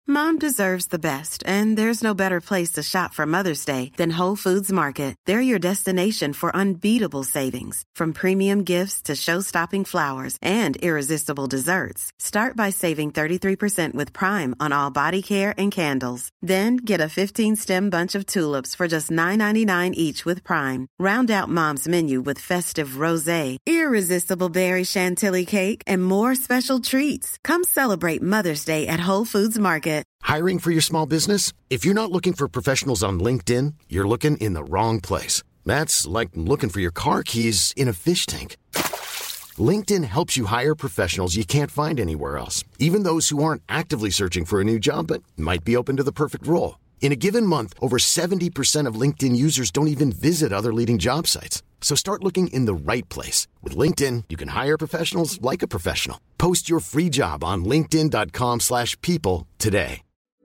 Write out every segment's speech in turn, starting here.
Mom deserves the best, and there's no better place to shop for Mother's Day than Whole Foods Market. They're your destination for unbeatable savings, from premium gifts to show-stopping flowers and irresistible desserts. Start by saving 33% with Prime on all body care and candles. Then get a 15-stem bunch of tulips for just $9.99 each with Prime. Round out Mom's menu with festive rosé, irresistible berry chantilly cake, and more special treats. Come celebrate Mother's Day at Whole Foods Market. Hiring for your small business? If you're not looking for professionals on LinkedIn, you're looking in the wrong place. That's like looking for your car keys in a fish tank. LinkedIn helps you hire professionals you can't find anywhere else, even those who aren't actively searching for a new job but might be open to the perfect role. In a given month, over 70% of LinkedIn users don't even visit other leading job sites. So start looking in the right place. With LinkedIn, you can hire professionals like a professional. Post your free job on linkedin.com/people today.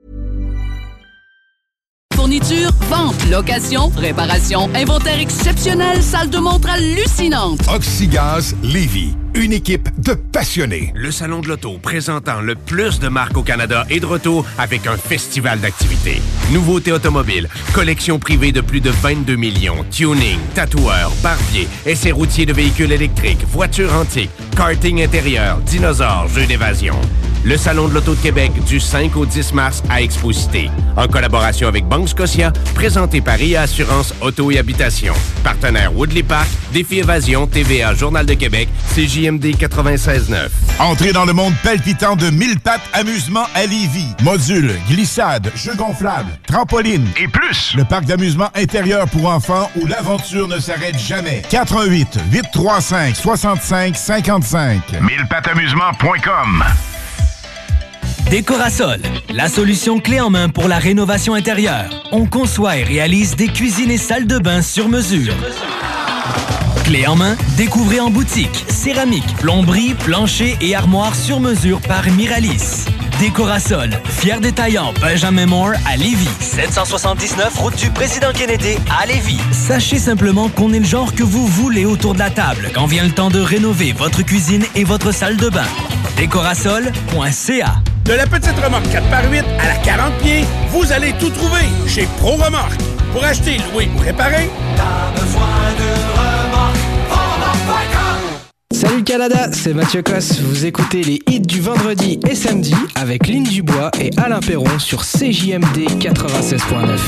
Fourniture, vente, location, réparation, inventaire exceptionnel, salle de montre hallucinante. Oxygaz Lévis, une équipe de passionnés. Le Salon de l'Auto, présentant le plus de marques au Canada, est de retour avec un festival d'activités. Nouveautés automobiles, collection privée de plus de 22 millions, tuning, tatoueurs, barbiers, essais routiers de véhicules électriques, voitures antiques, karting intérieur, dinosaures, jeux d'évasion. Le Salon de l'Auto de Québec du 5 au 10 mars à Expo-Cité. En collaboration avec Banque Scotia, présenté par IA Assurance Auto et Habitation. Partenaire Woodley Park, Défi Évasion, TVA, Journal de Québec, CJMD 96.9. Entrez dans le monde palpitant de 1000 pattes amusement à Lévis. Modules, glissades, jeux gonflables, trampolines et plus. Le parc d'amusement intérieur pour enfants où l'aventure ne s'arrête jamais. 88 835 65 55. 1000patteamusement.com. Décorasol, la solution clé en main pour la rénovation intérieure. On conçoit et réalise des cuisines et salles de bain sur mesure. Clé en main, découvrez en boutique, céramique, plomberie, plancher et armoire sur mesure par Miralis. Décorasol, fier détaillant Benjamin Moore à Lévis. 779 route du Président Kennedy à Lévis. Sachez simplement qu'on est le genre que vous voulez autour de la table quand vient le temps de rénover votre cuisine et votre salle de bain. Décorasol.ca. De la petite remorque 4x8 à la 40 pieds, vous allez tout trouver chez Pro Remorque. Pour acheter, louer ou réparer, t'as besoin d'une remorque, ProRemorque.com. Salut Canada, c'est Mathieu Cosse. Vous écoutez les hits du vendredi et samedi avec Lynn Dubois et Alain Perron sur CJMD 96.9.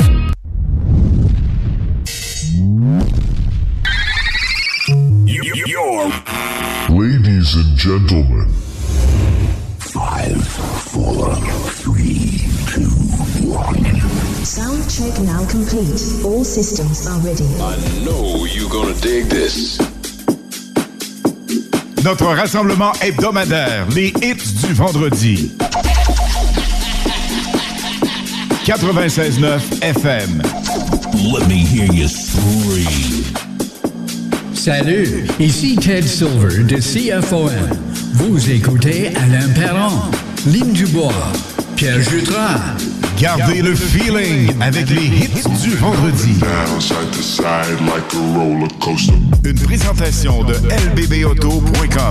Ladies and gentlemen. 5, 4, 3, 2, 1. Sound check now complete. All systems are ready. I know you're gonna dig this. Notre rassemblement hebdomadaire, les hits du vendredi. 96.9 FM. Let me hear you scream. Salut, ici Ted Silver de CFOM. Vous écoutez Alain Perron, Lynn Dubois, Pierre Jutras. Gardez le feeling avec les hits du vendredi. Une présentation de lbbauto.com.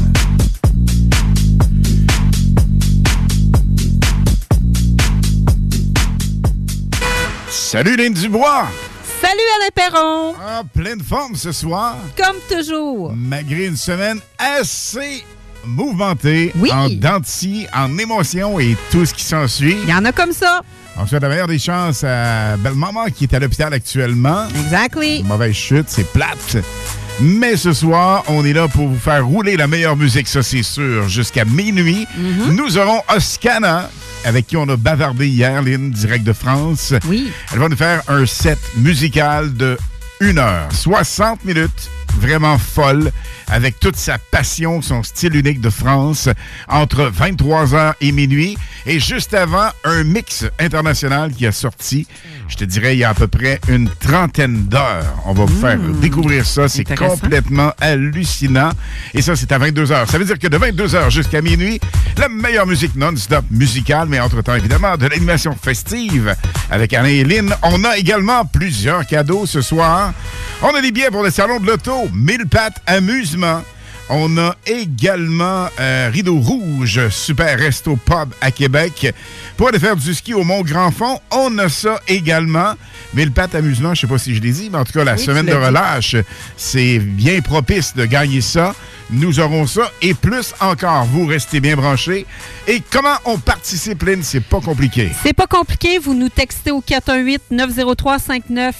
Salut Lynn Dubois! Salut Alain Perron! En pleine forme ce soir. Comme toujours. Malgré une semaine assez mouvementée, oui. En dents de scie, en émotion et tout ce qui s'ensuit. Il y en a comme ça. On souhaite la meilleure des chances à belle-maman qui est à l'hôpital actuellement. Exactly. Mauvaise chute, c'est plate. Mais ce soir, on est là pour vous faire rouler la meilleure musique, ça c'est sûr, jusqu'à minuit. Mm-hmm. Nous aurons Oscana, avec qui on a bavardé hier, Lynn, direct de France. Oui. Elle va nous faire un set musical de 1 heure, 60 minutes, vraiment folle, avec toute sa passion, son style unique de France, entre 23h et minuit. Et juste avant, un mix international qui a sorti, je te dirais, il y a à peu près une trentaine d'heures. On va vous faire découvrir ça. C'est complètement hallucinant. Et ça, c'est à 22h. Ça veut dire que de 22h jusqu'à minuit, la meilleure musique non-stop musicale, mais entre-temps, évidemment, de l'animation festive avec Alain et Lynn. On a également plusieurs cadeaux ce soir. On a des billets pour le Salon de l'Auto, 1000 pattes amusement. On a également Rideau Rouge, Super Resto Pub à Québec. Pour aller faire du ski au Mont-Grand-Fond, on a ça également. Mais le Pat Amusement, je ne sais pas si je l'ai dit, mais en tout cas, la semaine de relâche, c'est bien propice de gagner ça. Nous aurons ça et plus encore. Vous restez bien branchés. Et comment on participe, Lynn? C'est pas compliqué. C'est pas compliqué. Vous nous textez au 418-903-5969.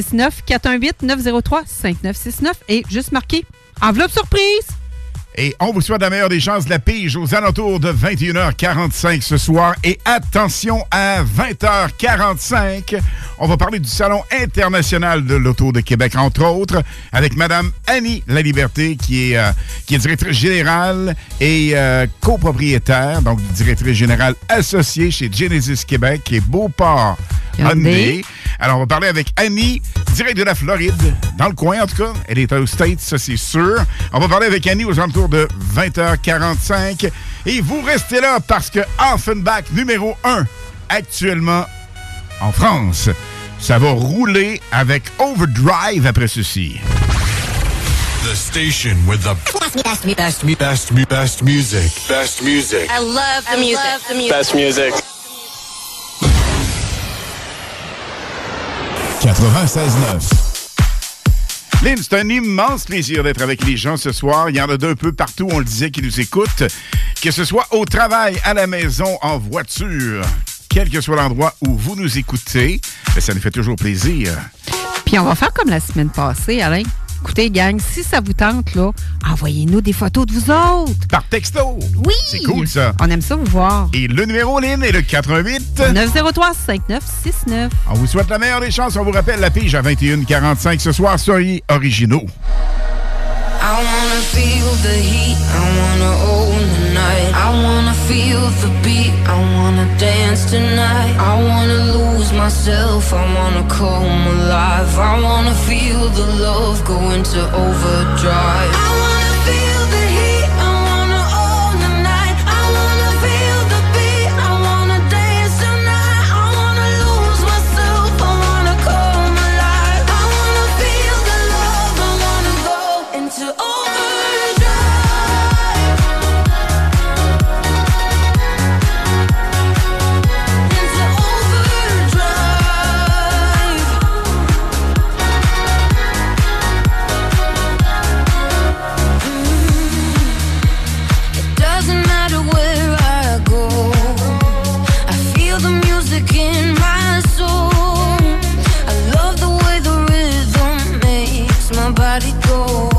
418-903-5969 et juste marqué enveloppe surprise. Et on vous souhaite la meilleure des chances de la pige aux alentours de 21h45 ce soir. Et attention, à 20h45, on va parler du Salon international de l'Auto de Québec, entre autres, avec Mme Annie Laliberté, qui est directrice générale et copropriétaire, donc directrice générale associée chez Genesis Québec et Beauport Hyundai. Alors, on va parler avec Annie, direct de la Floride, dans le coin en tout cas. Elle est aux States, ça c'est sûr. On va parler avec Annie aux alentours de 20h45. Et vous restez là parce que Offenbach numéro 1, actuellement en France, ça va rouler avec Overdrive après ceci. The station with the best music. Best music. I love the music. Best music. 96.9. Lynn, c'est un immense plaisir d'être avec les gens ce soir. Il y en a d'un peu partout, on le disait, qui nous écoutent. Que ce soit au travail, à la maison, en voiture, quel que soit l'endroit où vous nous écoutez, ça nous fait toujours plaisir. Puis on va faire comme la semaine passée, Alain. Écoutez, gang, si ça vous tente, là, envoyez-nous des photos de vous autres. Par texto. Oui. C'est cool, ça. On aime ça vous voir. Et le numéro, Lynn, est le 88 903-5969. On vous souhaite la meilleure des chances. On vous rappelle la pige à 21h45 ce soir. Soyez originaux. I wanna feel the heat, I wanna own the night. I wanna feel the beat, I wanna dance tonight. I wanna lose myself, I wanna come alive. I wanna feel the love go into overdrive. I wanna feel the heat, I wanna own the night. I wanna feel the beat, I wanna dance tonight. I wanna lose myself, I wanna come alive. I wanna feel the love, I wanna go into overdrive. In my soul, I love the way the rhythm makes my body go.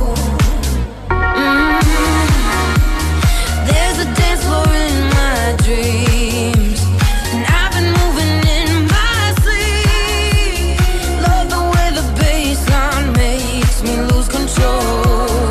There's a dance floor in my dreams, and I've been moving in my sleep. Love the way the bassline makes me lose control.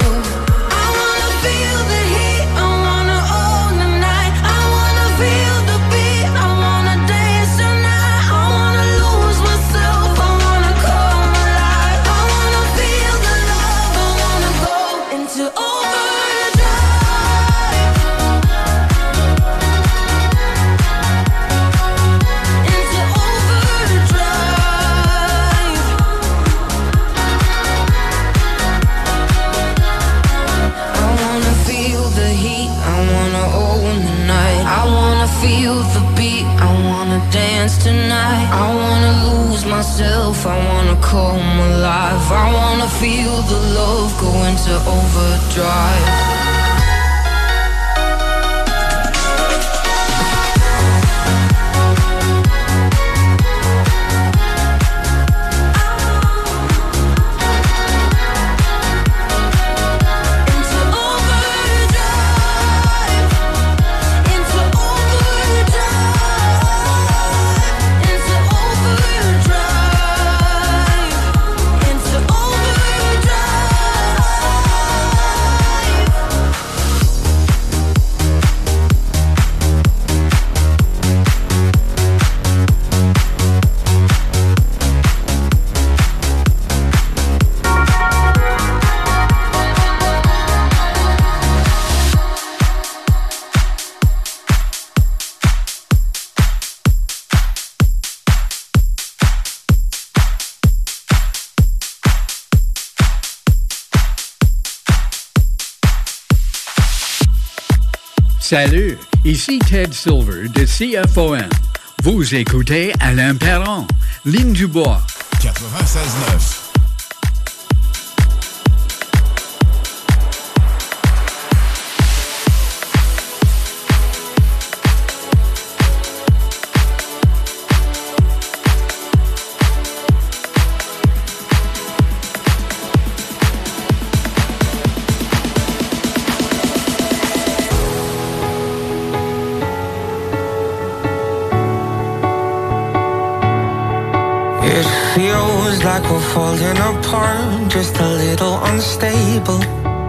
Feel the beat, I wanna dance tonight. I wanna lose myself, I wanna come alive. I wanna feel the love go into overdrive. Salut, ici Ted Silver de CFOM. Vous écoutez Alain Perron, Ligne du Bois. 96.9. Feels like we're falling apart, just a little unstable.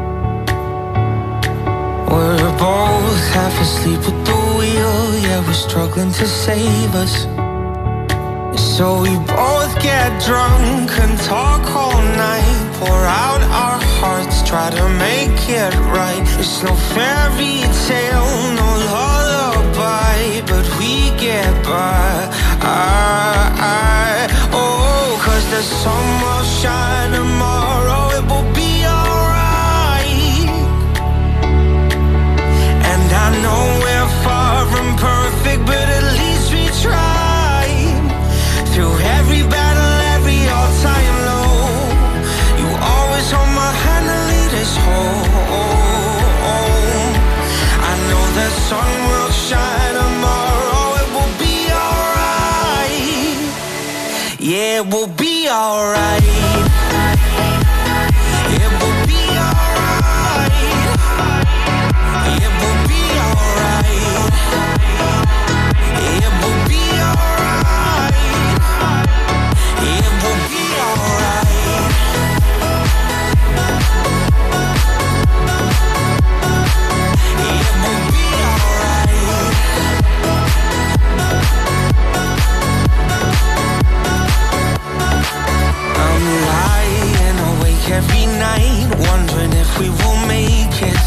We're both half asleep at the wheel, yeah, we're struggling to save us. So we both get drunk and talk all night, pour out our hearts, try to make it right. It's no fairy tale, no lullaby, but we get by. Cause the sun will shine tomorrow, it will be alright. And I know we're far from perfect, but at least we tried. Through every battle, every all-time low, you always hold my hand and lead us home. I know the sun will shine tomorrow, it will be alright. Yeah, it will be alright. It will be alright. It will be alright. It will be alright. It will be alright. It will be alright. I'm lying awake every night, wondering if we will make it.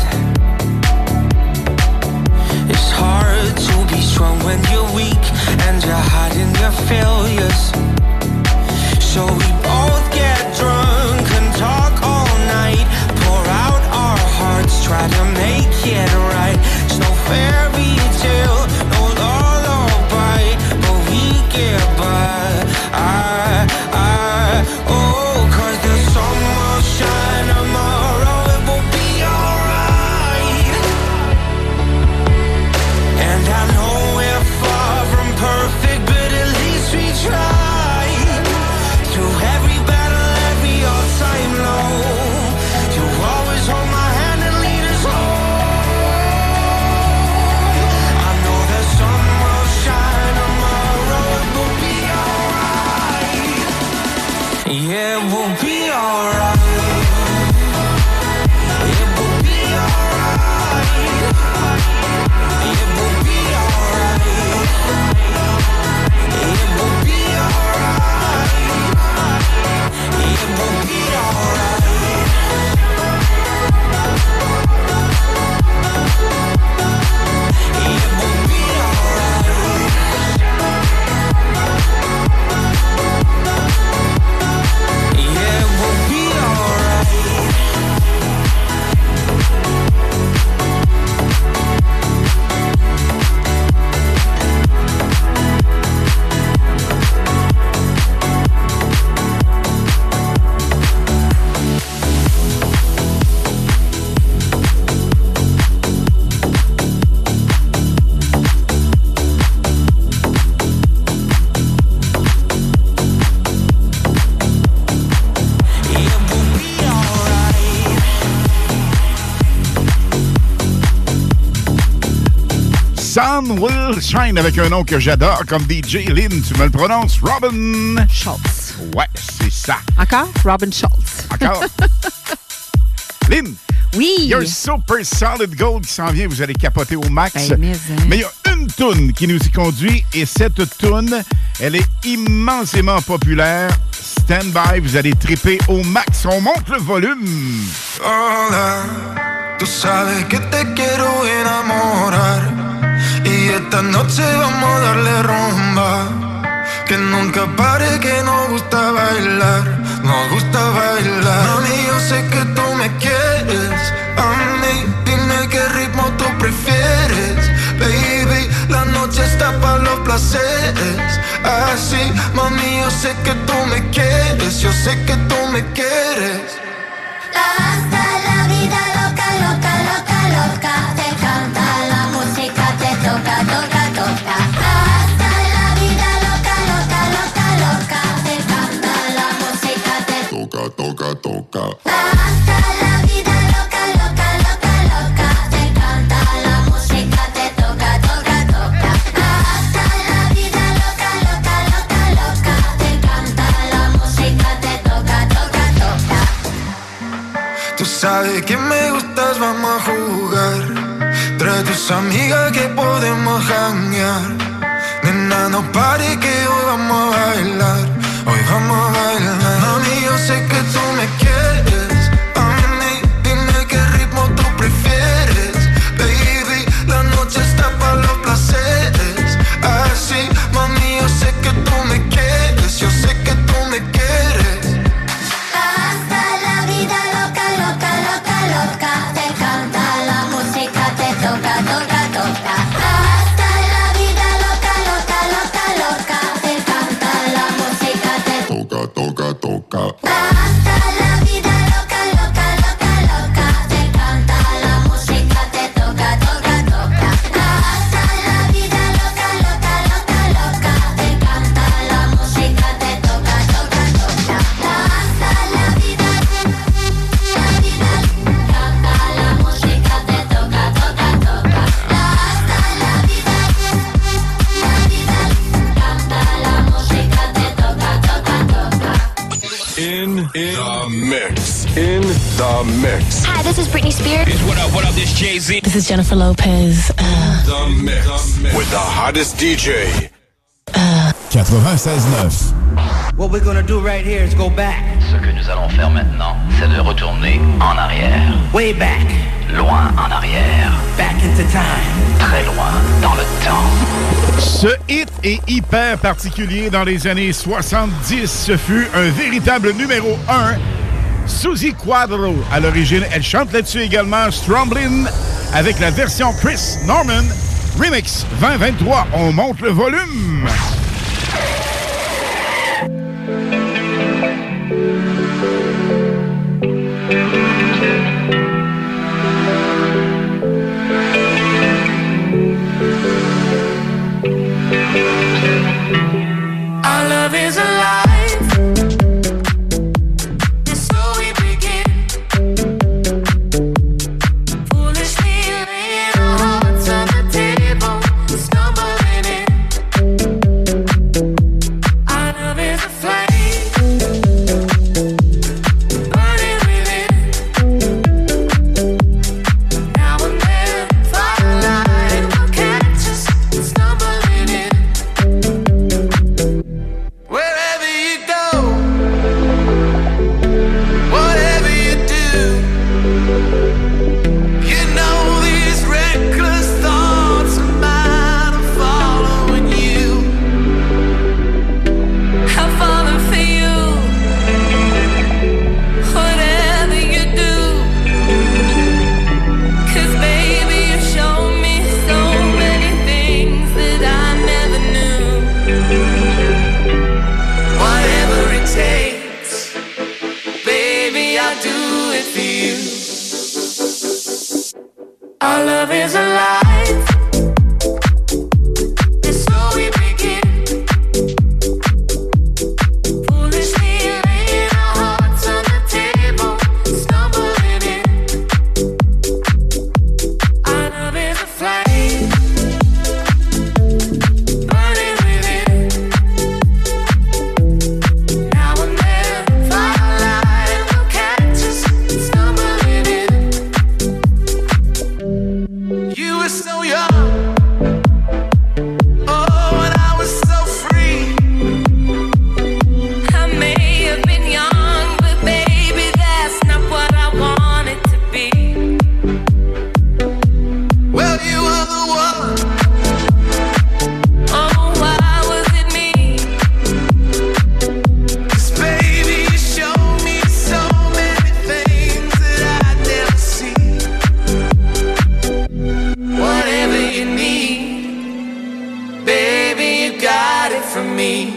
It's hard to be strong when you're weak and you're hiding your failures. So we both get drunk and talk all night, pour out our hearts, try to make it right. It's no fairy tale, no lullaby, but we get by. Cause the sun will shine tomorrow, it will be alright. And I know we're far from perfect, but at least we try. Through every battle, every all-time low, you always hold my hand and lead us home. I know the sun will shine tomorrow, it will be alright. Yeah, it will be alright. It will be alright. It will be alright. It will be alright. It will be alright. It will be alright. Yeah, it will be alright. Sun Will Shine avec un nom que j'adore comme DJ Lynn. Tu me le prononces, Robin Schultz. Ouais, c'est ça. Encore? Robin Schultz. Encore. Lynn. Oui. Il y a un Super Solid Gold qui s'en vient. Vous allez capoter au max. Ben, mais il y a une toune qui nous y conduit. Et cette toune, elle est immensément populaire. Stand by, vous allez triper au max. On monte le volume. Hola, tú sabes que te quiero enamorar. Y esta noche vamos a darle rumba. Que nunca pare, que nos gusta bailar. Nos gusta bailar. Mami, yo sé que tú me quieres. A mí, dime qué ritmo tú prefieres. Así, mami, yo sé que tú me quieres, yo sé que tú me quieres. Hasta la vida loca, loca, loca, loca. Te canta la música, te toca, toca, toca. Hasta la vida loca, loca, loca, loca. Te canta la música, te toca, toca, toca. Hasta la vida loca, loca, loca, loca. Te canta la música, te toca, toca, toca. Hasta la vida loca, loca, loca, loca. Te canta la música, te toca, toca, toca. Tú sabes que me gustas, vamos a jugar. Trae tus amigas que podemos janguear. Nena, no pare que hoy vamos a bailar. Hoy vamos a bailar. Mami, yo sé que tú me quieres. Mami, dime qué ritmo tú prefieres. Baby, la noche está para los placeres. Así, mami, yo sé que tú me quieres. Yo sé que tú me quieres. Hasta la vida loca, loca, loca, loca. Te canta la música, te toca, toca, toca. Hasta la vida loca, loca, loca, loca. Te canta la música, te toca, toca, toca. Hasta la vida loca, loca, loca, loca. Te canta la música, te toca, toca, toca. Hasta la vida loca, loca, loca, loca. Te canta la música, te toca, toca, toca. Hasta la vida, canta la música, te toca, toca, toca. Hasta la vida, canta la música, te toca, toca, toca. In the mix. In the mix. Hi, this is Britney Spears. What up, this Jay-Z. This is Jennifer Lopez. The mix. With the hottest DJ. 96.9. What we're gonna do right here is go back. Ce que nous allons faire maintenant, c'est de retourner en arrière. Way back. Loin en arrière. Back into time. Très loin dans le temps. Ce hit est hyper particulier dans les années 70. Ce fut un véritable numéro 1. Suzy Quadro, à l'origine, elle chante là-dessus également Stromblin avec la version Chris Norman. Remix 2023, on monte le volume. Our love is alive. And so we begin. Foolishly laying our hearts on the table, stumbling in. Our love is a flame. me.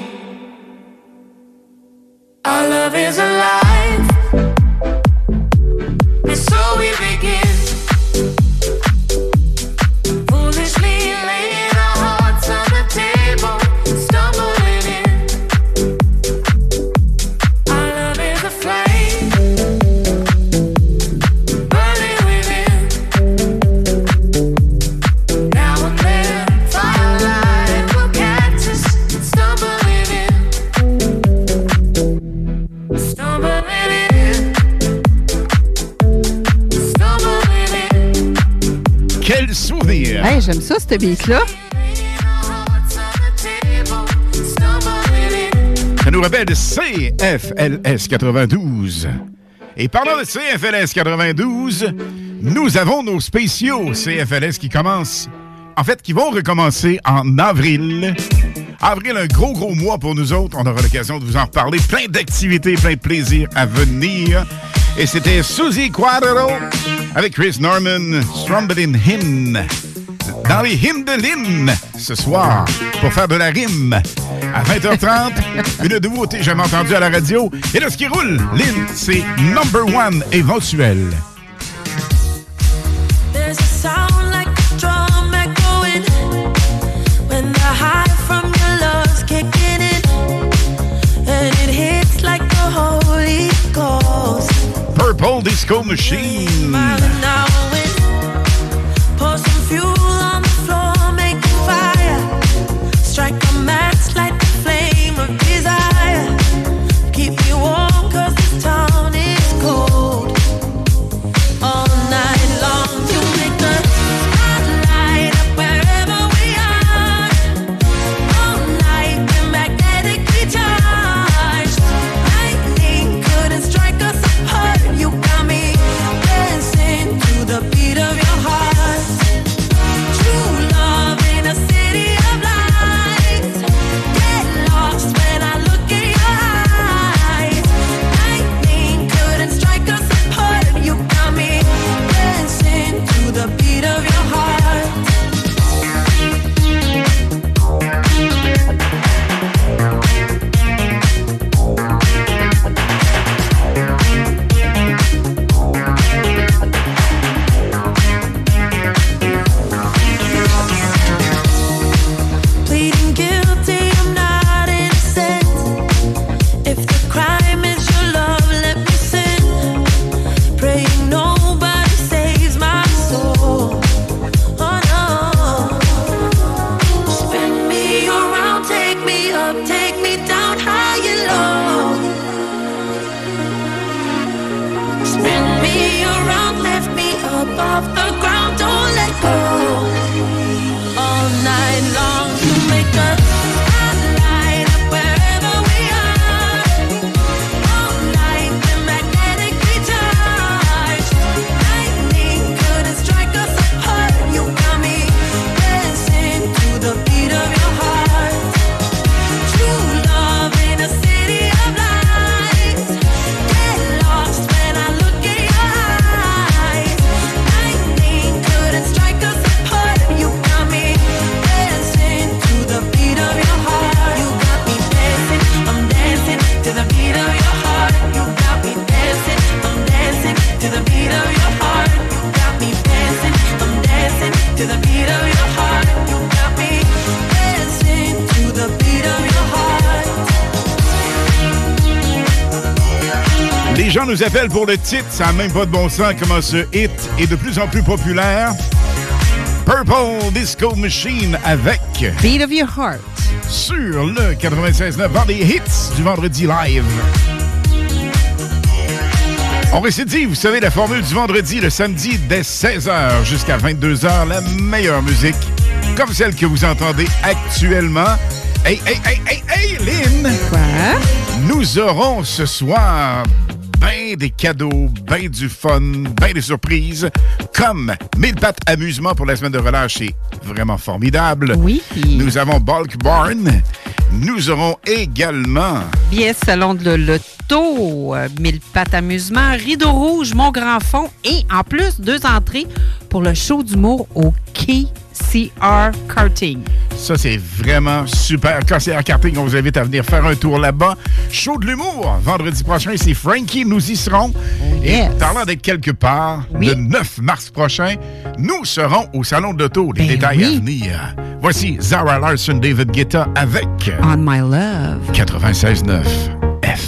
Our love is alive, and so we begin. Foolishly laying our hearts on the table, stumbling in. Our love is a flame, burning within. Now and then, firelight will catch us, stumbling in. Stumbling in. Stumbling in. Quel souvenir! Hey, j'aime ça, cette beat-là. Ça nous rappelle CFLS 92. Et parlant de CFLS 92, nous avons nos spéciaux CFLS qui commencent, en fait, qui vont recommencer en avril. Avril, un gros mois pour nous autres. On aura l'occasion de vous en reparler. Plein d'activités, plein de plaisirs à venir. Et c'était Suzy Quattro avec Chris Norman, Strumbling Hymn. Dans les hymnes de Lynn, ce soir, pour faire de la rime. À 20h30, une nouveauté jamais entendue à la radio. Et là, ce qui roule, Lynn, c'est #1 éventuel. There's a sound like a drum echoing when the high from your love's kicking in, and it hits like the Holy Ghost. Purple Disco Machine. Smiling now and when, pour some fuel on the floor, make a fire, strike a match, light the flame of desire, keep me warm 'cause this town is cold. All night long you make the spotlight up wherever we are. All night we're magnetically charged. Lightning couldn't strike us apart. You got me dancing to the beat of your heart. True love in a city of lights. Get lost when I look in your eyes. Lightning couldn't strike us apart. You got me dancing to the beat of your heart. Pleading guilty, I'm not innocent. If the crime is your love, let me sin. Praying nobody saves my soul. Oh no. Spin me around, take me up, take me down high and low. Spin me around, lift me up off the ground, don't let go. All night long you make a spotlight up wherever we are. All night we're magnetically charged. Lightning couldn't strike us apart. You got me dancing to the beat of your heart. True love in a city of lights. Get lost when I look in your eyes. Lightning couldn't strike us apart. You got me dancing to the beat of your heart. You got me dancing, I'm dancing to the beat of your heart. You got me dancing, I'm dancing to the beat of your heart. You got me dancing, I'm dancing to the beat of your heart. You got me dancing to the beat of your heart. Les gens nous appellent pour le titre, ça n'a même pas de bon sens comment ce hit est de plus en plus populaire. Purple Disco Machine avec Beat of Your Heart. sur le 96.9 dans les hits du vendredi live. On récidive, vous savez, la formule du vendredi, le samedi, dès 16h jusqu'à 22h, la meilleure musique, comme celle que vous entendez actuellement. Hey, Lynn! Quoi? Nous aurons ce soir ben des cadeaux, ben du fun, ben des surprises, comme 1000 pattes amusement pour la semaine de relâche, c'est vraiment formidable. Oui. Nous avons Bulk Barn. Nous aurons également... Billets Salon de l'Auto, 1000 pattes amusement, Rideau Rouge, Mon Grand Fond et en plus, 2 entrées pour le show d'humour au KCR Karting. Ça, c'est vraiment super. Cossière Karting, on vous invite à venir faire un tour là-bas. Show de l'humour. Vendredi prochain, c'est Frankie. Nous y serons. Et parlant d'être quelque part, le 9 mars prochain, nous serons au Salon de l'Auto. Les détails à venir. Voici Zara Larsson, David Guetta avec On My Love. 96.9 FM.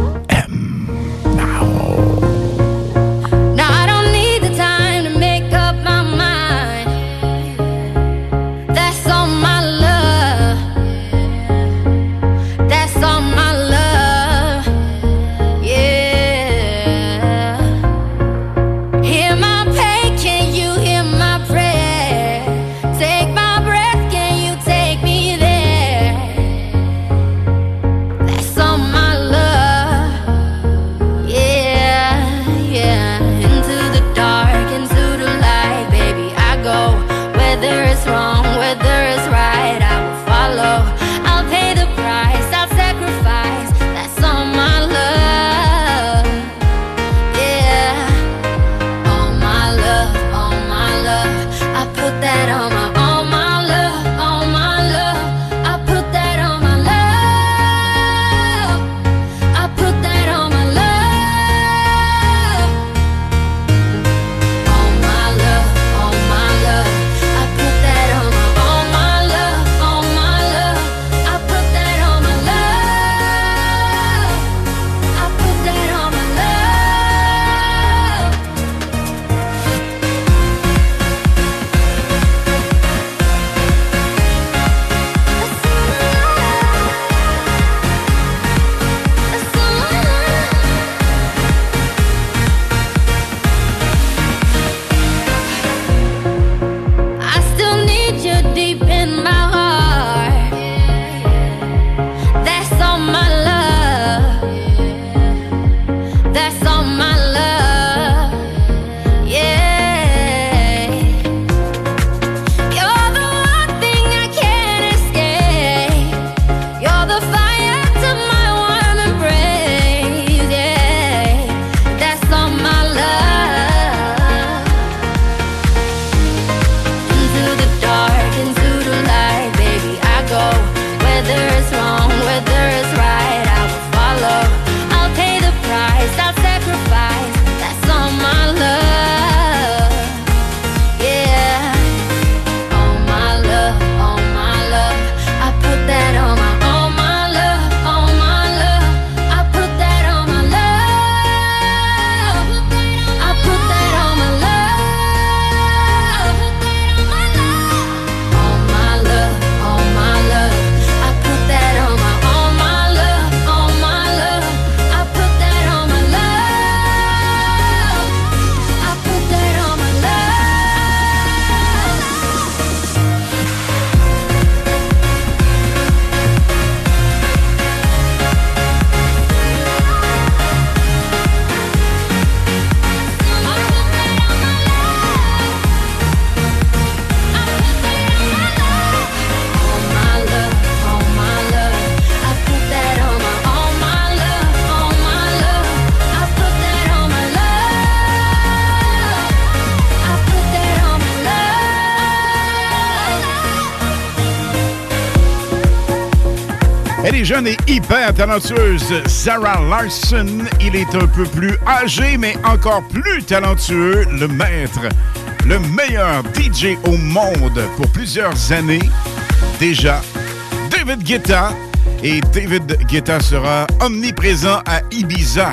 Elle est jeune et hyper talentueuse. Zara Larsson, il est un peu plus âgé, mais encore plus talentueux. Le maître, le meilleur DJ au monde pour plusieurs années déjà. David Guetta. Et David Guetta sera omniprésent à Ibiza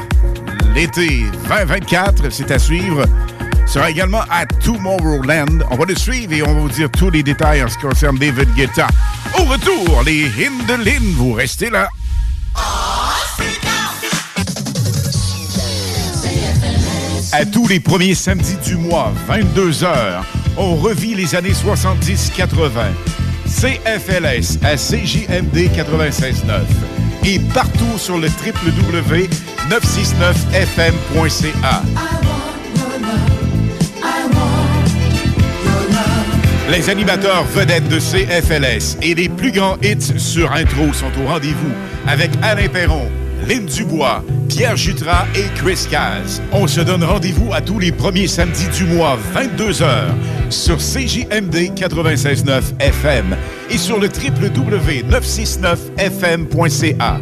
l'été 2024. C'est à suivre. Sera également à Tomorrowland. On va le suivre et on va vous dire tous les détails en ce qui concerne David Guetta. Au retour, les Hindelines, vous restez là. À tous les premiers samedis du mois, 22h, on revit les années 70-80. CFLS à CJMD 96.9 et partout sur le www.969fm.ca. Les animateurs vedettes de CFLS et les plus grands hits sur intro sont au rendez-vous avec Alain Perron, Lynn Dubois, Pierre Jutras et Chris Caz. On se donne rendez-vous à tous les premiers samedis du mois, 22h, sur CJMD 96.9 FM et sur le www.969fm.ca.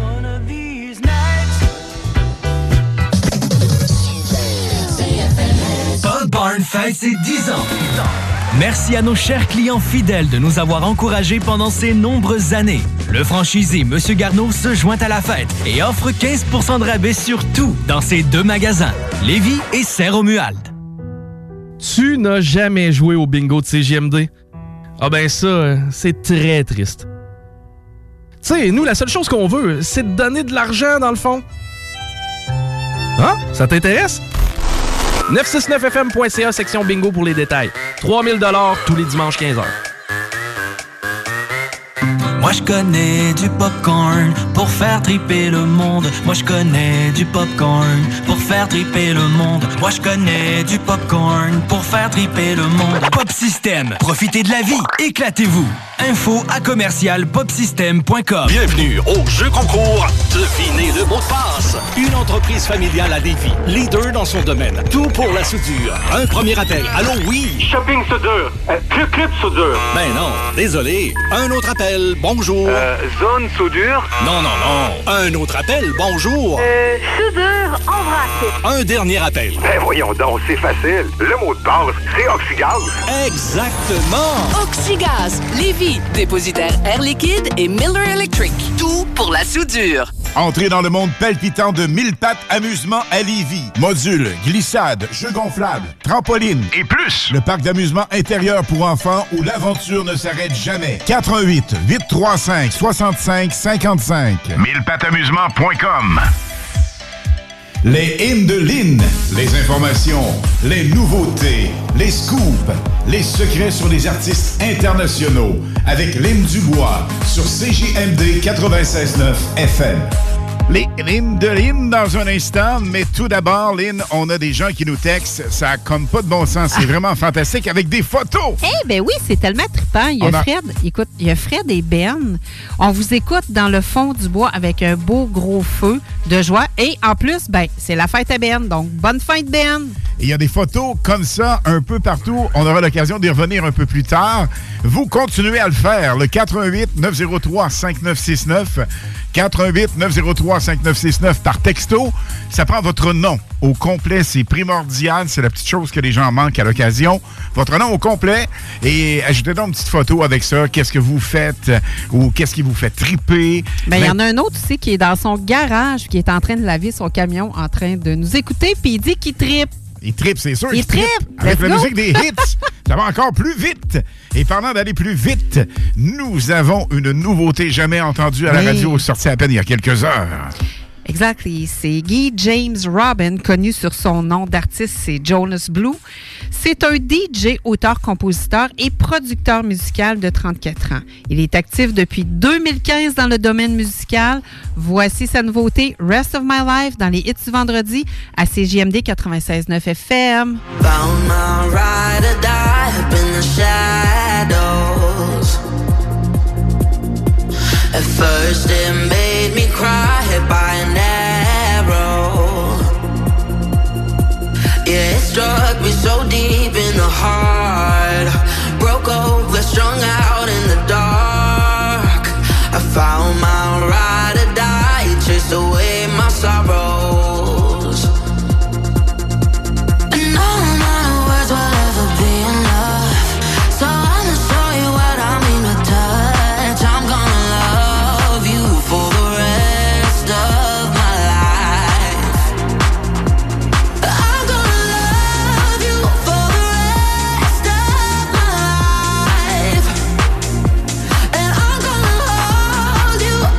Bud Barn fête ses 10 ans. Merci à nos chers clients fidèles de nous avoir encouragés pendant ces nombreuses années. Le franchisé M. Garneau se joint à la fête et offre 15% de rabais sur tout dans ses 2 magasins, Lévis et Saint-Romuald. Tu n'as jamais joué au bingo de CJMD? Ah ben ça, c'est très triste. Tu sais, nous, la seule chose qu'on veut, c'est de donner de l'argent dans le fond. Hein? Ça t'intéresse? 969fm.ca, section bingo pour les détails. 3000 $ tous les dimanches 15h. Moi je connais du popcorn pour faire triper le monde. Moi je connais du popcorn pour faire triper le monde. Moi je connais du popcorn pour faire triper le monde. Pop System, profitez de la vie, éclatez-vous. Info à commercial-popsystem.com. Bienvenue au jeu concours Devinez le mot de passe. Une entreprise familiale à Lévis, leader dans son domaine. Tout pour la soudure. Un premier appel. Allô, oui? Shopping soudure. Clip soudure. Ben non, désolé. Un autre appel. Bonjour. Zone soudure. Non. Un autre appel. Bonjour. Soudure en vrac. Un dernier appel. Ben voyons donc, c'est facile. Le mot de passe, c'est Oxygaz. Exactement. Oxygaz, Lévis, dépositaire Air Liquide et Miller Electric. Tout pour la soudure. Entrez dans le monde palpitant de 1000 pattes amusement à Lévis. Modules, glissades, jeux gonflables, trampolines et plus. Le parc d'amusement intérieur pour enfants où l'aventure ne s'arrête jamais. 88 835 65 55. 1000patteamusement.com. Les hymnes de Lynn, les informations, les nouveautés, les scoops, les secrets sur les artistes internationaux avec Lynn Dubois sur CJMD 96.9 FM. Les hymnes de Lynn dans un instant, mais tout d'abord, Lynn, on a des gens qui nous textent. Ça a comme pas de bon sens. C'est vraiment fantastique avec des photos. Ben oui, c'est tellement trippant. Il y a Fred et Ben. On vous écoute dans le fond du bois avec un beau gros feu de joie. Et en plus, c'est la fête à Ben. Donc, bonne fête, Ben. Il y a des photos comme ça un peu partout. On aura l'occasion d'y revenir un peu plus tard. Vous continuez à le faire. Le 88-903-5969. 88-903-5969 par texto. Ça prend votre nom au complet. C'est primordial. C'est la petite chose que les gens manquent à l'occasion. Votre nom au complet. Et ajoutez donc une petite photo avec ça. Qu'est-ce que vous faites ou qu'est-ce qui vous fait triper. Il y en a un autre aussi qui est dans son garage, qui est en train de laver son camion, en train de nous écouter, puis il dit qu'il trippe. Il trippe, c'est sûr. Il trippe. Avec la musique des hits, ça va encore plus vite. Et parlant d'aller plus vite, nous avons une nouveauté jamais entendue à la radio, sortie à peine il y a quelques heures. Exactly. C'est Guy James Robin, connu sur son nom d'artiste, c'est Jonas Blue. C'est un DJ, auteur-compositeur et producteur musical de 34 ans. Il est actif depuis 2015 dans le domaine musical. Voici sa nouveauté, Rest of My Life, dans les hits du vendredi à CJMD 96.9 FM. Found my ride or die up in the shadows. At first it made me cry, hit by an arrow. Yeah, it struck me so deep in the heart. Broke over, strung out in the dark. I found my ride or die, chased away my sorrows. And no amount of words will ever be enough. So I'ma show you what I mean with touch. I'm gonna love you for the rest of my life. I'm gonna love you for the rest of my life. And I'm gonna hold you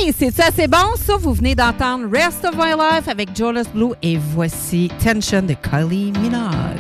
c'est assez bon, ça? Vous venez d'entendre Rest of My Life avec Jonas Blue et voici Tension de Kylie Minogue.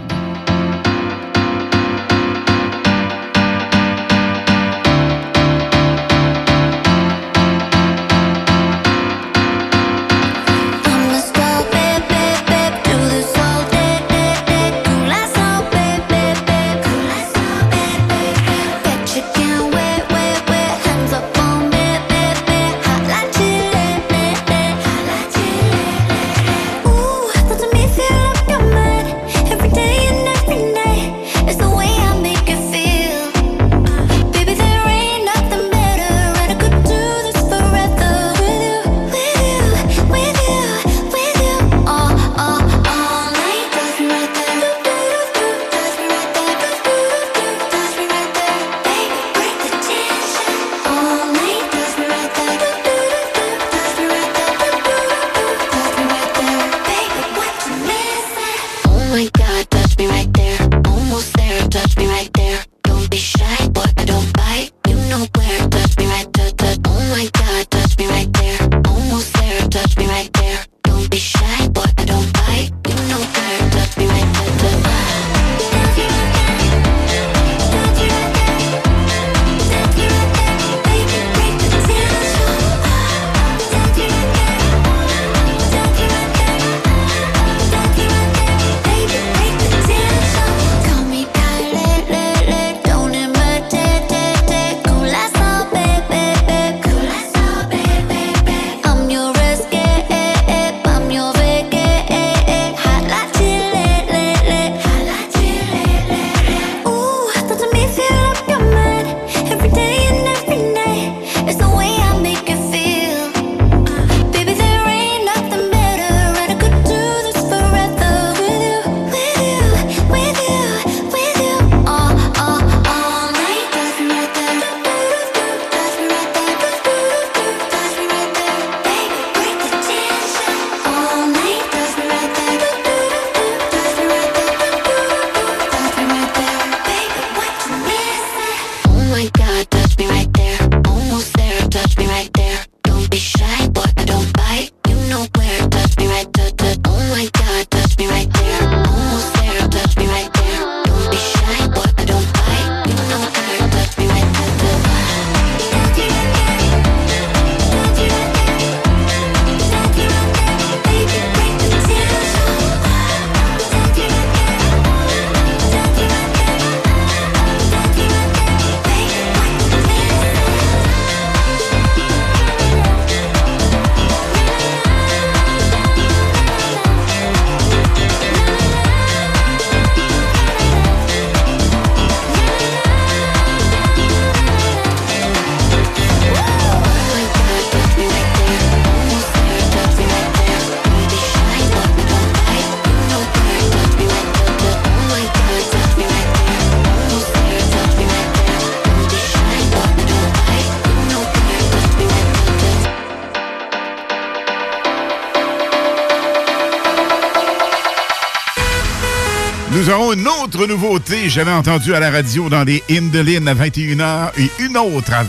Nous aurons une autre nouveauté, j'avais entendu à la radio dans les Indolines à 21h et une autre à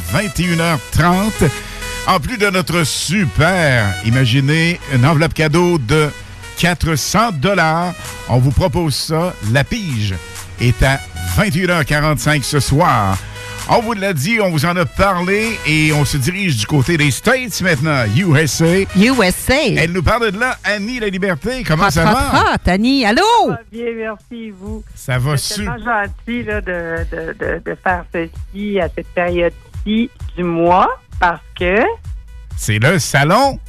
21h30. En plus de notre super, imaginez, une enveloppe cadeau de 400$. On vous propose ça. La pige est à 21h45 ce soir. On vous l'a dit, on vous en a parlé et on se dirige du côté des States maintenant. USA. USA. Elle nous parle de là. Annie La Liberté, comment ça va? Annie, allô? Ça va bien, merci, vous. Ça va super. C'est tellement gentil là, de faire ceci à cette période-ci du mois parce que... C'est le salon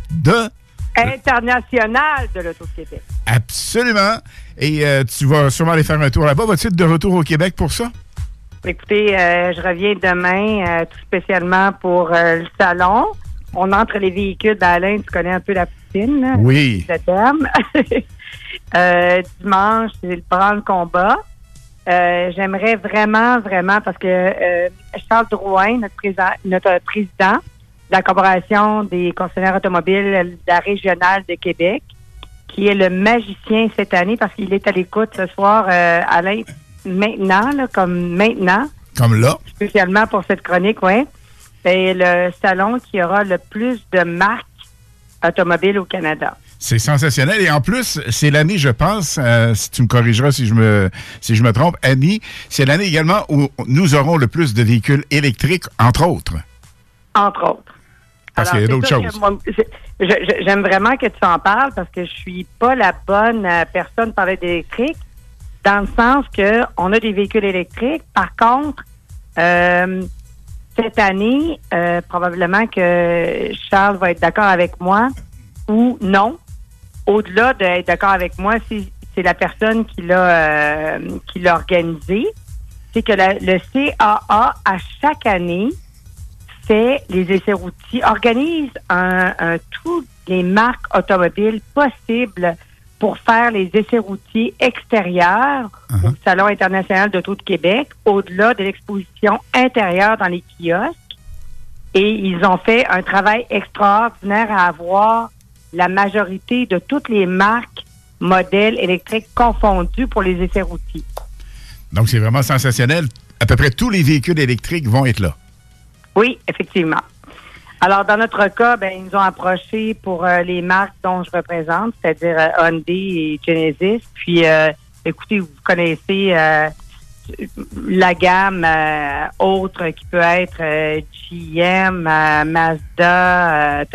international de l'Auto-Québec. Absolument. Et tu vas sûrement aller faire un tour là-bas. Vas-tu être de retour au Québec pour ça? Écoutez, je reviens demain tout spécialement pour le salon. On entre les véhicules d'Alain, tu connais un peu la poutine, là, oui. Le terme. Dimanche, c'est le branle-combat. J'aimerais vraiment, parce que Charles Drouin, notre président de la Corporation des concessionnaires automobiles de la régionale de Québec, qui est le magicien cette année, parce qu'il est à l'écoute ce soir, Alain, maintenant. Comme là. Spécialement pour cette chronique, oui. c'est le salon qui aura le plus de marques automobiles au Canada. C'est sensationnel. Et en plus, c'est l'année, je pense, si tu me corrigeras si je me trompe, Annie, c'est l'année également où nous aurons le plus de véhicules électriques, entre autres. Entre autres. Parce qu'il y a d'autres choses. Moi, j'aime vraiment que tu en parles parce que je suis pas la bonne personne pour parler d'électrique, dans le sens que on a des véhicules électriques. Par contre, cette année, probablement que Charles va être d'accord avec moi ou non. Au-delà d'être d'accord avec moi, c'est la personne qui l'a organisé. C'est que le CAA, à chaque année, fait les essais-routiers, organise toutes les marques automobiles possibles pour faire les essais-routiers extérieurs au Salon international d'auto de Québec, au-delà de l'exposition intérieure dans les kiosques. Et ils ont fait un travail extraordinaire à avoir la majorité de toutes les marques, modèles électriques confondus pour les essais routiers. Donc, c'est vraiment sensationnel. À peu près tous les véhicules électriques vont être là. Oui, effectivement. Alors, dans notre cas, ils nous ont approchés pour les marques dont je représente, c'est-à-dire Hyundai et Genesis. Puis, écoutez, vous connaissez la gamme autre qui peut être GM, Mazda.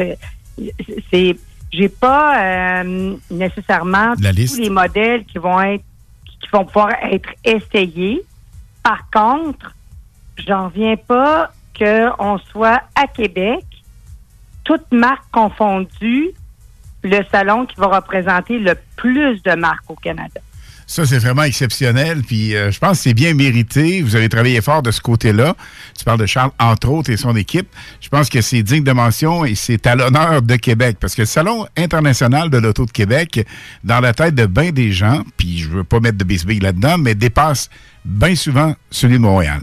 J'ai pas nécessairement tous les modèles qui vont pouvoir être essayés. Par contre, j'en reviens pas qu'on soit à Québec, toutes marques confondues, le salon qui va représenter le plus de marques au Canada. Ça, c'est vraiment exceptionnel. Puis, je pense que c'est bien mérité. Vous avez travaillé fort de ce côté-là. Tu parles de Charles, entre autres, et son équipe. Je pense que c'est digne de mention et c'est à l'honneur de Québec. Parce que le Salon international de l'Auto de Québec, dans la tête de bien des gens, puis je veux pas mettre de bisbille là-dedans, mais dépasse bien souvent celui de Montréal.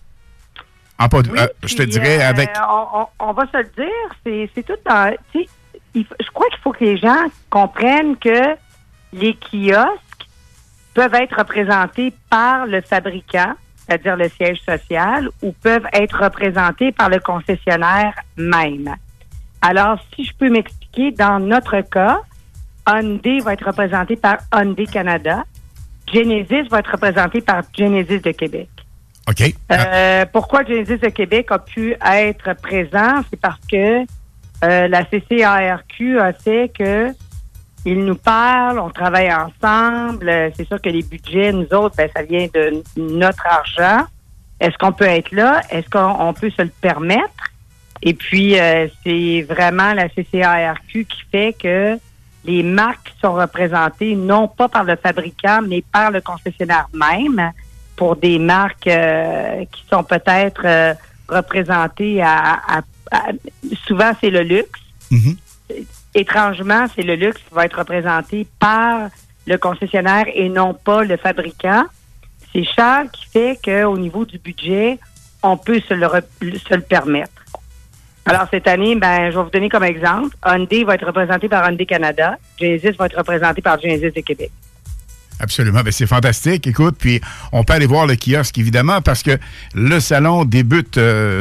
Je te dirais avec... On va se le dire, c'est tout dans... Je crois qu'il faut que les gens comprennent que les kiosques peuvent être représentés par le fabricant, c'est-à-dire le siège social, ou peuvent être représentés par le concessionnaire même. Alors, si je peux m'expliquer, dans notre cas, Hyundai va être représenté par Hyundai Canada, Genesis va être représenté par Genesis de Québec. OK. Pourquoi Genesis de Québec a pu être présent? C'est parce que la CCARQ a fait que ils nous parlent, on travaille ensemble. C'est sûr que les budgets, nous autres, ça vient de notre argent. Est-ce qu'on peut être là? Est-ce qu'on peut se le permettre? Et puis, c'est vraiment la CCARQ qui fait que les marques sont représentées non pas par le fabricant, mais par le concessionnaire même pour des marques qui sont peut-être représentées souvent, c'est le luxe. Mm-hmm. Étrangement, c'est le luxe qui va être représenté par le concessionnaire et non pas le fabricant. C'est Charles qui fait qu'au niveau du budget, on peut se le permettre. Alors, cette année, je vais vous donner comme exemple. Hyundai va être représenté par Hyundai Canada. Genesis va être représenté par Genesis de Québec. Absolument. C'est fantastique. Écoute, puis on peut aller voir le kiosque, évidemment, parce que le salon débute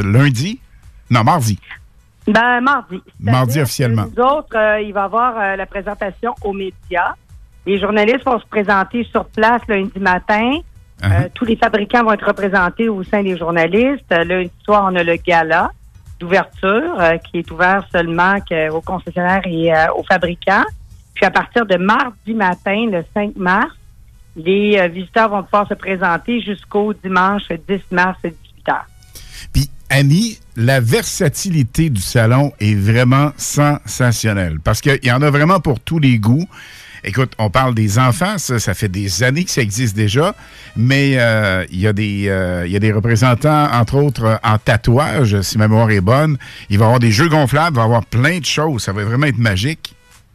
mardi. Mardi. Mardi officiellement. Nous autres, il va y avoir la présentation aux médias. Les journalistes vont se présenter sur place lundi matin. Tous les fabricants vont être représentés au sein des journalistes. Lundi soir, on a le gala d'ouverture qui est ouvert seulement aux concessionnaires et aux fabricants. Puis à partir de mardi matin, le 5 mars, les visiteurs vont pouvoir se présenter jusqu'au dimanche 10 mars à 18h. Puis, Annie, la versatilité du salon est vraiment sensationnelle parce qu'il y en a vraiment pour tous les goûts. Écoute, on parle des enfants, ça fait des années que ça existe déjà, mais il y a des représentants, entre autres, en tatouage, si ma mémoire est bonne. Il va y avoir des jeux gonflables, il va y avoir plein de choses. Ça va vraiment être magique.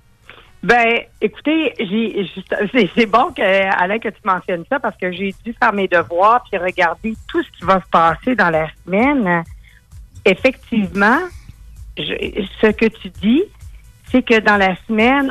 Écoutez, c'est bon Alain, que tu mentionnes ça parce que j'ai dû faire mes devoirs puis regarder tout ce qui va se passer dans la semaine. Effectivement, ce que tu dis, c'est que dans la semaine,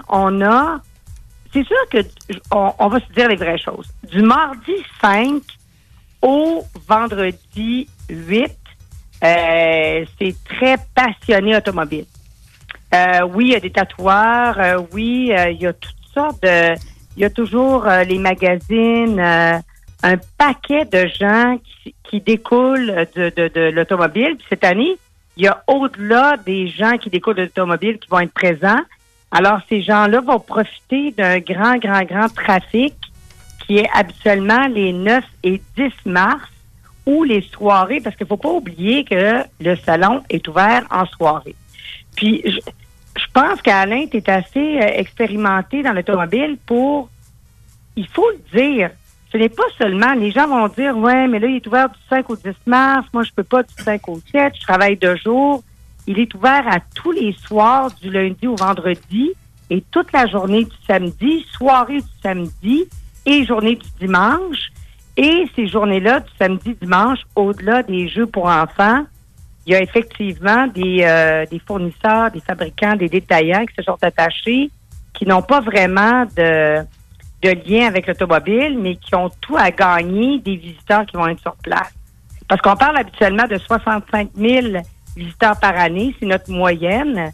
c'est sûr que on va se dire les vraies choses. Du mardi 5 au vendredi 8, c'est très passionné automobile. Oui, il y a des tatoueurs. Oui, il y a toutes sortes de... Il y a toujours les magazines, un paquet de gens qui découlent de l'automobile. Puis cette année, il y a au-delà des gens qui découlent de l'automobile qui vont être présents. Alors, ces gens-là vont profiter d'un grand trafic qui est habituellement les 9 et 10 mars ou les soirées, parce qu'il ne faut pas oublier que le salon est ouvert en soirée. Puis, je pense qu'Alain, tu es assez expérimenté dans l'automobile pour... Il faut le dire. Ce n'est pas seulement... Les gens vont dire, ouais, mais là, il est ouvert du 5 au 10 mars. Moi, je peux pas du 5 au 7. Je travaille 2 jours. Il est ouvert à tous les soirs, du lundi au vendredi, et toute la journée du samedi, soirée du samedi et journée du dimanche. Et ces journées-là, du samedi, dimanche, au-delà des jeux pour enfants, il y a effectivement des fournisseurs, des fabricants, des détaillants qui se sont attachés, qui n'ont pas vraiment de lien avec l'automobile, mais qui ont tout à gagner des visiteurs qui vont être sur place. Parce qu'on parle habituellement de 65 000 visiteurs par année, c'est notre moyenne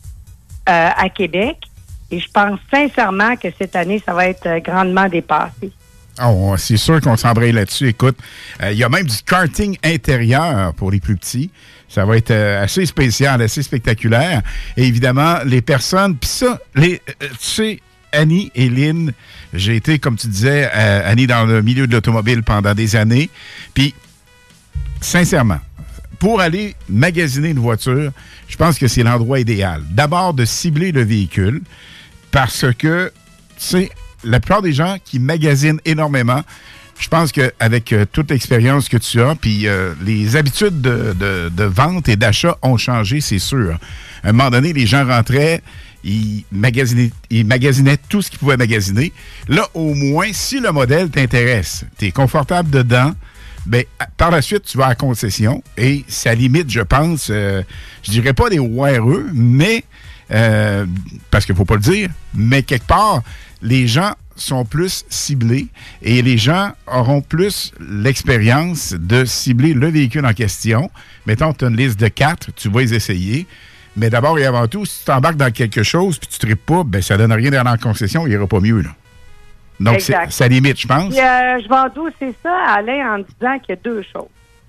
à Québec. Et je pense sincèrement que cette année, ça va être grandement dépassé. Oh, c'est sûr qu'on s'embraye là-dessus. Écoute, il y a même du karting intérieur pour les plus petits. Ça va être assez spécial, assez spectaculaire. Et évidemment, les personnes... Puis ça, tu sais, Annie et Lynn, j'ai été, comme tu disais, Annie, dans le milieu de l'automobile pendant des années. Puis, sincèrement, pour aller magasiner une voiture, je pense que c'est l'endroit idéal. D'abord, de cibler le véhicule, parce que, tu sais, la plupart des gens qui magasinent énormément, je pense qu'avec toute l'expérience que tu as, puis les habitudes de vente et d'achat ont changé, c'est sûr. À un moment donné, les gens rentraient, ils magasinaient tout ce qu'ils pouvaient magasiner. Là, au moins, si le modèle t'intéresse, tu es confortable dedans, bien, par la suite, tu vas à la concession et ça limite, je pense, je dirais pas des ORE, mais, parce qu'il ne faut pas le dire, mais quelque part, les gens sont plus ciblés et les gens auront plus l'expérience de cibler le véhicule en question. Mettons, tu as une liste de 4, tu vas les essayer. Mais d'abord et avant tout, si tu t'embarques dans quelque chose puis tu ne tripes pas, ben ça donne rien d'aller en concession, il n'ira pas mieux. Là. Donc, ça limite, je pense. Puis, je vais endosser ça, Alain, en disant qu'il y a 2 choses.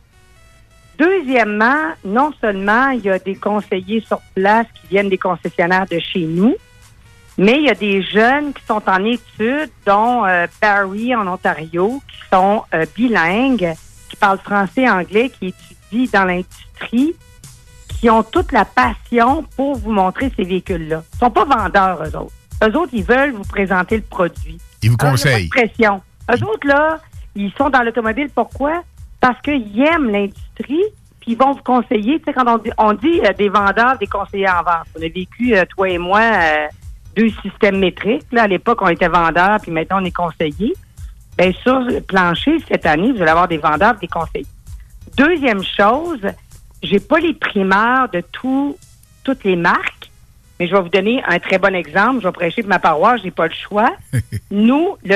Deuxièmement, non seulement il y a des conseillers sur place qui viennent des concessionnaires de chez nous, mais il y a des jeunes qui sont en études, dont Barry en Ontario, qui sont bilingues, qui parlent français et anglais, qui étudient dans l'industrie, qui ont toute la passion pour vous montrer ces véhicules-là. Ils ne sont pas vendeurs, eux autres. Eux autres, ils veulent vous présenter le produit. Ils vous conseillent. Pas de pression. Eux autres, là, ils sont dans l'automobile. Pourquoi? Parce qu'ils aiment l'industrie, puis ils vont vous conseiller. Tu sais, quand on dit des vendeurs, des conseillers en vente. On a vécu, toi et moi, 2 systèmes métriques. Là, à l'époque, on était vendeurs, puis maintenant, on est conseillers. Bien, sur le plancher, cette année, vous allez avoir des vendeurs et des conseillers. Deuxième chose, j'ai pas les primeurs de toutes les marques, mais je vais vous donner un très bon exemple. Je vais prêcher pour ma paroisse, j'ai pas le choix. Nous, le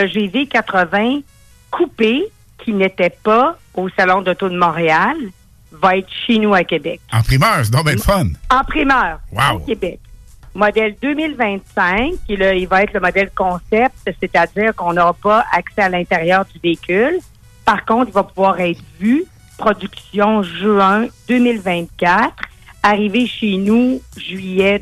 GV80 coupé, qui n'était pas au Salon d'auto de Montréal, va être chez nous à Québec. En primeur, c'est donc bien fun. En primeur, wow. Au Québec. Modèle 2025, il va être le modèle concept, c'est-à-dire qu'on n'aura pas accès à l'intérieur du véhicule. Par contre, il va pouvoir être vu. Production juin 2024, arrivé chez nous juillet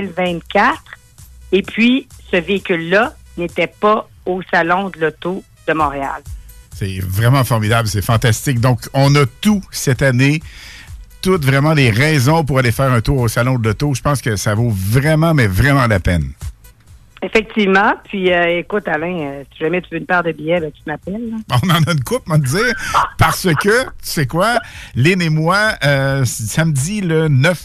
2024. Et puis, ce véhicule-là n'était pas au Salon de l'Auto de Montréal. C'est vraiment formidable, c'est fantastique. Donc, on a tout cette année, toutes vraiment les raisons pour aller faire un tour au Salon de l'Auto. Je pense que ça vaut vraiment, mais vraiment la peine. Effectivement. Puis, écoute, Alain, si jamais tu veux une paire de billets, ben, tu m'appelles. Là. On en a une coupe, on va te dire. Parce que, tu sais quoi, Lynn et moi, samedi le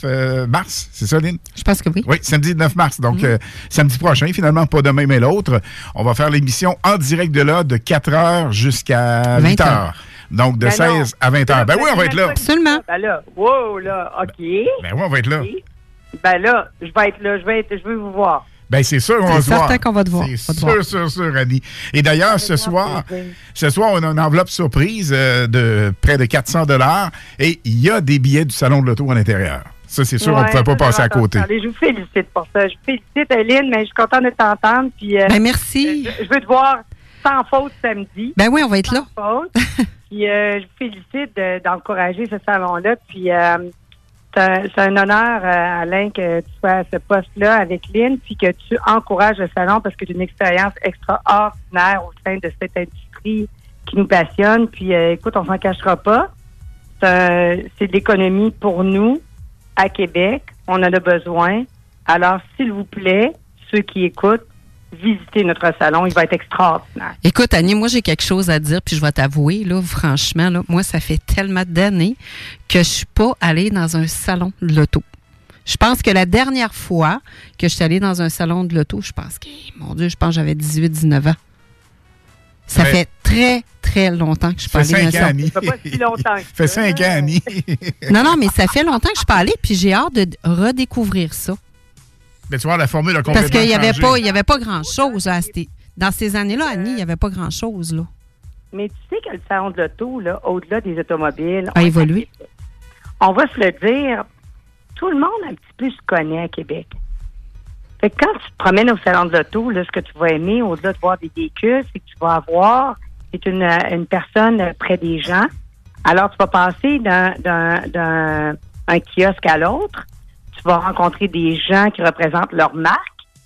9 mars, c'est ça, Lynn? Je pense que oui. Oui, samedi le 9 mars. Donc, samedi prochain, finalement, pas demain, mais l'autre. On va faire l'émission en direct de là, de 4 heures jusqu'à 8 heures. Donc, de 16 à 20 heures. Ben oui, on va être là. Absolument. Ben là, wow, là, OK. Ben oui, on va être là. Ben là, je vais être là, je veux vous voir. Ben c'est sûr qu'on va se voir. C'est certain qu'on va te voir. C'est sûr, Annie. Et d'ailleurs, ce soir, on a une enveloppe surprise de près de 400 $ et il y a des billets du Salon de l'Auto à l'intérieur. Ça, c'est sûr, on ne pouvait pas passer à côté. Allez, je vous félicite pour ça. Je vous félicite, Aline, mais je suis contente de t'entendre. Puis, merci. Je veux te voir sans faute samedi. Ben oui, on va être là. Sans faute. Puis, je vous félicite d'encourager ce salon-là. Puis, c'est un honneur, Alain, que tu sois à ce poste-là avec Lynn, puis que tu encourages le salon parce que tu as une expérience extraordinaire au sein de cette industrie qui nous passionne. Puis, écoute, on s'en cachera pas. C'est de l'économie pour nous à Québec. On en a besoin. Alors, s'il vous plaît, ceux qui écoutent, visitez notre salon. Il va être extraordinaire. Écoute, Annie, moi, j'ai quelque chose à dire, puis je vais t'avouer, là, franchement, là, moi, ça fait tellement d'années que je suis pas allée dans un salon de l'auto. Je pense que la dernière fois que je suis allée dans un salon de l'auto, je pense que j'avais 18-19 ans. Ça fait très, très longtemps que je suis pas allée dans un salon. Ça fait pas si longtemps. Ça fait 5 ans, Annie. Non, mais ça fait longtemps que je suis pas allée, puis j'ai hâte de redécouvrir ça. Mais tu vois, la formule a complètement Parce qu'il changé. n'y avait pas grand-chose. Dans ces années-là, Annie, il n'y avait pas grand-chose. Là. Mais tu sais que le salon de l'auto, là, au-delà des automobiles, a évolué. On va se le dire, tout le monde un petit peu se connaît à Québec. Fait que quand tu te promènes au salon de l'auto, là, ce que tu vas aimer, au-delà de voir des véhicules, c'est que tu vas avoir une personne près des gens. Alors, tu vas passer d'un kiosque à l'autre. Tu vas rencontrer des gens qui représentent leur marque.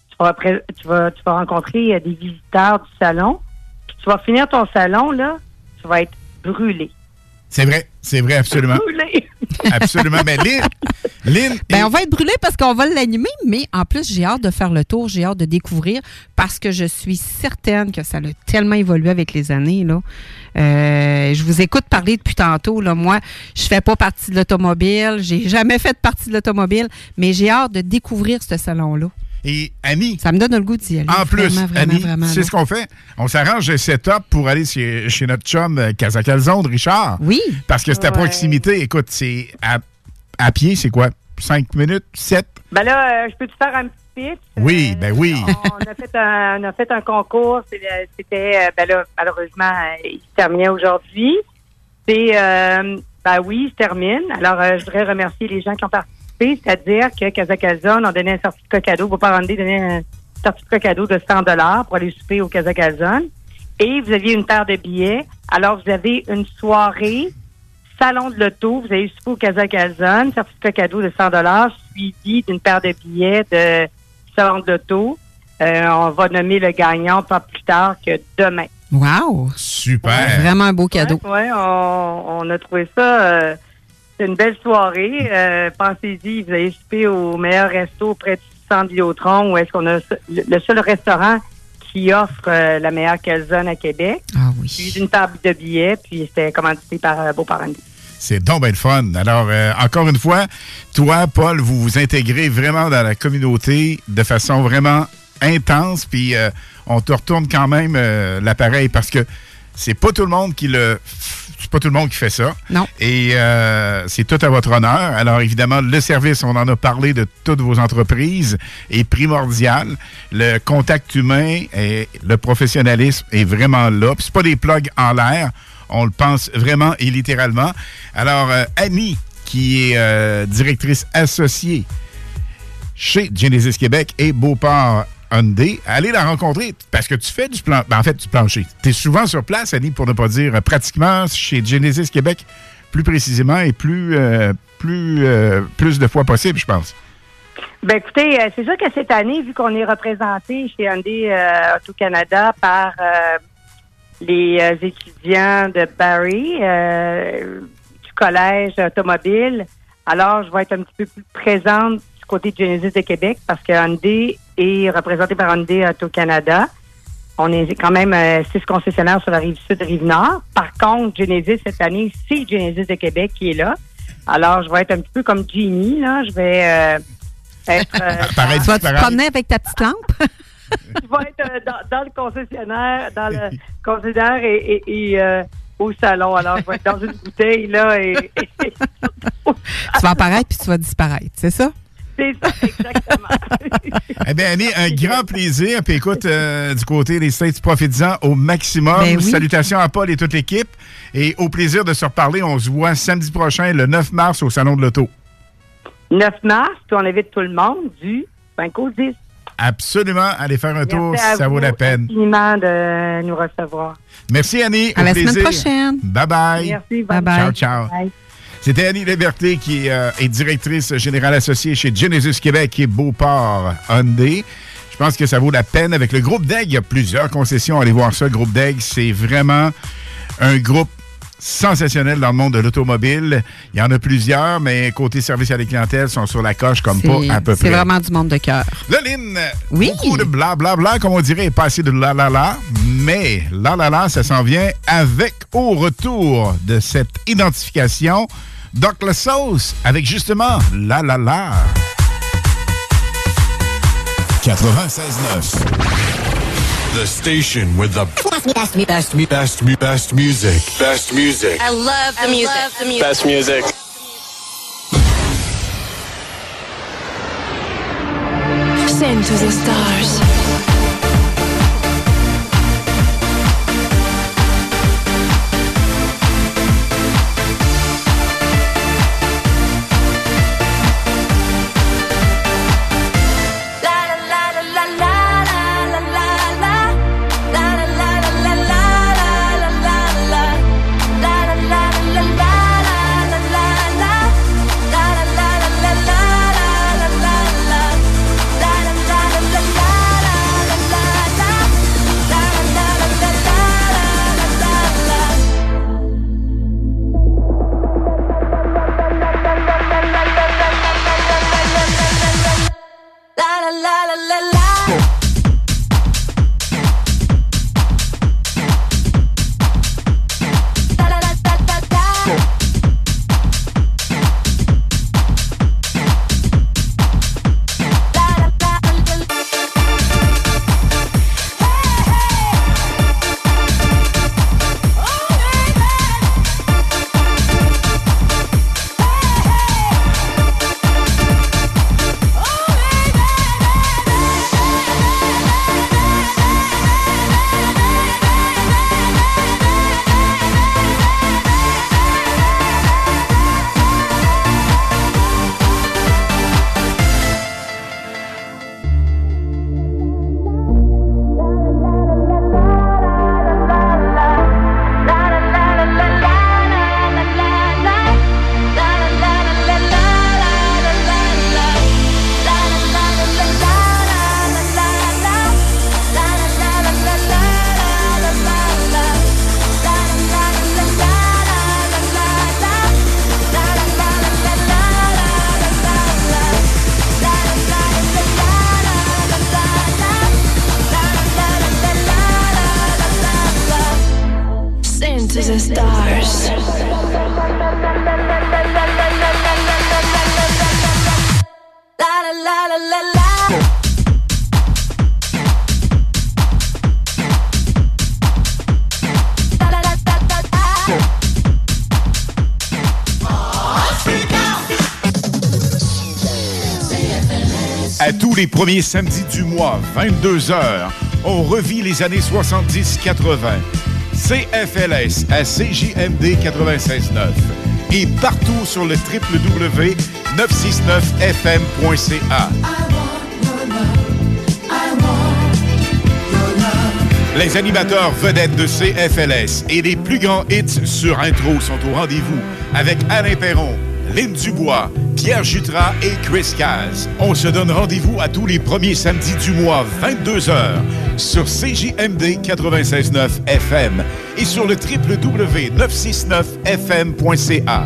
Tu vas rencontrer des visiteurs du salon. Puis tu vas finir ton salon, là, tu vas être brûlé. C'est vrai, absolument. Brûlé. Absolument. Mais Lynn... on va être brûlé parce qu'on va l'animer, mais en plus, j'ai hâte de faire le tour, j'ai hâte de découvrir parce que je suis certaine que ça a tellement évolué avec les années, là. Je vous écoute parler depuis tantôt, là. Moi, je fais pas partie de l'automobile, j'ai jamais fait partie de l'automobile, mais j'ai hâte de découvrir ce salon-là. Et Annie... Ça me donne le goût d'y aller. En plus, Annie, c'est là. ce qu'on fait. On s'arrange le setup pour aller chez notre chum Casa Calzone, Richard. Oui. Parce que c'est à proximité. Écoute, c'est à pied, c'est quoi? 5 minutes? 7? Ben là, je peux te faire un petit pitch? Oui, ben oui. On a fait un concours. C'était, malheureusement, il se terminait aujourd'hui. Il se termine. Alors, je voudrais remercier les gens qui ont participé. C'est-à-dire que Casa Calzone a donné un certificat cadeau. Beau-Parent-André donnait un certificat cadeau de 100 $ pour aller souper au Casa Calzone. Et vous aviez une paire de billets. Alors, vous avez une soirée, salon de l'auto. Vous allez souper au Casa Calzone, certificat cadeau de 100 $ suivi d'une paire de billets de salon de l'auto. On va nommer le gagnant pas plus tard que demain. Wow! Super! Ouais, vraiment un beau cadeau. Oui, on a trouvé ça... c'est une belle soirée. Pensez-y, vous allez souper au meilleur resto près du centre Vidéotron, où est-ce qu'on a le seul restaurant qui offre la meilleure calzone à Québec. Ah oui. Puis une table de billets, puis c'était commandité par Beau-Parent-André. C'est donc bien le fun. Alors, encore une fois, toi, Paul, vous vous intégrez vraiment dans la communauté de façon vraiment intense, puis on te retourne quand même l'appareil parce que c'est pas tout le monde qui c'est pas tout le monde qui fait ça. Non. Et c'est tout à votre honneur. Alors, évidemment, le service, on en a parlé de toutes vos entreprises, est primordial. Le contact humain et le professionnalisme est vraiment là. Puis c'est pas des plugs en l'air. On le pense vraiment et littéralement. Alors, Annie, qui est directrice associée chez Genesis Québec et Beauport Hyundai, allez la rencontrer parce que tu fais du plancher. Tu es souvent sur place, Annie, pour ne pas dire pratiquement chez Genesis Québec, plus précisément et plus de fois possible, je pense. Ben écoutez, c'est sûr que cette année, vu qu'on est représenté chez Hyundai Auto-Canada par les étudiants de Barrie, du collège automobile, alors je vais être un petit peu plus présente du côté de Genesis de Québec parce que Hyundai est représenté par Hyundai Auto-Canada. On est quand même 6 concessionnaires sur la rive sud et rive nord. Par contre, Genesis, cette année, c'est Genesis de Québec qui est là. Alors, je vais être un petit peu comme Jeannie, là. Je vais être... tu vas te promener avec ta petite lampe? Je vais être dans le concessionnaire, et au salon. Alors, je vais être dans une bouteille, là, et tu vas apparaître puis tu vas disparaître, c'est ça? C'est ça, exactement. Eh bien, Annie, un grand plaisir. Puis écoute, du côté des States, profites-en au maximum. Ben oui. Salutations à Paul et toute l'équipe. Et au plaisir de se reparler. On se voit samedi prochain, le 9 mars, au Salon de l'Auto. 9 mars, puis on invite tout le monde du 5 au 10. Absolument. Allez faire un tour, Merci à ça vaut vous la peine. infiniment de nous recevoir. Merci, Annie. À au la plaisir. semaine prochaine. Bye-bye. Merci. Bye-bye. Ciao, ciao. Bye. C'était Annie Liberté qui est directrice générale associée chez Genesis Québec et Beauport Hyundai. Je pense que ça vaut la peine. Avec le groupe DEG, il y a plusieurs concessions. Allez voir ça. Le groupe DEG, c'est vraiment un groupe sensationnel dans le monde de l'automobile. Il y en a plusieurs, mais côté service à la clientèle, sont sur la coche comme pas à peu près. C'est vraiment du monde de cœur. Là, Lynn, oui. Beaucoup de blablabla, comme on dirait, pas assez de la, mais la, ça s'en vient avec au retour de cette identification Doc La Sauce avec justement la. 96.9. The station with the best music. Best music. I love the music. Best music. Sing to the stars. À tous les premiers samedis du mois, 22h, on revit les années 70-80. CFLS à CJMD 96.9 et partout sur le www.969fm.ca. Les animateurs vedettes de CFLS et les plus grands hits sur intro sont au rendez-vous avec Alain Perron, Lynn Dubois, Pierre Jutras et Chris Caz. On se donne rendez-vous à tous les premiers samedis du mois, 22h, sur CJMD 96.9 FM et sur le www.969fm.ca.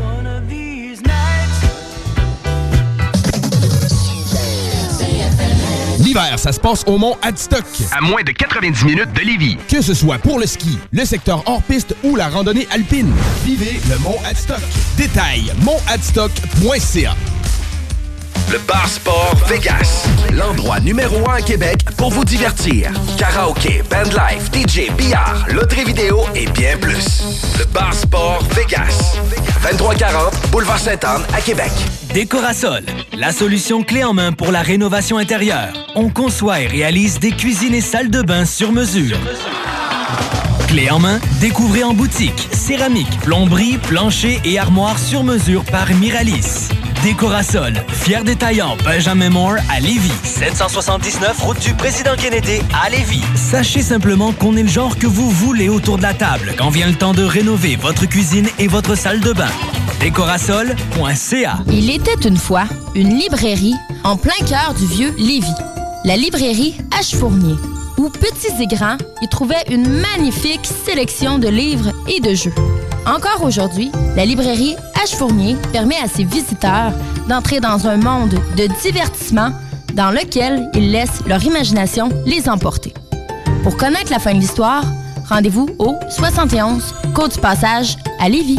L'hiver, ça se passe au Mont Adstock. À moins de 90 minutes de Lévis. Que ce soit pour le ski, le secteur hors-piste ou la randonnée alpine. Vivez le Mont Adstock. Détail, montadstock.ca. Le Bar Sport Vegas. L'endroit numéro 1 à Québec pour vous divertir. Karaoké, bandlife, DJ, billard, loterie vidéo et bien plus. Le Bar Sport Vegas. 2340 Boulevard Sainte-Anne à Québec. Décorasol, la solution clé en main pour la rénovation intérieure. On conçoit et réalise des cuisines et salles de bain sur mesure. Clé en main, découvrez en boutique. Céramique, plomberie, plancher et armoire sur mesure par Miralis. Décorasol, fier détaillant Benjamin Moore à Lévis. 779 route du Président Kennedy à Lévis. Sachez simplement qu'on est le genre que vous voulez autour de la table quand vient le temps de rénover votre cuisine et votre salle de bain. Décorasol.ca. Il était une fois une librairie en plein cœur du vieux Lévis. La librairie H. Fournier, où petits et grands y trouvaient une magnifique sélection de livres et de jeux. Encore aujourd'hui, la librairie H. Fournier permet à ses visiteurs d'entrer dans un monde de divertissement dans lequel ils laissent leur imagination les emporter. Pour connaître la fin de l'histoire, rendez-vous au 71 Côte du Passage à Lévis.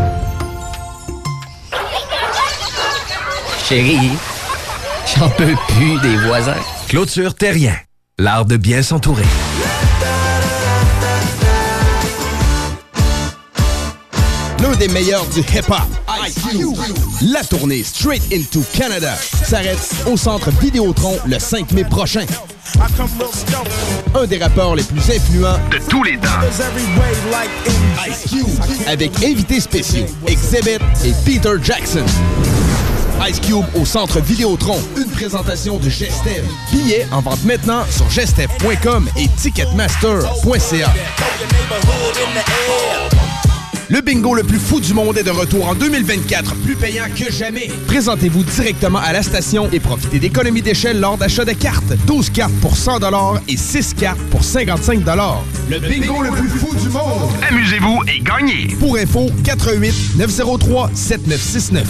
Chérie, j'en peux plus des voisins. Clôture Terrien, l'art de bien s'entourer. L'un des meilleurs du hip-hop, Ice Cube. La tournée Straight Into Canada s'arrête au Centre Vidéotron le 5 mai prochain. Un des rappeurs les plus influents de tous les temps. Ice Cube, avec invités spéciaux, Exhibit et Peter Jackson. Ice Cube au Centre Vidéotron. Une présentation de Gestev. Billets en vente maintenant sur gestev.com et ticketmaster.ca. Le bingo le plus fou du monde est de retour en 2024, plus payant que jamais. Présentez-vous directement à la station et profitez d'économies d'échelle lors d'achat de cartes. 12 cartes pour 100 $ et 6 cartes pour 55 $. Le bingo le plus fou du monde. Amusez-vous et gagnez. Pour info, 88 903 7969.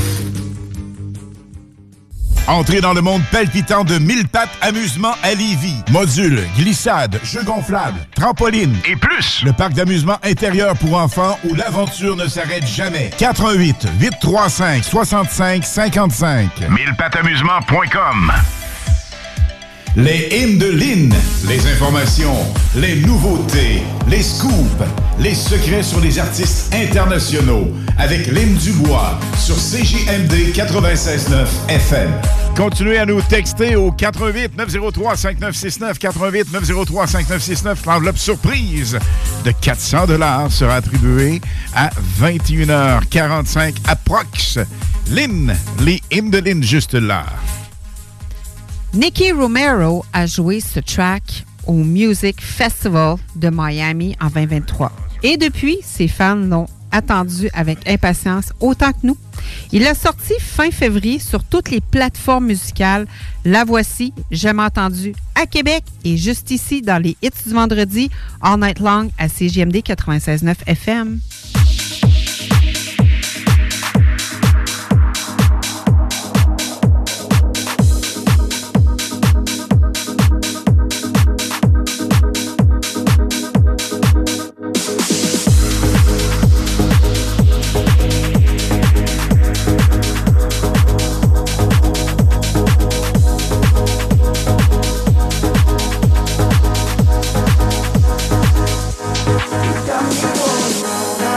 Entrez dans le monde palpitant de 1000 pattes amusement à Lévis. Modules, glissades, jeux gonflables, trampolines et plus. Le parc d'amusement intérieur pour enfants où l'aventure ne s'arrête jamais. 88 835 65 55. 1000pattamusement.com. Les hymnes de Lynn. Les informations, les nouveautés, les scoops, les secrets sur les artistes internationaux. Avec Lynn Dubois sur CJMD 96.9 FM. Continuez à nous texter au 88 903 5969 88 903 5969. L'enveloppe surprise de 400 $ sera attribuée à 21h45 approx. Lynn, les hymnes de Lynn, juste là. Nicky Romero a joué ce track au Music Festival de Miami en 2023. Et depuis, ses fans l'ont attendu avec impatience autant que nous. Il l'a sorti fin février sur toutes les plateformes musicales. La voici, jamais entendue, à Québec et juste ici dans les hits du vendredi, All Night Long à CJMD 96.9 FM. Got me going all night.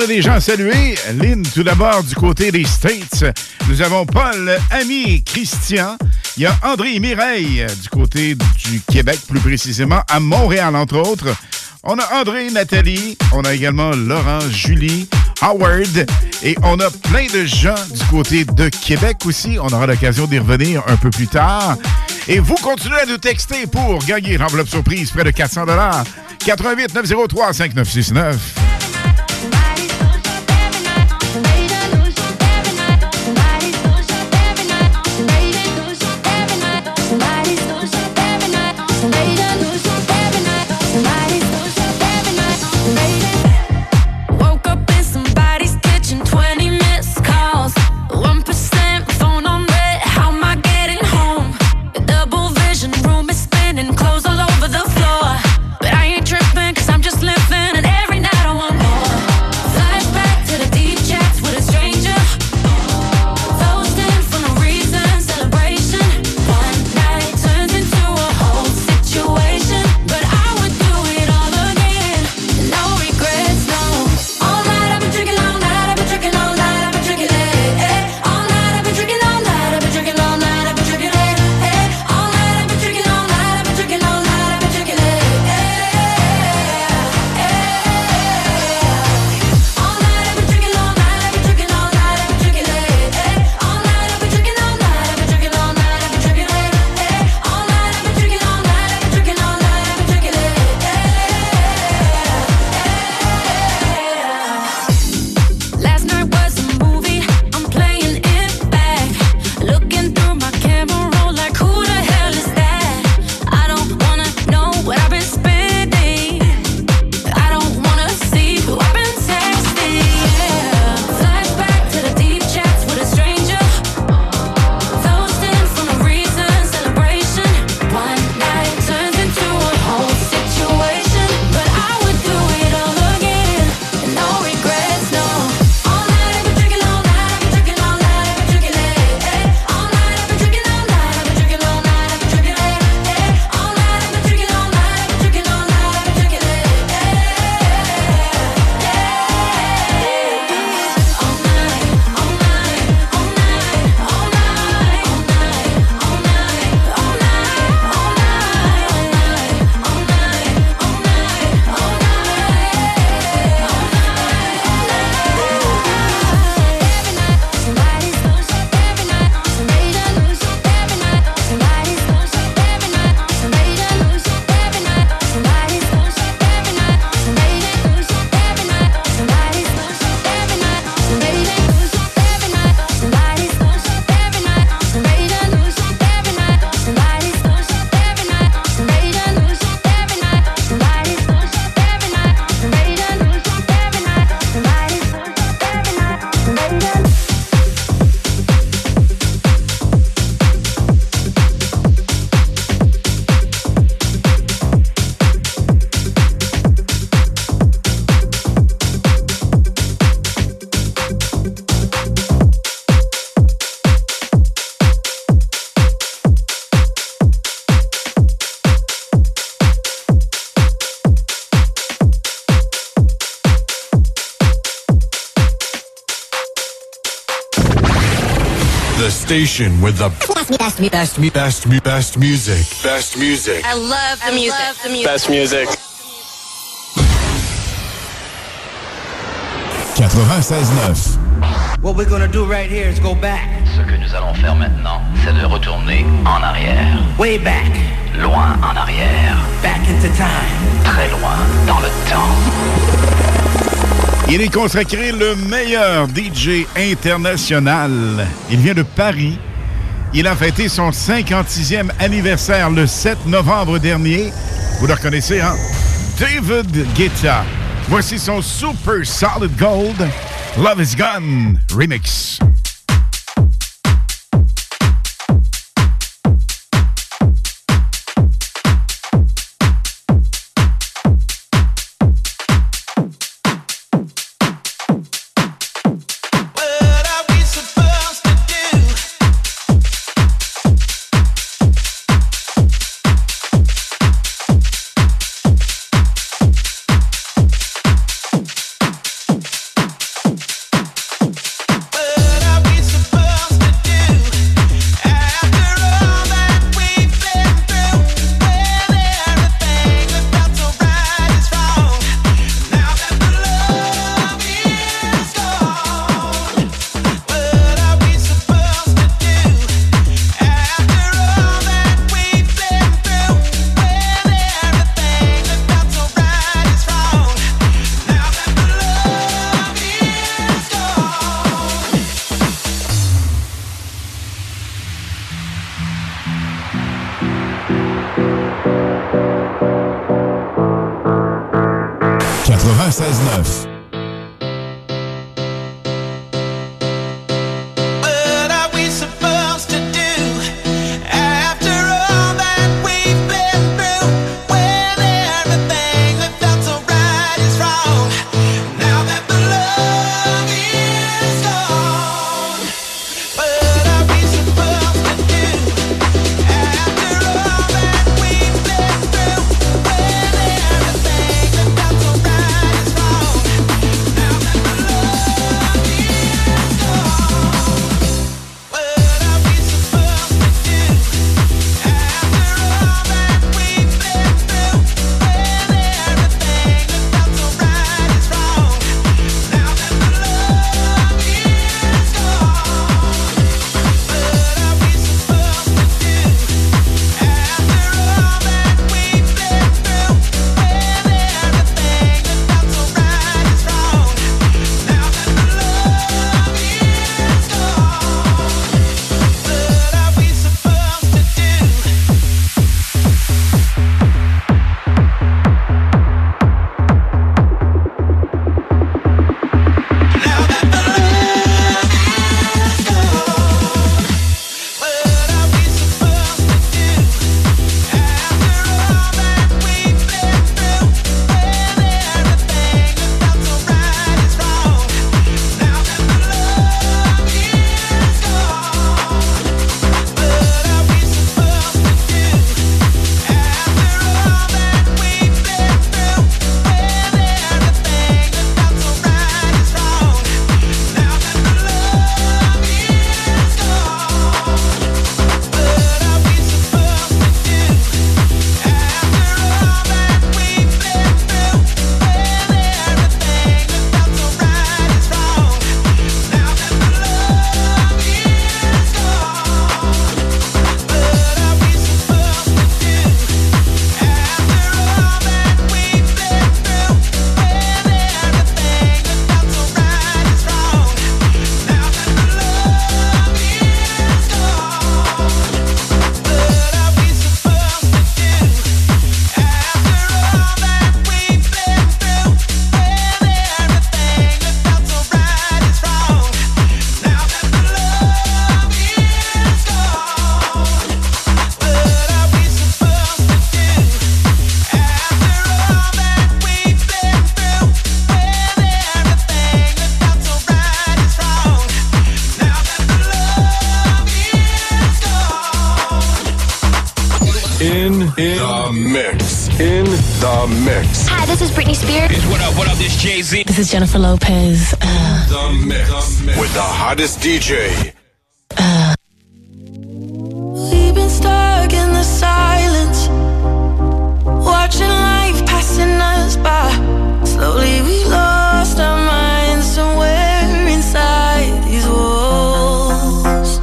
a des gens à saluer. Lynn, tout d'abord, du côté des States. Nous avons Paul, Ami, Christian. Il y a André et Mireille du côté du Québec, plus précisément, à Montréal, entre autres. On a André, Nathalie. On a également Laurent, Julie, Howard. Et on a plein de gens du côté de Québec aussi. On aura l'occasion d'y revenir un peu plus tard. Et vous continuez à nous texter pour gagner l'enveloppe surprise près de 400 $. 88 903 5969. Clothes all over the floor, but I ain't tripping 'cause I'm just living, and every night I want The station with the best music. Best music. I love the music. Best music. 96.9. What we're gonna do right here is go back. Ce que nous allons faire maintenant, c'est de retourner en arrière. Way back. Loin en arrière. Back into time. Très loin dans le temps. Il est consacré le meilleur DJ international. Il vient de Paris. Il a fêté son 56e anniversaire le 7 novembre dernier. Vous le reconnaissez, hein? David Guetta. Voici son Super Solid Gold Love Is Gone remix. 96.9. In the mix. Hi, this is Britney Spears. What up, this Jay-Z. This is Jennifer Lopez. The mix. With the hottest DJ. We've been stuck in the silence, watching life passing us by. Slowly we lost our minds somewhere inside these walls.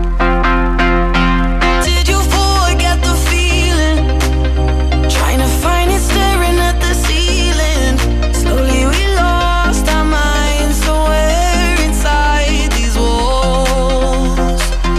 Did you forget the feeling? Trying to find it staring at the ceiling. Slowly we lost our minds somewhere inside these walls.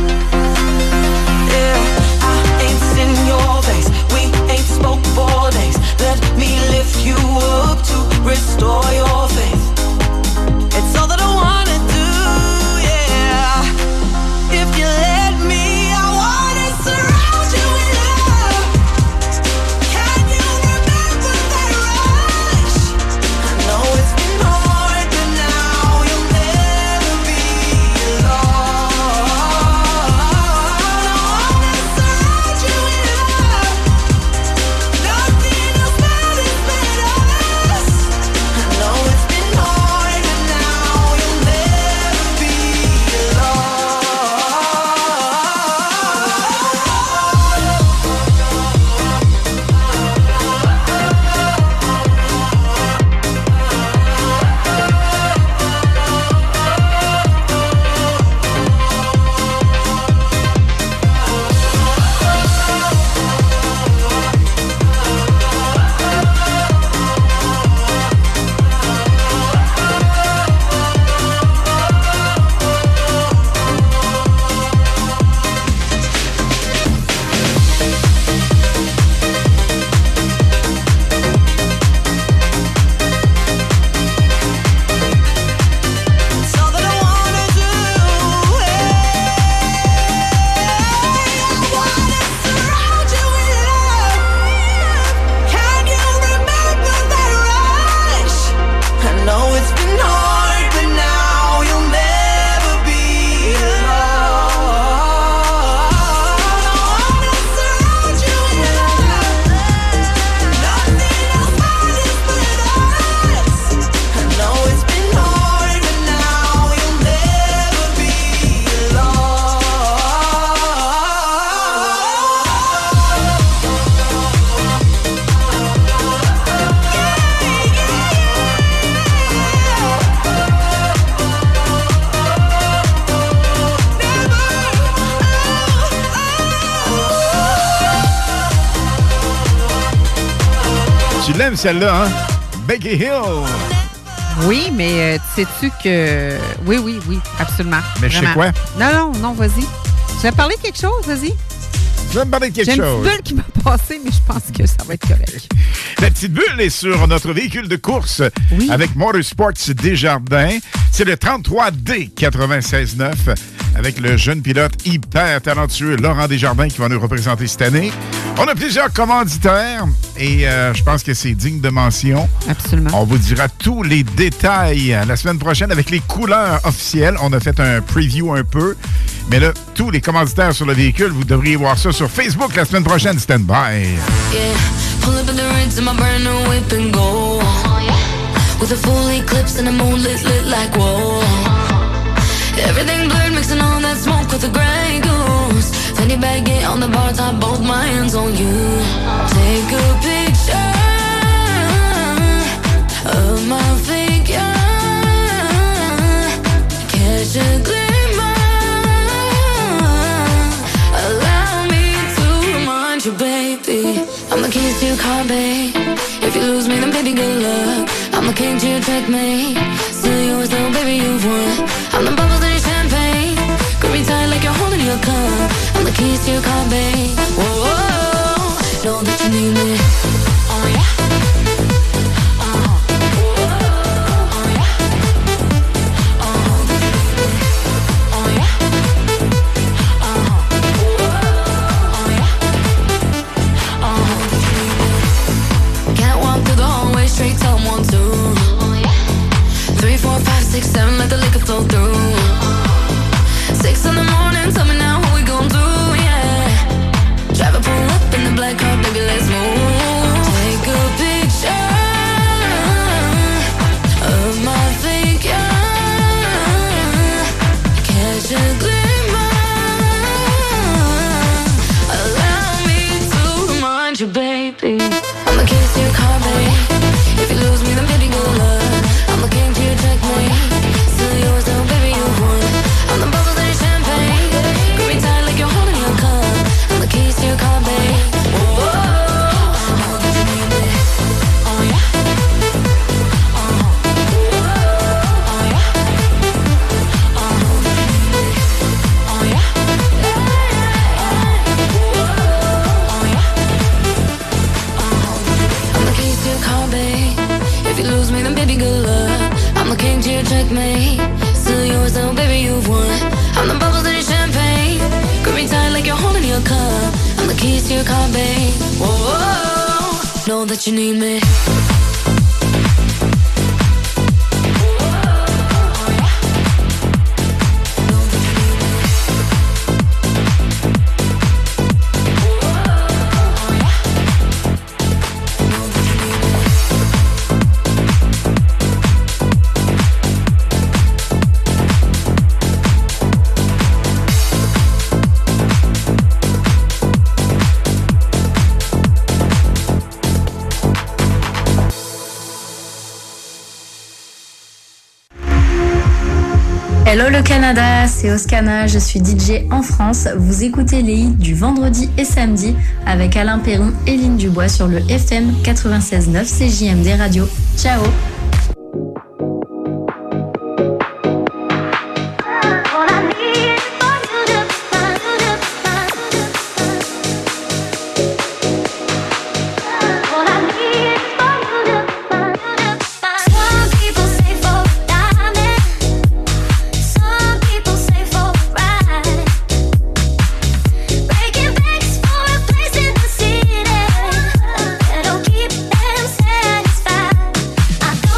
Tu l'aimes celle-là, hein? Becky Hill. Oui, mais sais-tu que... Oui, absolument. Mais je sais quoi? Non, vas-y. Tu vas parler de quelque chose, vas-y. Tu vas me parler de quelque chose. J'ai une petite bulle qui m'a passé, mais je pense que ça va être correct. La petite bulle est sur notre véhicule de course avec Motorsports Desjardins. C'est le 33D 96.9 avec le jeune pilote hyper talentueux Laurent Desjardins qui va nous représenter cette année. On a plusieurs commanditaires et je pense que c'est digne de mention. Absolument. On vous dira tous les détails la semaine prochaine avec les couleurs officielles. On a fait un preview un peu. Mais là, tous les commanditaires sur le véhicule, vous devriez voir ça sur Facebook la semaine prochaine. Stand by. Yeah, pull up in the rinse in my brand new whip and go. With a full eclipse and the moon lit like whoa. Everything blurred, mixing all that smoke with the Grey Goose. Fanny baggy on the bar top, both my hands on you. Take a picture of my figure. Catch a glimpse. You, baby, I'm the keys to your car, babe. If you lose me, then baby, good luck. I'm the king to your checkmate. Still yours, though, baby, you've won. I'm the bubbles in your champagne. Grip me tight like you're holding your cup. I'm the keys to your car, babe. Whoa, whoa, whoa. Know that you need me. Oh yeah. Straight to 1, 2. 3, 4, 5, 6, 7, let the liquor flow through. 6 in the morning, tell me now what we gon' do, yeah. Drive a pull up in the black car, baby, let's move. Take a picture of my figure. Catch a glimmer. Allow me to remind you, baby, I'm the keys to your car, baby. If you lose me, then baby, good luck. I'm the king to your checkmate. Still yours, though, baby, you won. I'm the bubbles in your champagne. Grip me tight like you're holding your cup. I'm the keys to your car, babe. Whoa, whoa, whoa. Know that you need me. Oh yeah. Oh yeah. Oh yeah. I'm the keys to your car, babe. If you lose me, then baby, good luck. I'm the king to your checkmate. Still yours, though, baby, you've won. I'm the bubbles in your champagne. Grip me tight like you're holding your cup. I'm the keys to your car, babe. Whoa, whoa, whoa. Know that you need me. Hello le Canada, c'est Oscana, je suis DJ en France. Vous écoutez les hits du vendredi et samedi avec Alain Perron et Lynn Dubois sur le FM 96.9 CJMD Radio. Ciao. Keep them satisfied. I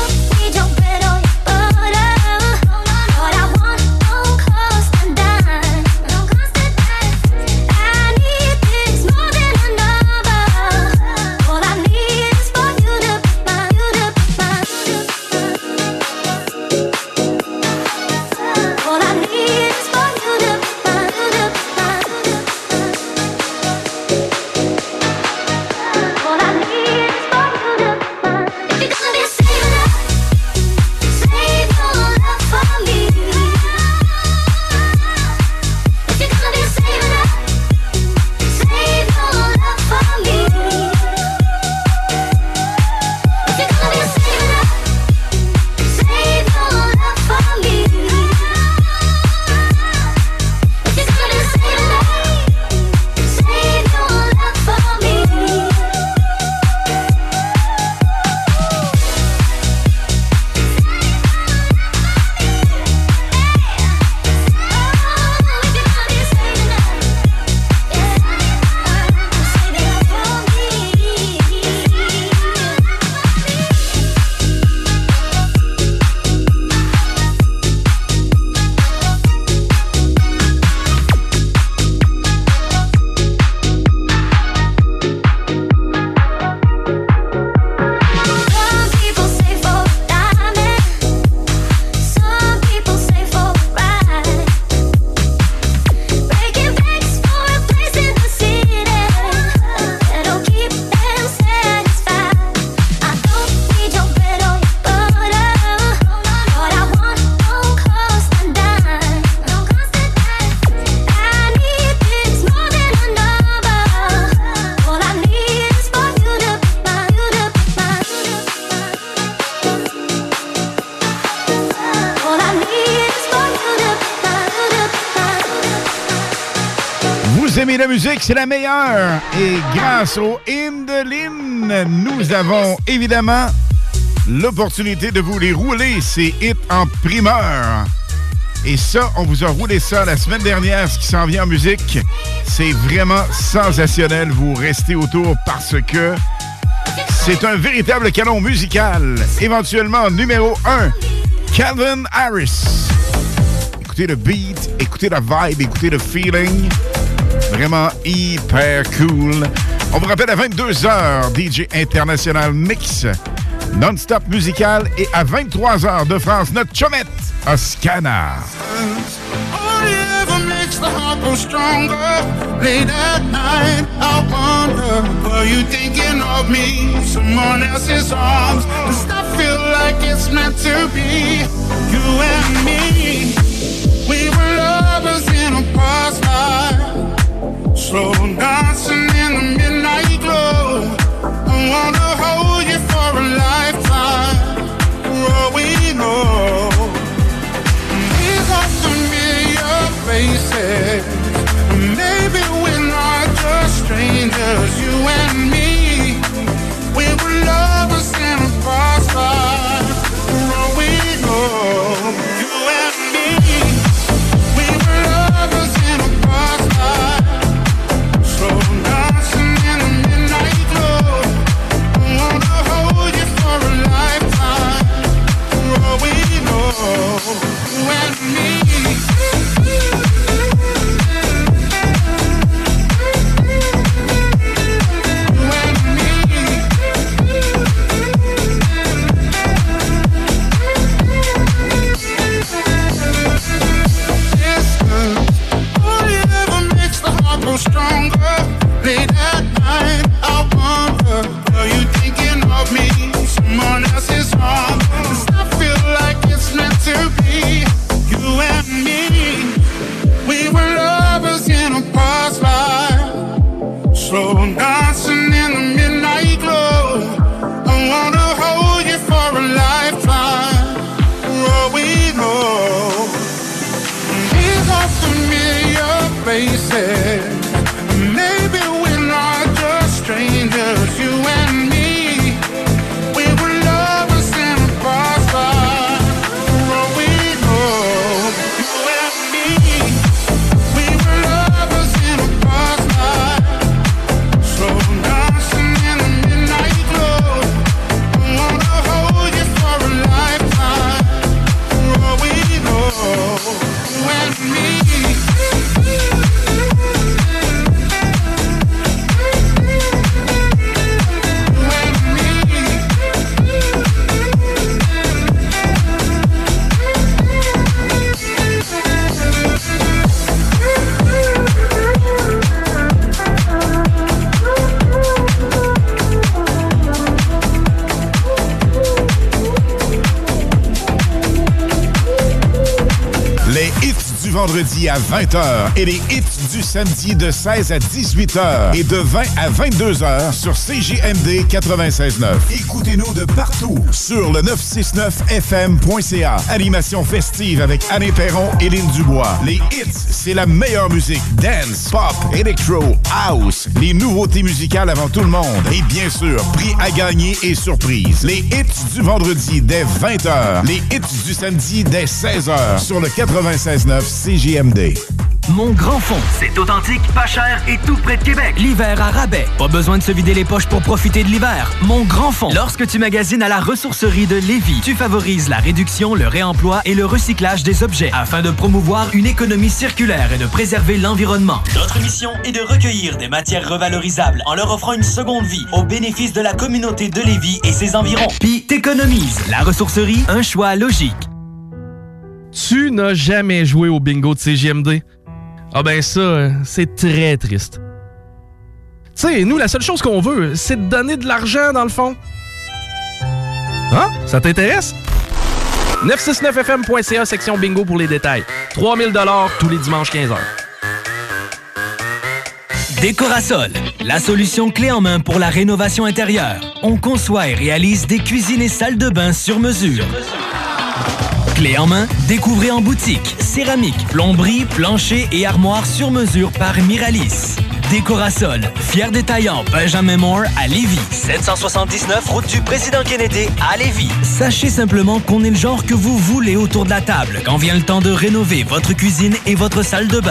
Vous aimez la musique, c'est la meilleure. Et grâce au Indeline, nous avons évidemment l'opportunité de vous les rouler, ces hits en primeur. Et ça, on vous a roulé ça la semaine dernière, ce qui s'en vient en musique. C'est vraiment sensationnel. Vous restez autour parce que c'est un véritable canon musical. Éventuellement, numéro 1, Calvin Harris. Écoutez le beat, écoutez la vibe, écoutez le feeling. Vraiment hyper cool. On vous rappelle à 22h, DJ International Mix, non-stop musical. Et à 23h de France, notre chomette, Oscana. Makes the heart grow stronger. Late at night, I wonder, were you thinking of me? Someone else's arms. Does that feel like it's meant to be? You and me, we were lovers in a past life, slow dancing in the midnight glow. I wanna hold you for a lifetime, for all we know. These are familiar faces. Maybe we're not just strangers, you and me. We were lovers in a past life, for all we know. You and me, we were lovers in a past life, slow dancing in the midnight glow. I wanna hold you for a lifetime, for all we know. You and me. Stronger. Late at night, I wonder, are you thinking of me? Someone else's arm. Does that feel like it's meant to be? You and me, we were lovers in a past life, slow dancing in the midnight glow. I wanna hold you for a lifetime, for all we know. These are familiar faces. Maybe we're not just strangers, you and me. We were lovers in a past life, for all we know. You and me, we were lovers in a past life, slow dancing in the midnight glow. I wanna hold you for a lifetime, for all we know. You and me. Vendredi à 20h et les hits du samedi de 16 à 18h et de 20 à 22h sur CJMD 96.9. Écoutez-nous de partout sur le 969fm.ca. Animation festive avec Anne Perron et Lynn Dubois. Les hits, c'est la meilleure musique. Dance, pop, electro, house. Les nouveautés musicales avant tout le monde. Et bien sûr, prix à gagner et surprise. Les hits du vendredi dès 20h. Les hits du samedi dès 16h sur le 96.9 CJMD. Mon Grand Fond. C'est authentique, pas cher et tout près de Québec. L'hiver à rabais. Pas besoin de se vider les poches pour profiter de l'hiver. Mon Grand Fond. Lorsque tu magasines à la ressourcerie de Lévis, tu favorises la réduction, le réemploi et le recyclage des objets afin de promouvoir une économie circulaire et de préserver l'environnement. Notre mission est de recueillir des matières revalorisables en leur offrant une seconde vie au bénéfice de la communauté de Lévis et ses environs. Puis t'économises. La ressourcerie, un choix logique. Tu n'as jamais joué au bingo de CJMD? Ah ben ça, c'est très triste. Tu sais, nous, la seule chose qu'on veut, c'est de donner de l'argent, dans le fond. Ah, ça t'intéresse? 969fm.ca, section bingo pour les détails. 3000 $ tous les dimanches 15h. Décorasol, la solution clé en main pour la rénovation intérieure. On conçoit et réalise des cuisines et salles de bain sur mesure. Clé en main, découvrez en boutique. Céramique, plomberie, plancher et armoire sur mesure par Miralis. Décorasol, fier détaillant Benjamin Moore à Lévis. 779 route du Président Kennedy à Lévis. Sachez simplement qu'on est le genre que vous voulez autour de la table quand vient le temps de rénover votre cuisine et votre salle de bain.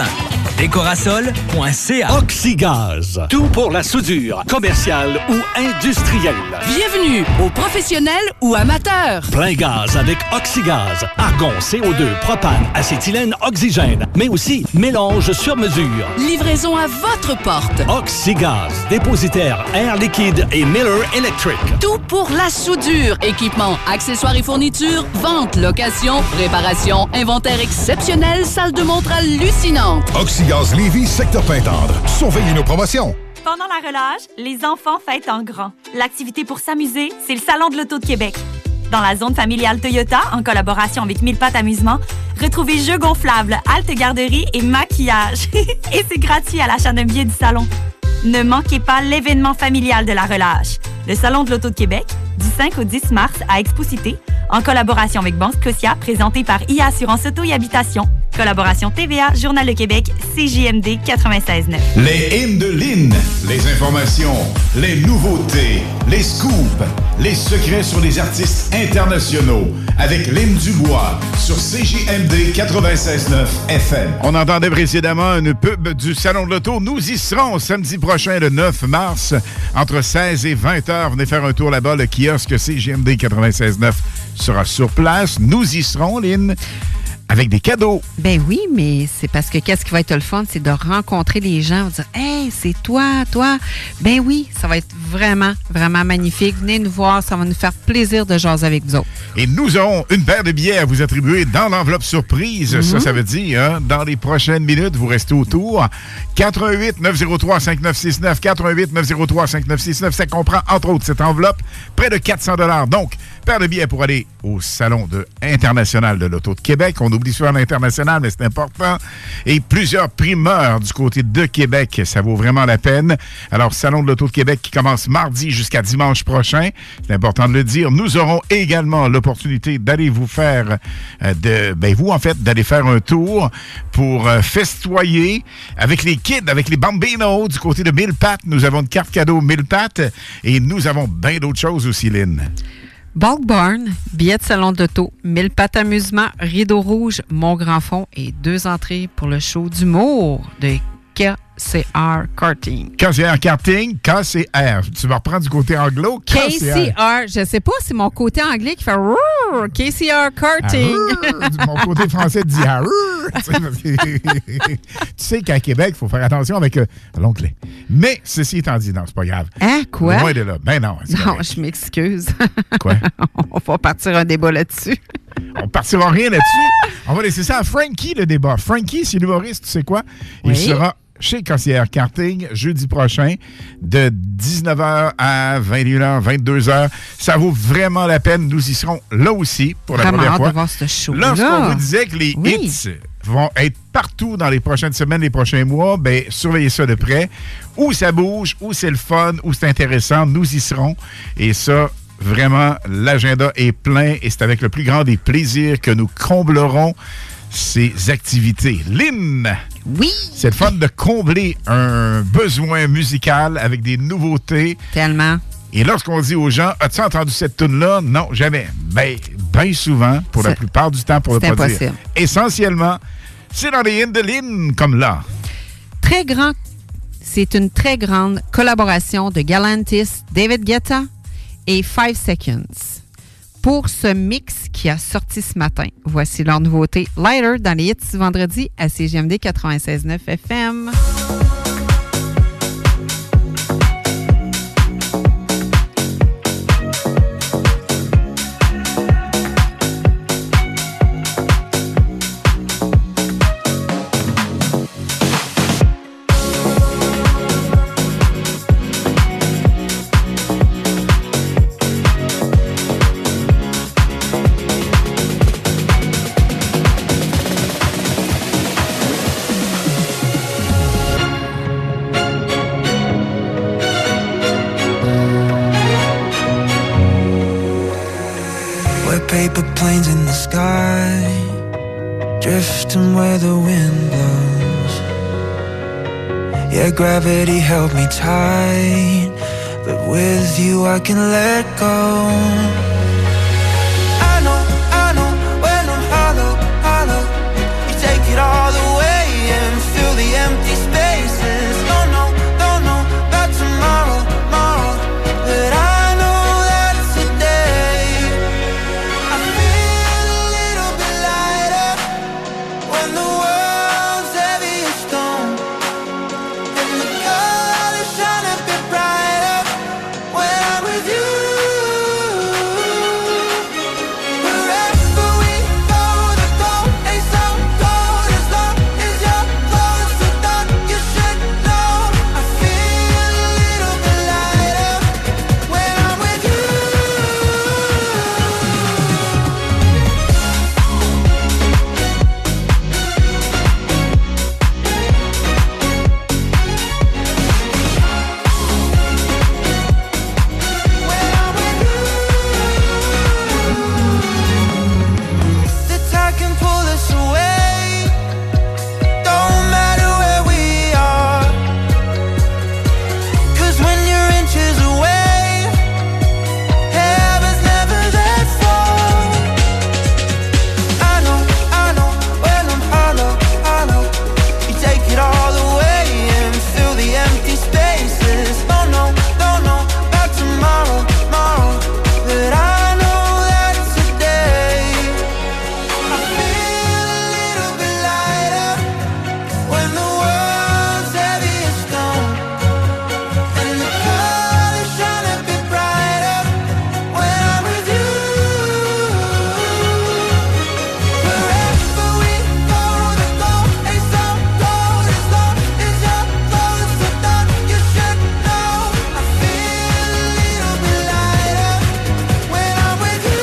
Décorasol.ca. Oxygaz. Tout pour la soudure, commerciale ou industrielle. Bienvenue aux professionnels ou amateurs. Plein gaz avec Oxygaz. Argon, CO2, propane, acétylène, oxygène. Mais aussi mélange sur mesure. Livraison à votre porte. Oxygaz. Dépositaire Air Liquide et Miller Electric. Tout pour la soudure. Équipement, accessoires et fournitures. Vente, location, réparation, inventaire exceptionnel, salle de montre hallucinante. Oxygaz Lévis, secteur Pintendre. Surveillez nos promotions. Pendant la relâche, les enfants fêtent en grand. L'activité pour s'amuser, c'est le Salon de l'Auto de Québec. Dans la zone familiale Toyota, en collaboration avec Mille Pattes Amusement, retrouvez jeux gonflables, halte garderie et maquillage. Et c'est gratuit à l'achat d'un billet du salon. Ne manquez pas l'événement familial de la relâche. Le Salon de l'Auto de Québec, du 5 au 10 mars à Expo-Cité, en collaboration avec Banque Scotia, présenté par IA Assurance Auto et Habitation. Collaboration TVA, Journal de Québec, CJMD 96.9. Les hymnes de Lynn, les informations, les nouveautés, les scoops, les secrets sur les artistes internationaux avec Lynn Dubois sur CJMD 96.9 FM. On entendait précédemment une pub du Salon de l'Auto. Nous y serons samedi prochain, le 9 mars, entre 16 et 20 heures. Venez faire un tour là-bas. Le kiosque CJMD 96.9 sera sur place. Nous y serons, Lynn. Avec des cadeaux. Ben oui, mais c'est parce que qu'est-ce qui va être le fun, c'est de rencontrer les gens, de dire « Hey, c'est toi. » Ben oui, ça va être vraiment, vraiment magnifique. Venez nous voir, ça va nous faire plaisir de jaser avec vous autres. Et nous aurons une paire de billets à vous attribuer dans l'enveloppe surprise. Ça veut dire, hein, dans les prochaines minutes, vous restez autour. 88-903-5969, 88-903-5969. Ça comprend, entre autres, cette enveloppe, près de 400 $. Donc, paire de billets pour aller au Salon international de l'Auto de Québec. On oublie souvent l'international, mais c'est important. Et plusieurs primeurs du côté de Québec. Ça vaut vraiment la peine. Alors, Salon de l'Auto de Québec qui commence mardi jusqu'à dimanche prochain. C'est important de le dire. Nous aurons également l'opportunité d'aller vous faire, d'aller faire un tour pour festoyer avec les kids, avec les bambinos du côté de Mille Pattes. Nous avons une carte cadeau Mille Pattes et nous avons bien d'autres choses aussi, Lynn. Bulk Barn, billets de salon d'auto, Mille Pattes Amusement, Rideau Rouge, Mont-Grand-Fond et 2 entrées pour le show d'humour de KCR Karting. KCR Karting, KCR. Tu vas reprendre du côté anglo? KCR, je sais pas, c'est mon côté anglais qui fait Rrrr, KCR Karting. Mon côté français dit tu sais qu'à Québec, il faut faire attention avec l'onglet. Mais ceci étant dit, non, c'est pas grave. Hein, quoi? Loin de là. Ben non. Non, je m'excuse. Quoi? On va partir un débat là-dessus. On partira rien là-dessus. On va laisser ça à Frankie, le débat. Frankie, c'est l'humoriste, tu sais quoi? Il sera chez KCR Karting jeudi prochain de 19h à 21h, 22h. Ça vaut vraiment la peine. Nous y serons là aussi pour la première fois. De voir ce show-là. Lorsqu'on vous disait que les hits vont être partout dans les prochaines semaines, les prochains mois, bien, surveillez ça de près. Où ça bouge, où c'est le fun, où c'est intéressant, nous y serons. Et ça, vraiment, l'agenda est plein et c'est avec le plus grand des plaisirs que nous comblerons ces activités. Lynn! Oui! C'est le fun de combler un besoin musical avec des nouveautés. Tellement. Et lorsqu'on dit aux gens, as-tu entendu cette toune-là? Non, jamais. Bien souvent, pour la plupart du temps, pour ne pas dire. Essentiellement, c'est dans les hymnes de Lynn, comme là. C'est une très grande collaboration de Galantis, David Guetta et 5 Seconds. Pour ce mix qui a sorti ce matin, voici leur nouveauté Lighter dans les hits ce vendredi à CJMD 96.9 FM. paper planes in the sky, drifting where the wind blows. Yeah, gravity held me tight, but with you I can let go. I know, when I'm hollow, hollow, you take it all away and fill the empty spaces. Don't know about tomorrow, but I know that today I feel a little bit lighter when the world's heavy as stone, and the colors shine a bit brighter when I'm with you. Wherever we go, the goal ain't so cold as long as you're close. So thought you should know I feel a little bit lighter when I'm with you. The tide can pull us away, don't matter where we are, 'cause when you're inches away, heaven's never that far. I know, when I'm hollow, you take it all away and fill the empty spaces. Don't know about tomorrow, but I know that today I feel a little bit lighter when the world's heavy as stone, and the colors shine a bit brighter when I'm with you. Wherever we go, the goal ain't so cold as long as you're close. So thought you should know I feel a little bit lighter when I'm with you.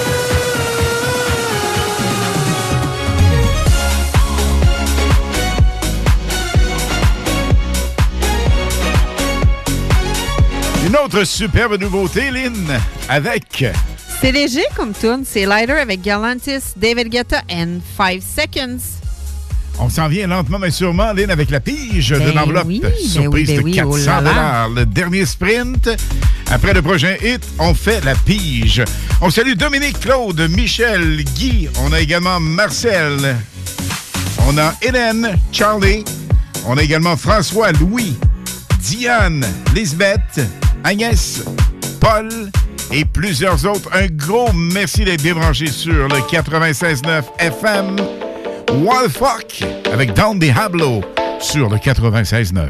Une autre superbe nouveauté, Lynn, avec... C'est léger comme tune. C'est Lighter avec Galantis, David Guetta and 5 Seconds. On s'en vient lentement mais sûrement, Lynn, avec la pige Ben d'une enveloppe oui, surprise ben de oui, 400 oh là là. $. Le dernier sprint. Après le prochain hit, on fait la pige. On salue Dominique, Claude, Michel, Guy. On a également Marcel. On a Hélène, Charlie. On a également François, Louis, Diane, Lisbeth, Agnès, Paul et plusieurs autres. Un gros merci d'être débranché sur le 96.9 FM. Wildfuck avec Down Diablo sur le 96.9.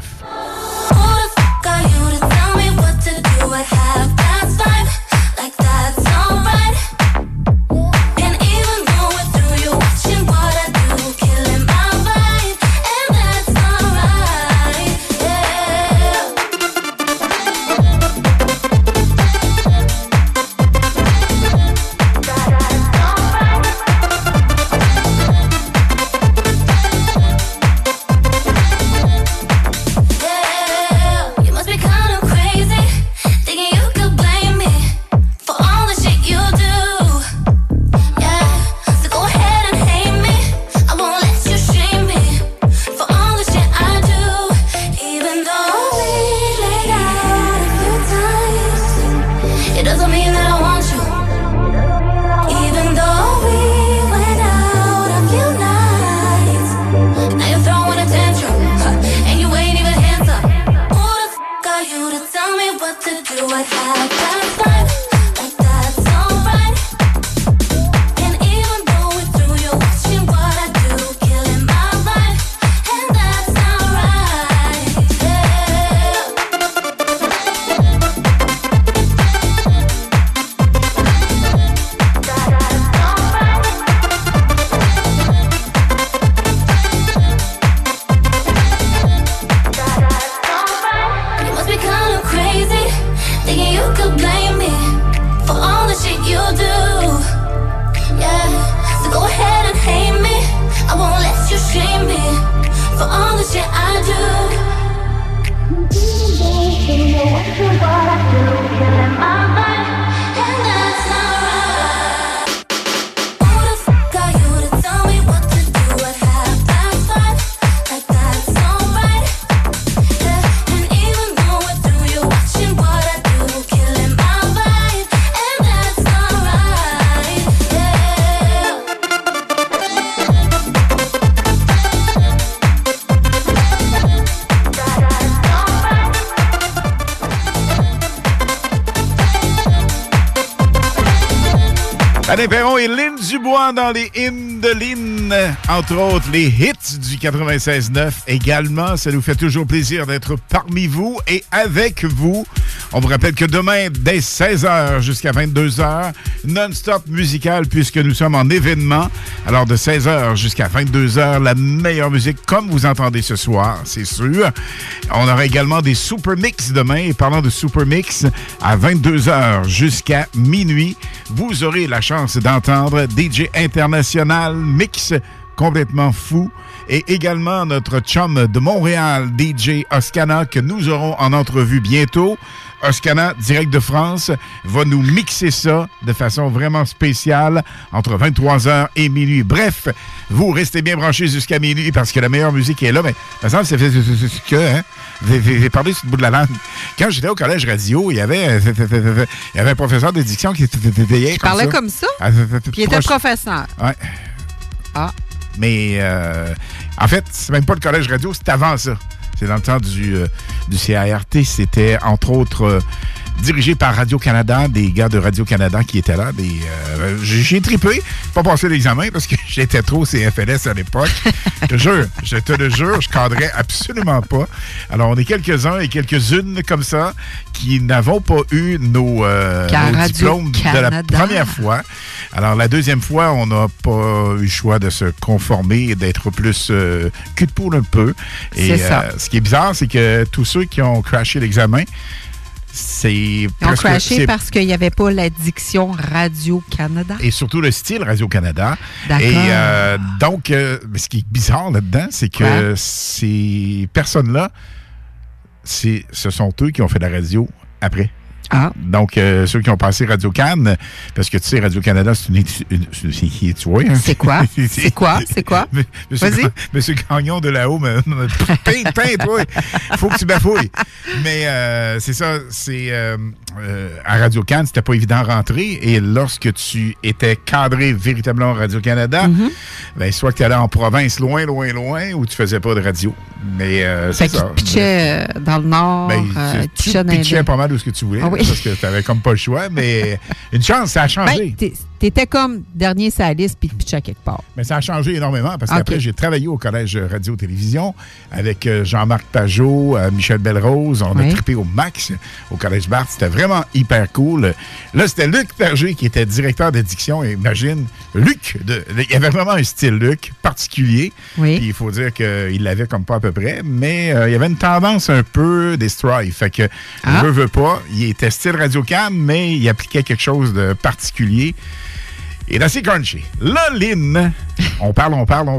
Alain Perron et Lynn Dubois dans les hymnes de Lynn. Entre autres, les hits du 96.9 également. Ça nous fait toujours plaisir d'être parmi vous et avec vous. On vous rappelle que demain, dès 16h jusqu'à 22h, non-stop musical puisque nous sommes en événement. Alors, de 16h jusqu'à 22h, la meilleure musique comme vous entendez ce soir, c'est sûr. On aura également des super mix demain. Et parlant de super mix, à 22h jusqu'à minuit, vous aurez la chance d'entendre DJ International Mix complètement fou et également notre chum de Montréal, DJ Oscana, que nous aurons en entrevue bientôt. Oscana, direct de France, va nous mixer ça de façon vraiment spéciale entre 23h et minuit. Bref, vous restez bien branchés jusqu'à minuit parce que la meilleure musique est là. Mais, par exemple, c'est que, hein? J'ai parlé sur le bout de la langue. Quand j'étais au collège radio, il y avait un professeur de diction qui parlait comme ça? Puis il était professeur. Ouais. Ah. Mais, en fait, c'est même pas le collège radio, c'est avant ça. C'est dans le temps du CART. C'était, entre autres, dirigé par Radio-Canada, des gars de Radio-Canada qui étaient là. J'ai trippé, pas passé l'examen parce que j'étais trop CFLS à l'époque. Je te le jure, je cadrais absolument pas. Alors, on est quelques-uns et quelques-unes comme ça qui n'avons pas eu nos diplômes de la première fois. Alors, la deuxième fois, on n'a pas eu le choix de se conformer et d'être plus cul de poule un peu. Et ce qui est bizarre, c'est que tous ceux qui ont crashé l'examen, ils ont crashé parce qu'il n'y avait pas la diction Radio-Canada. Et surtout le style Radio-Canada. D'accord. Et donc, ce qui est bizarre là-dedans, c'est que ces personnes-là, ce sont eux qui ont fait la radio après. Ah. Donc, ceux qui ont passé Radio-Can, parce que tu sais, Radio-Canada, c'est une tu vois, hein? C'est quoi? C'est quoi? Vas-y. Monsieur Gagnon de là-haut, toi, il faut que tu bafouilles. Mais c'est ça, à Radio-Can, c'était pas évident de rentrer. Et lorsque tu étais cadré véritablement Radio-Canada, ben, soit que tu allais en province loin, ou tu faisais pas de radio. Mais c'est ça. Tu pitchais dans le nord, tu pitchais pas mal de ce que tu voulais. Ah oui. Parce que tu n'avais comme pas le choix, mais une chance, ça a changé. Ben, t'étais comme dernier sur la liste puis tu pitchais quelque part. Mais ça a changé énormément parce qu'après, j'ai travaillé au Collège Radio-Télévision avec Jean-Marc Pajot, Michel Belrose. On a trippé au max au Collège Barthes. C'était vraiment hyper cool. Là, c'était Luc Perger qui était directeur d'édition. Et imagine, Luc, il y avait vraiment un style Luc particulier. Oui. Puis il faut dire qu'il l'avait comme pas à peu près. Mais il y avait une tendance un peu des strife. Fait que, veut pas, il était style Radio-Can, mais il appliquait quelque chose de particulier. Et là, c'est crunchy. Là, Lynn, on parle.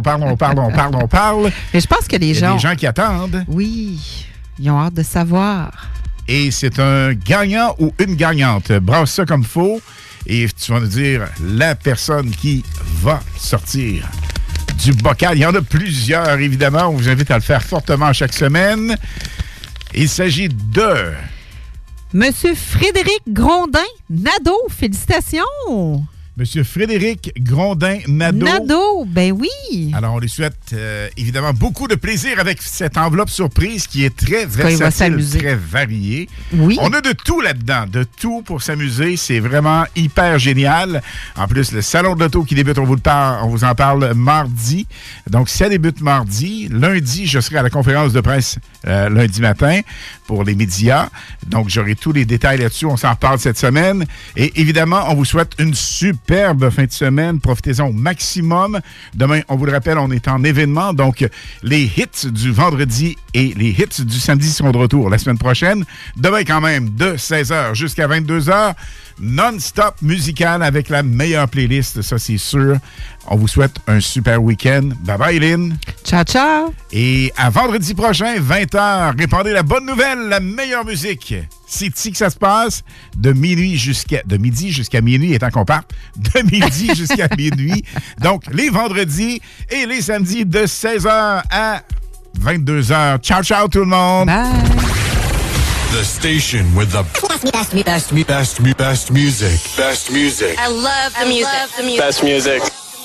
Mais je pense que les gens... Il y a des gens qui attendent. Oui, ils ont hâte de savoir. Et c'est un gagnant ou une gagnante. Brasse ça comme faut. Et tu vas nous dire la personne qui va sortir du bocal. Il y en a plusieurs, évidemment. On vous invite à le faire fortement chaque semaine. Il s'agit de... Monsieur Frédéric Grondin-Nadeau, félicitations! Monsieur Frédéric Grondin-Nadeau. Nadeau, ben oui! Alors, on lui souhaite évidemment beaucoup de plaisir avec cette enveloppe surprise qui est très versatile, très variée. Oui. On a de tout là-dedans, de tout pour s'amuser. C'est vraiment hyper génial. En plus, le Salon de l'Auto qui débute, on vous en parle mardi. Donc, ça débute mardi. Lundi, je serai à la conférence de presse lundi matin pour les médias. Donc, j'aurai tous les détails là-dessus. On s'en reparle cette semaine. Et évidemment, on vous souhaite une superbe fin de semaine. Profitez-en au maximum. Demain, on vous le rappelle, on est en événement. Donc, les hits du vendredi et les hits du samedi seront de retour la semaine prochaine. Demain, quand même, de 16h jusqu'à 22h, non-stop musical avec la meilleure playlist. Ça, c'est sûr. On vous souhaite un super week-end. Bye-bye, Lynn. Ciao, ciao. Et à vendredi prochain, 20h, répandez la bonne nouvelle, la meilleure musique. C'est ici que ça se passe, de midi jusqu'à minuit, étant qu'on parte, de midi jusqu'à minuit. Donc, les vendredis et les samedis de 16h à 22h. Ciao, ciao tout le monde. Bye. The station with the best music. Best music. I love the music. Best music.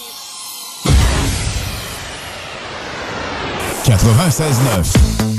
96.9.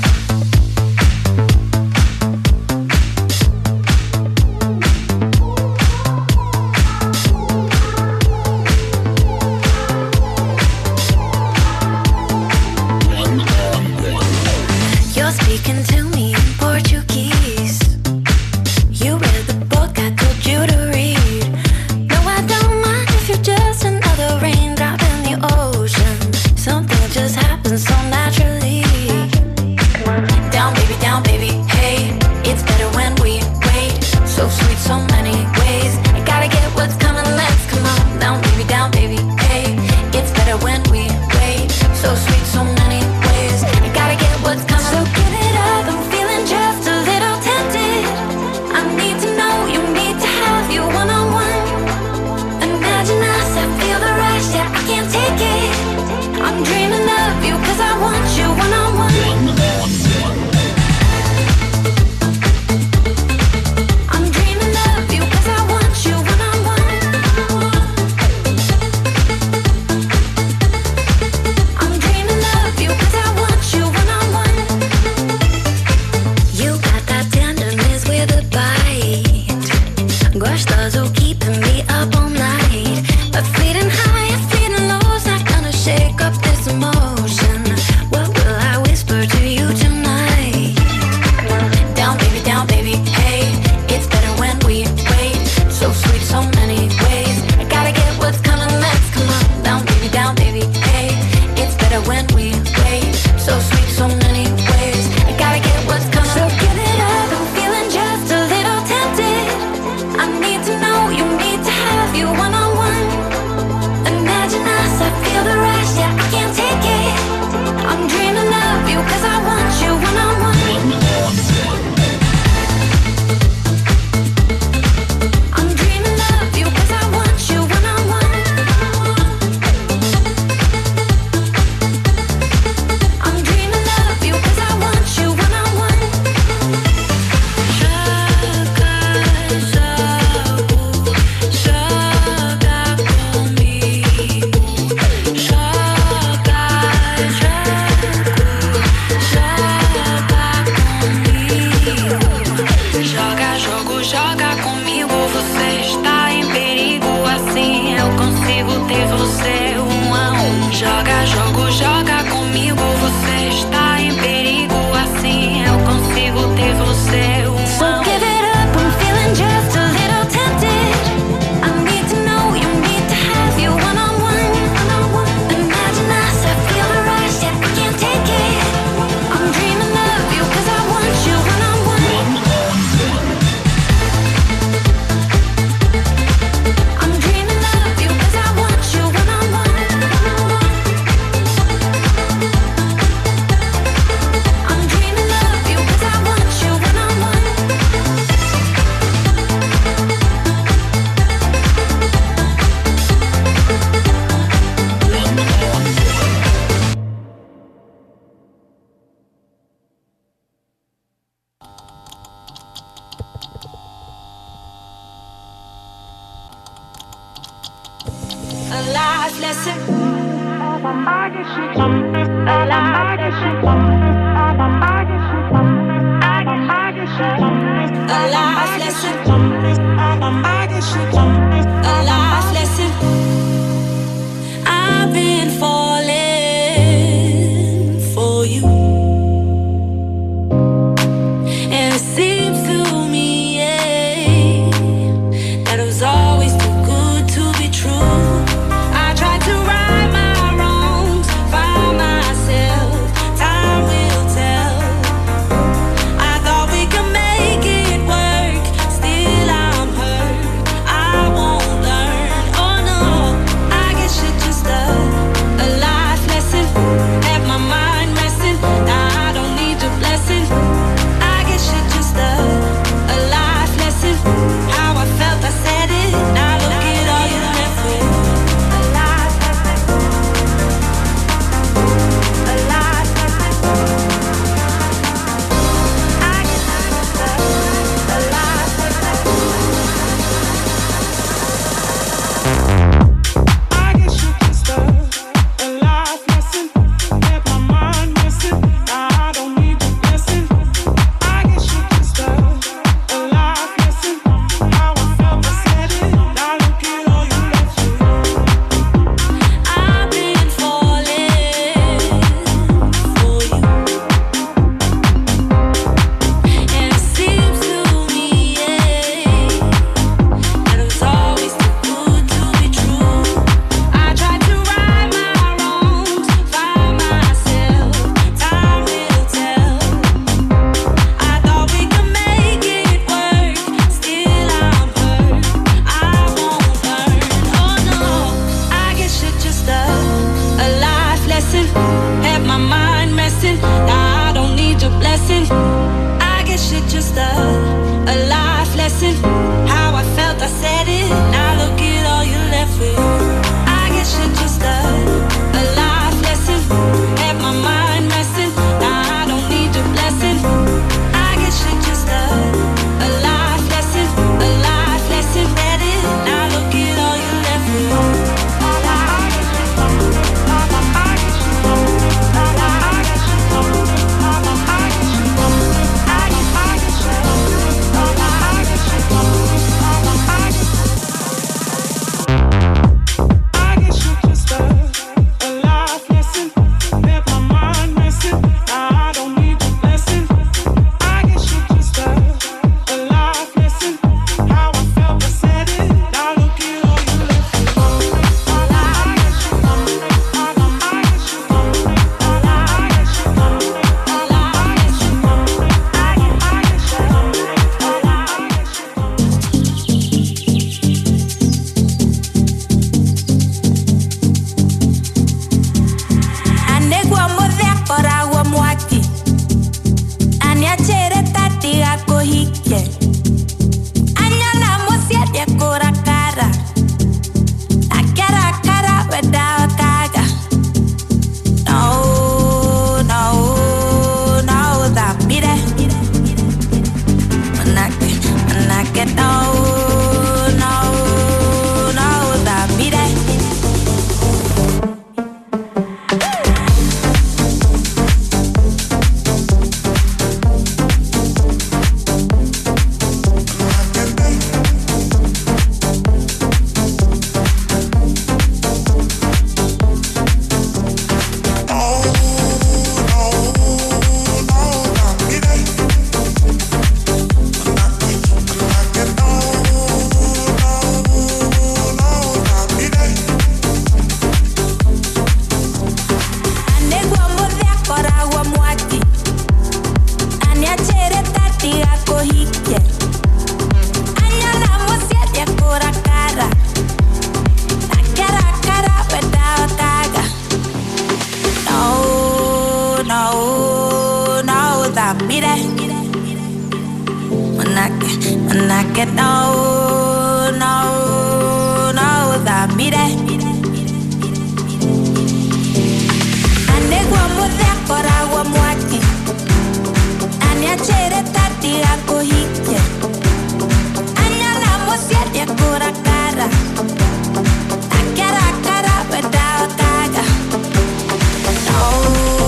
stay warm. So give it up, I'm feeling just a little tempted. I need to know, you need to have you one-on-one. Imagine us, I feel the rush, yet I can't take it. I'm dreaming of you, cause I want you one-on-one. I'm dreaming of you, cause I want you one-on-one. I'm dreaming of you, cause I want you one-on-one. A life lesson. A life lesson. A life lesson. A life lesson. I've been falling for you, and it seems to me that it was always too good to be true. I tried to right my wrongs, find myself. Time will tell. I thought we could make it work. Still I'm hurt. I won't hike. Anyala musiete pura cara. Cara cara without taga. No, no, no, da mire. Manake, no, no, no, da mire. Ane guamude kora guamuake. Ane achere tati ako hike. Anyala musiete pura cara. Cara cara without taga. No.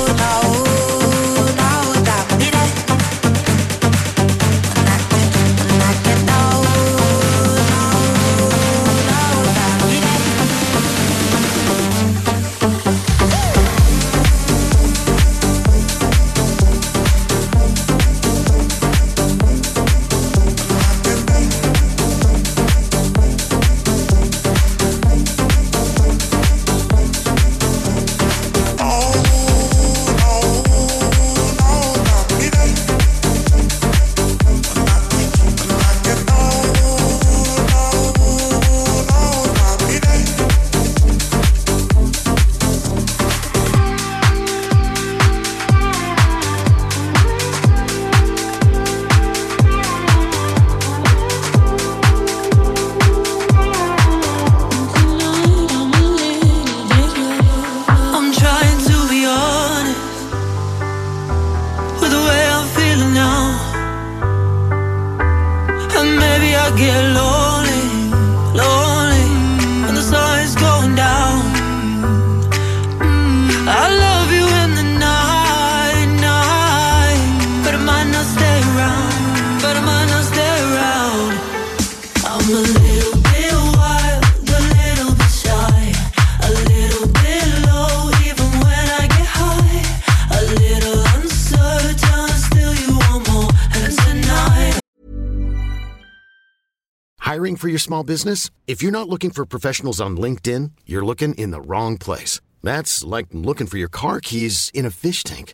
Hiring for your small business? If you're not looking for professionals on LinkedIn, you're looking in the wrong place. That's like looking for your car keys in a fish tank.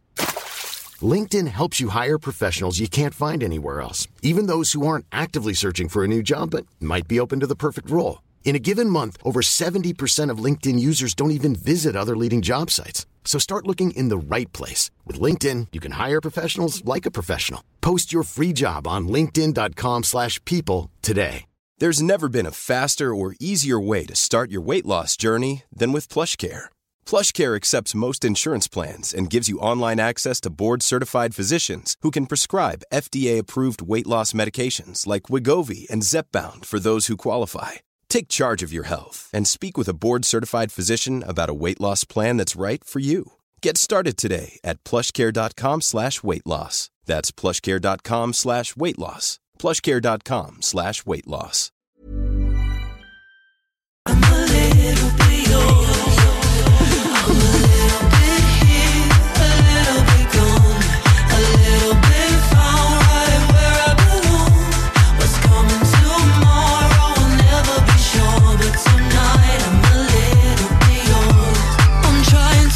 LinkedIn helps you hire professionals you can't find anywhere else, even those who aren't actively searching for a new job but might be open to the perfect role. In a given month, over 70% of LinkedIn users don't even visit other leading job sites. So start looking in the right place. With LinkedIn, you can hire professionals like a professional. Post your free job on linkedin.com/people today. There's never been a faster or easier way to start your weight loss journey than with PlushCare. PlushCare accepts most insurance plans and gives you online access to board-certified physicians who can prescribe FDA-approved weight loss medications like Wegovy and Zepbound for those who qualify. Take charge of your health and speak with a board-certified physician about a weight loss plan that's right for you. Get started today at plushcare.com/weight loss. That's plushcare.com/weight loss. plushcare.com/weight loss. I'm a little bit yours. I'm a little bit here, a little bit gone, a little bit found right where I belong. What's coming tomorrow, I'll never be sure, but tonight I'm a little bit yours. I'm trying.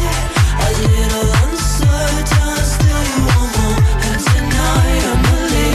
Still you want more, and tonight I'm a little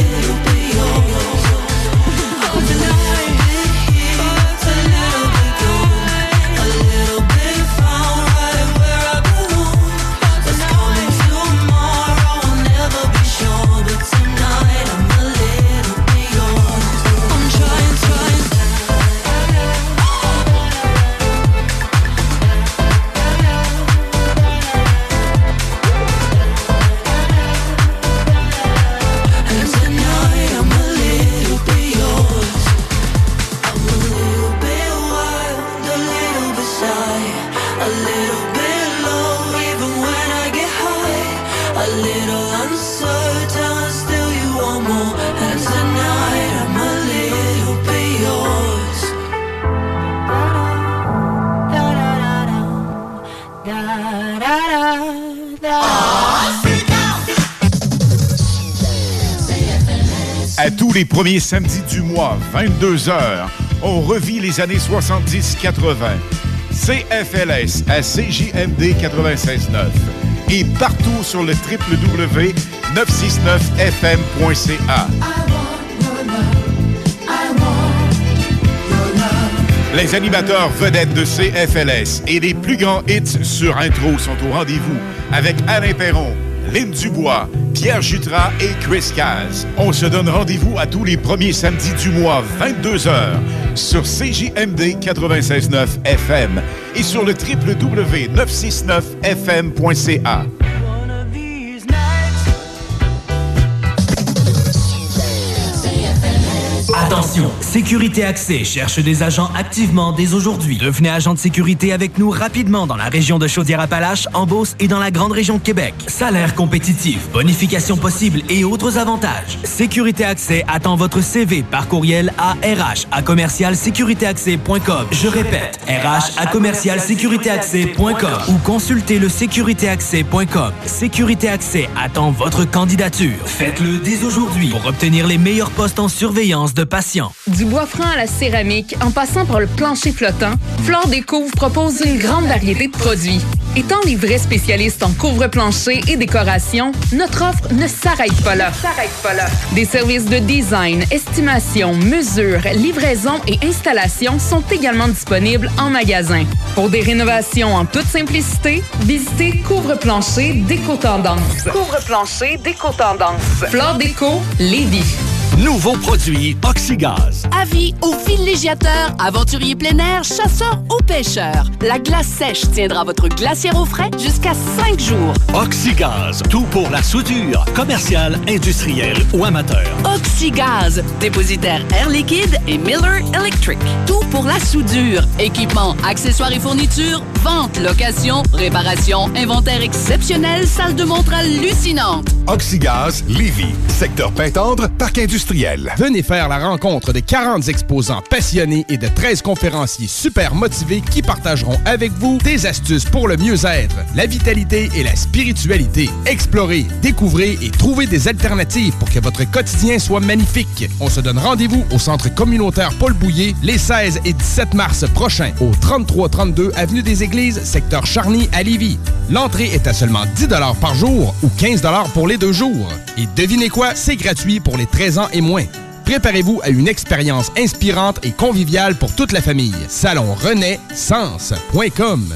À tous les premiers samedis du mois, 22h, on revit les années 70-80. CFLS à CJMD 96.9 et partout sur le www.969fm.ca. Les animateurs vedettes de CFLS et les plus grands hits sur intro sont au rendez-vous avec Alain Perron, Lynn Dubois, Pierre Jutras et Chris Caz. On se donne rendez-vous à tous les premiers samedis du mois, 22h, sur CJMD 96.9 FM et sur le www.969fm.ca. Attention, Sécurité Accès cherche des agents activement dès aujourd'hui. Devenez agent de sécurité avec nous rapidement dans la région de Chaudière-Appalaches, en Beauce et dans la grande région de Québec. Salaire compétitif, bonification possible et autres avantages. Sécurité Accès attend votre CV par courriel à rh@commercialsécuritéaccès.com. Je répète, rh@commercialsécuritéaccès.com ou consultez le sécuritéaccès.com. Sécurité Accès attend votre candidature. Faites-le dès aujourd'hui pour obtenir les meilleurs postes en surveillance de patients. Du bois franc à la céramique, en passant par le plancher flottant, Flore Déco vous propose une grande variété de produits. Étant les vrais spécialistes en couvre-plancher et décoration, notre offre ne s'arrête pas là. Des services de design, estimation, mesure, livraison et installation sont également disponibles en magasin. Pour des rénovations en toute simplicité, visitez Couvre-plancher Déco-Tendance. Flore Déco, Lévis. Nouveau produit Oxygaz. Avis aux villégiateurs, aventuriers plein air, chasseurs ou pêcheurs. La glace sèche tiendra votre glacière au frais jusqu'à 5 jours. Oxygaz, tout pour la soudure, commerciale, industrielle ou amateur. Oxygaz, dépositaire Air Liquide et Miller Electric. Tout pour la soudure, équipement, accessoires et fournitures, vente, location, réparation, inventaire exceptionnel, salle de montre hallucinante. Oxygaz, Lévis, secteur Pintendre, parc industriel. Venez faire la rencontre de 40 exposants passionnés et de 13 conférenciers super motivés qui partageront avec vous des astuces pour le mieux-être, la vitalité et la spiritualité. Explorez, découvrez et trouvez des alternatives pour que votre quotidien soit magnifique. On se donne rendez-vous au Centre communautaire Paul Bouillet les 16 et 17 mars prochains au 3332 Avenue des Églises, secteur Charny à Lévis. L'entrée est à seulement 10 $ par jour ou 15 $ pour les 2 jours. Et devinez quoi? C'est gratuit pour les 13 ans et moins. Préparez-vous à une expérience inspirante et conviviale pour toute la famille. SalonRenaissance.com.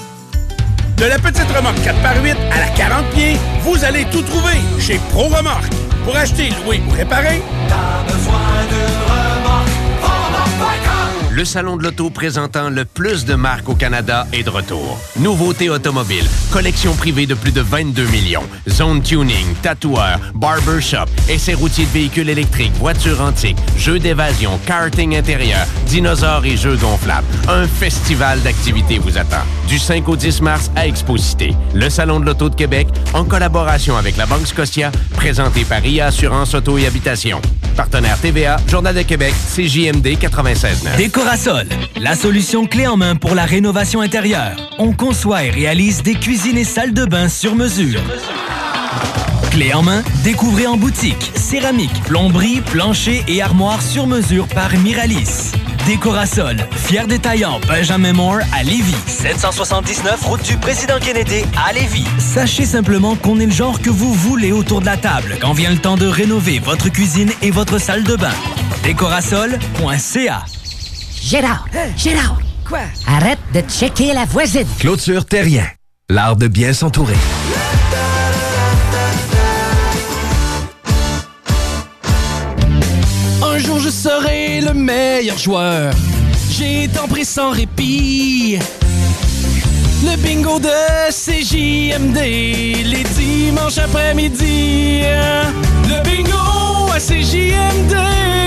De la petite remorque 4x8 à la 40 pieds, vous allez tout trouver chez Pro Remorque. Pour acheter, louer ou réparer, t'as besoin d'une remorque. Le salon de l'auto présentant le plus de marques au Canada est de retour. Nouveautés automobiles, collection privée de plus de 22 millions, zone tuning, tatoueur, barbershop, essais routiers de véhicules électriques, voitures antiques, jeux d'évasion, karting intérieur, dinosaures et jeux gonflables. Un festival d'activités vous attend. Du 5 au 10 mars à Expo-Cité. Le salon de l'auto de Québec, en collaboration avec la Banque Scotia, présenté par IA Assurance Auto et Habitation. Partenaire TVA, Journal de Québec, CJMD 96.9. Décorasol, la solution clé en main pour la rénovation intérieure. On conçoit et réalise des cuisines et salles de bain sur mesure. Clé en main, découvrez en boutique. Céramique, plomberie, plancher et armoire sur mesure par Miralis. Décorasol, fier détaillant Benjamin Moore à Lévis. 779 route du Président Kennedy à Lévis. Sachez simplement qu'on est le genre que vous voulez autour de la table quand vient le temps de rénover votre cuisine et votre salle de bain. Décorasol.ca. Gérard! Quoi? Arrête de checker la voisine. Clôture Terrien, l'art de bien s'entourer. Un jour je serai le meilleur joueur. J'ai tant pris sans répit. Le bingo de CJMD, les dimanches après-midi. Le bingo à CJMD,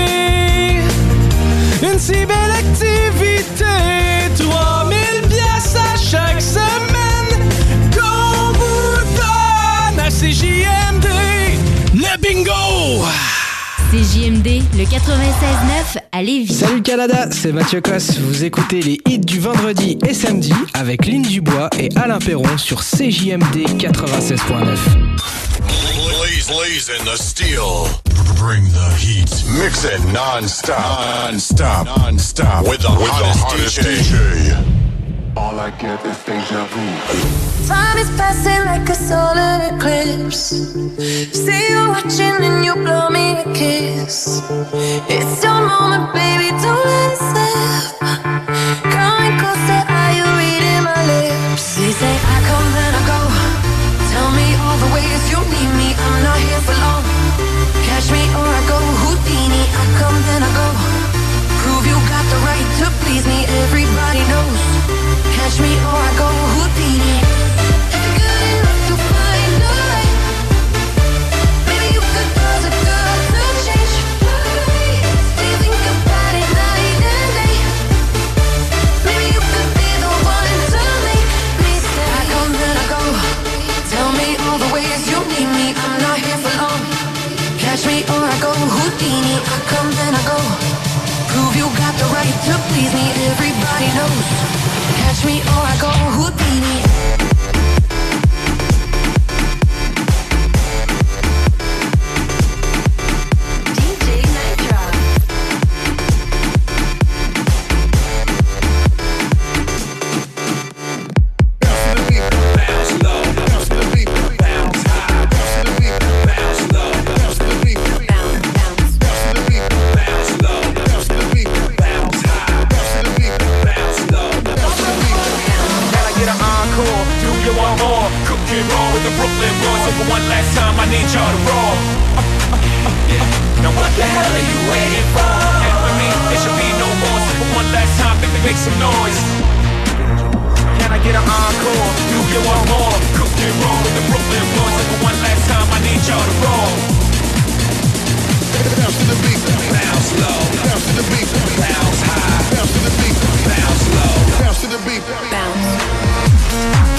une si belle activité. 3000 pièces à chaque semaine qu'on vous donne à CJMD. Le bingo! CJMD, le 96.9 à Lévis. Salut Canada, c'est Mathieu Cosse. Vous écoutez les hits du vendredi et samedi avec Lynn Dubois et Alain Perron sur CJMD 96.9. Blaze in the steel. bring the heat. Mix it non-stop. Non-stop. With the hottest DJ. All I get is deja vu. Time is passing like a solar eclipse. See you watching and you blow me a kiss. It's your moment, baby, don't let it slip. Coming closer, are you reading my lips? They say I come, then I go. Tell me all the ways you need me, I'm not here for long. Catch me or I go Houdini, I come, then I go. Prove you got the right to please me, everybody knows. Catch me or I go Houdini. Good enough to find a way. Maybe you could cause a girl to change. Still think about it night and day. Maybe you could be the one to make me stay. I come then I go. Tell me all the ways you need me, I'm not here for long. Catch me or I go Houdini. I come then I go. Prove you got the right to please me, everybody knows. Catch me or I go Houdini. DJ Nitro. Bounce to the beat, bounce low. Bounce to the beat, bounce high. Bounce to the beat, bounce low. Bounce to the beat, bounce, bounce. Bounce to the beat, bounce low. Bounce to the beat, bounce high. Bounce to the beat, bounce low. Bounce to the beat. Can I get an encore? Do you want more? Cook and roll with the Brooklyn boys. So for one last time, I need y'all to roll. Now what the hell are you waiting for? And for me, it should be no more. So for one last time, make some noise. Can I get an encore? Do you want more? Cook and roll with the Brooklyn boys. So for one last time, I need y'all to roll. Bounce to the beat, Bounce low. bounce to the beat, Bounce high. bounce to the beat, Bounce low. bounce to the beat, Bounce.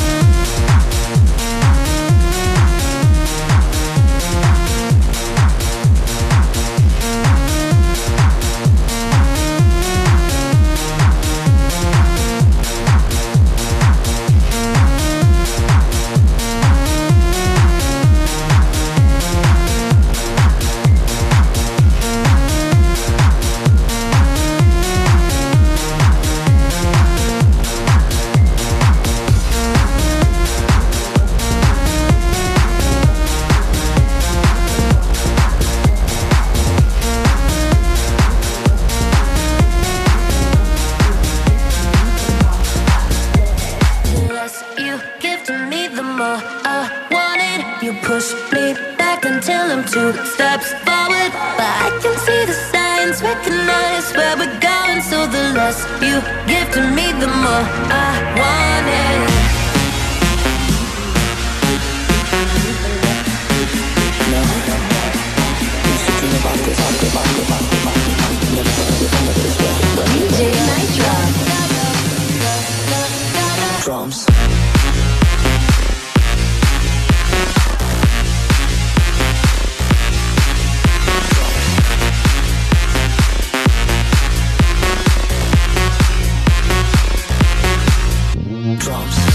The less you give to me, the more I want it. You push me back until I'm 2 steps forward, but I can see the signs, recognize where we're going. So the less you give to me, the more I want it. DJ Nitro. drums. Drums.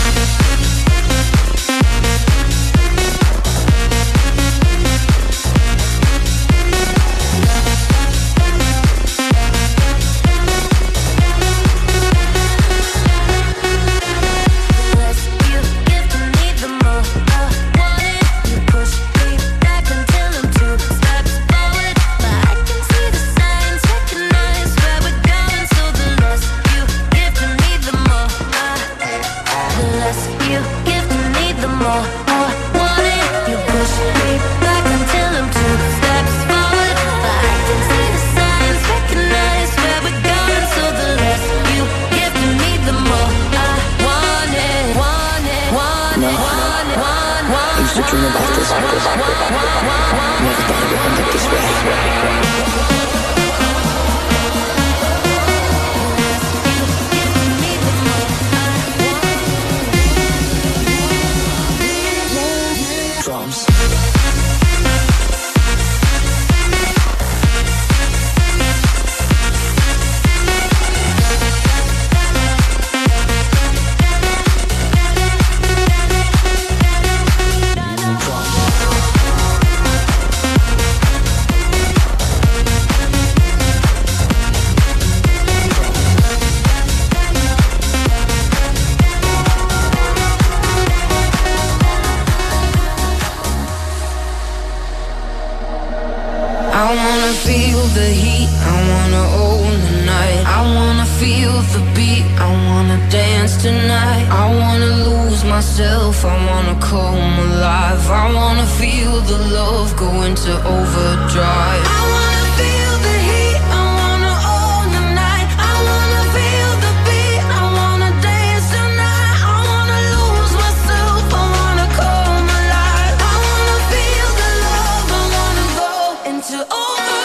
I wanna feel the heat, I wanna own the night. I wanna feel the beat, I wanna dance tonight. I wanna lose myself, I wanna come alive. I wanna feel the love go into overdrive. I wanna feel the heat, I wanna own the night. I wanna feel the beat, I wanna dance tonight. I wanna lose myself, I wanna come alive. I wanna feel the love, I wanna go into overdrive.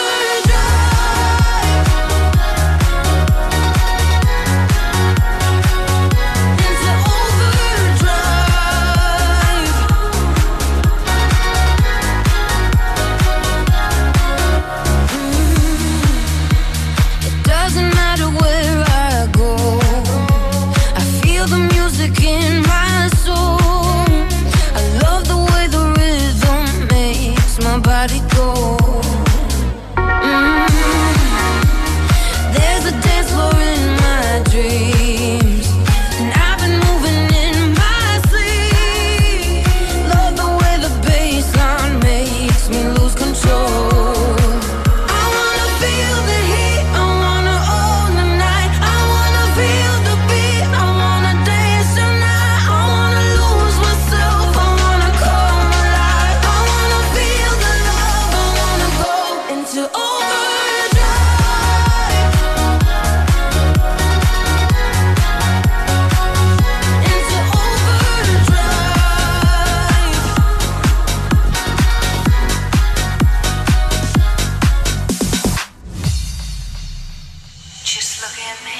In my soul, I love the way the rhythm makes my body go. There's a dance floor in my dreams, and I've been moving in my sleep. Love the way the bassline makes me lose control. I wanna feel the heat, I wanna own the night. I wanna feel the beat, I wanna dance tonight. I wanna lose myself, I wanna come alive. I wanna feel the love, I wanna go into overdrive. Into overdrive. Just look at me.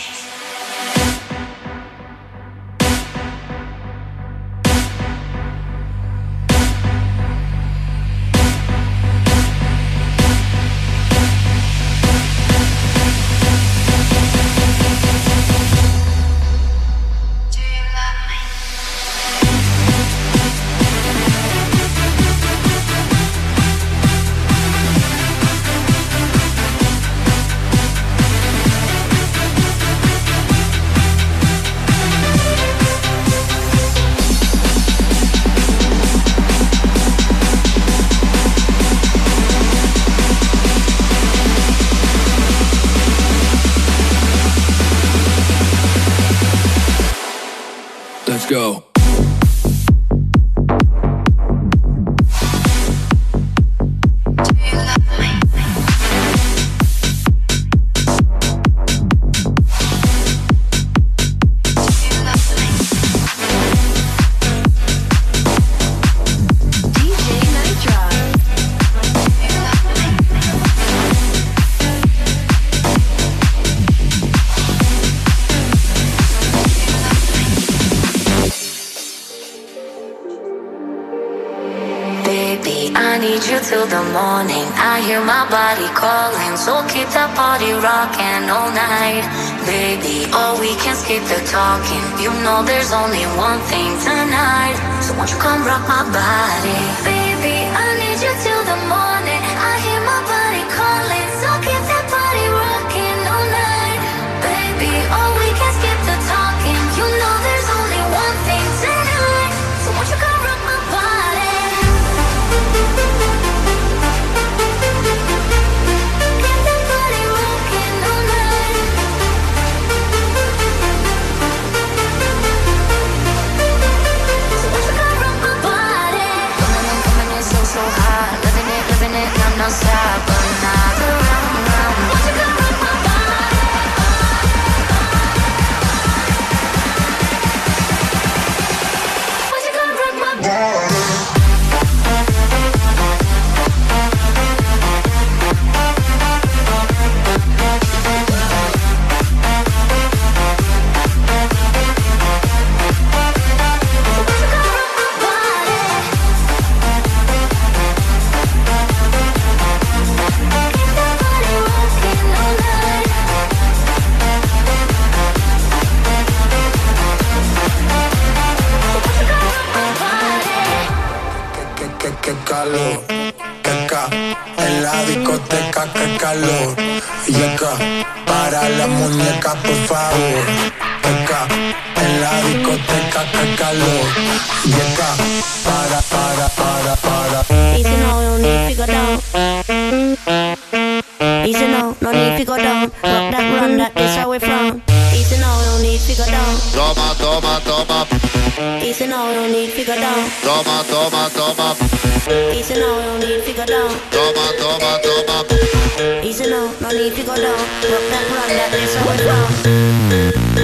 Let's go. Baby, I need you till the morning. I hear my body calling, so keep that body rocking all night. Baby, oh, we can skip the talking. You know there's only one thing tonight, so won't you come rock my body? Baby, I need you till the morning. I hear my body calling, so keep that body rocking all night. Baby, oh, we can skip the talking. You know there's only one thing tonight, so won't you come rock my body? So hot, living it, I'm not stop another round. Won't you come rock my body? Won't you come rock my body? Qué calor, en la discoteca, qué calor. Llega para la muñeca, por favor. En la discoteca, qué calor. Llega para. Y si no, we don't need to go down. Easy now, no need to go down. Rock that, run that, this how we from. Easy now, no need to go down. Toma, toma, toma. Easy now, no need to go down. Toma, toma, toma. Easy now, no need to go down. Toma, toma, toma. Easy now, no need to go down. Rock that, run that, this how we from.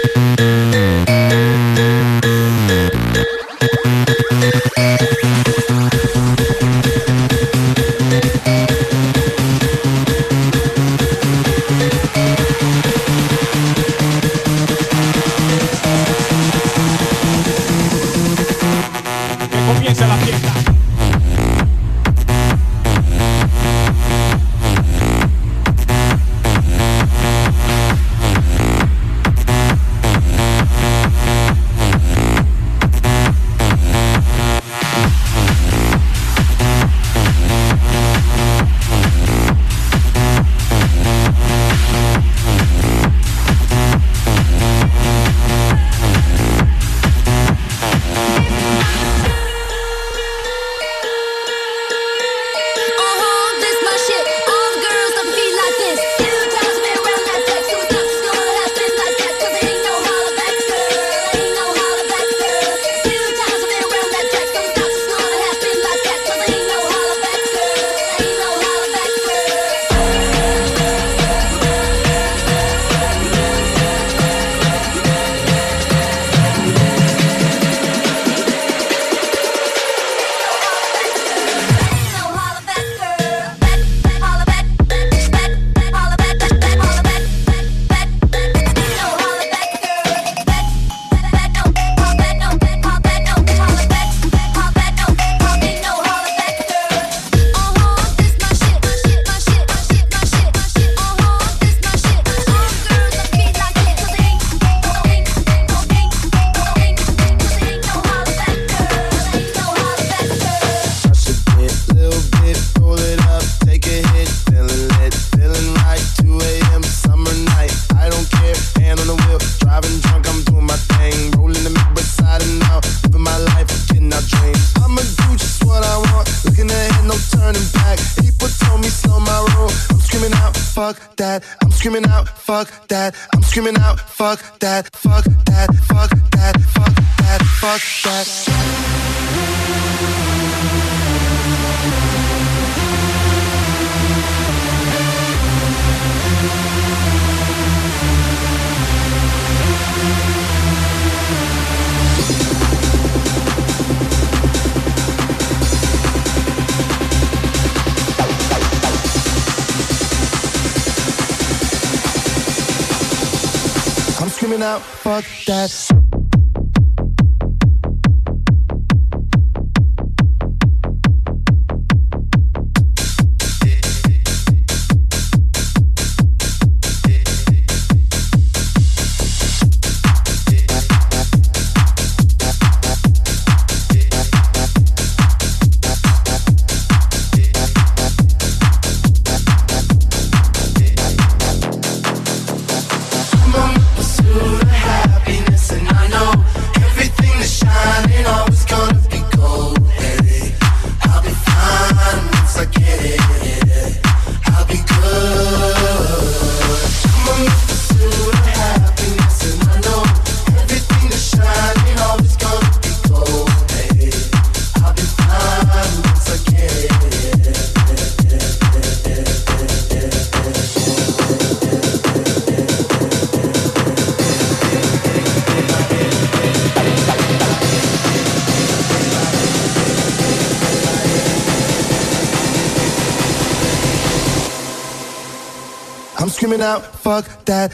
Comienza la fiesta. fuck that. I'm screaming out, fuck that. I'm screaming out, fuck that, fuck that, fuck that, fuck that, fuck that. Screaming out, fuck that. I'm screaming out, fuck that.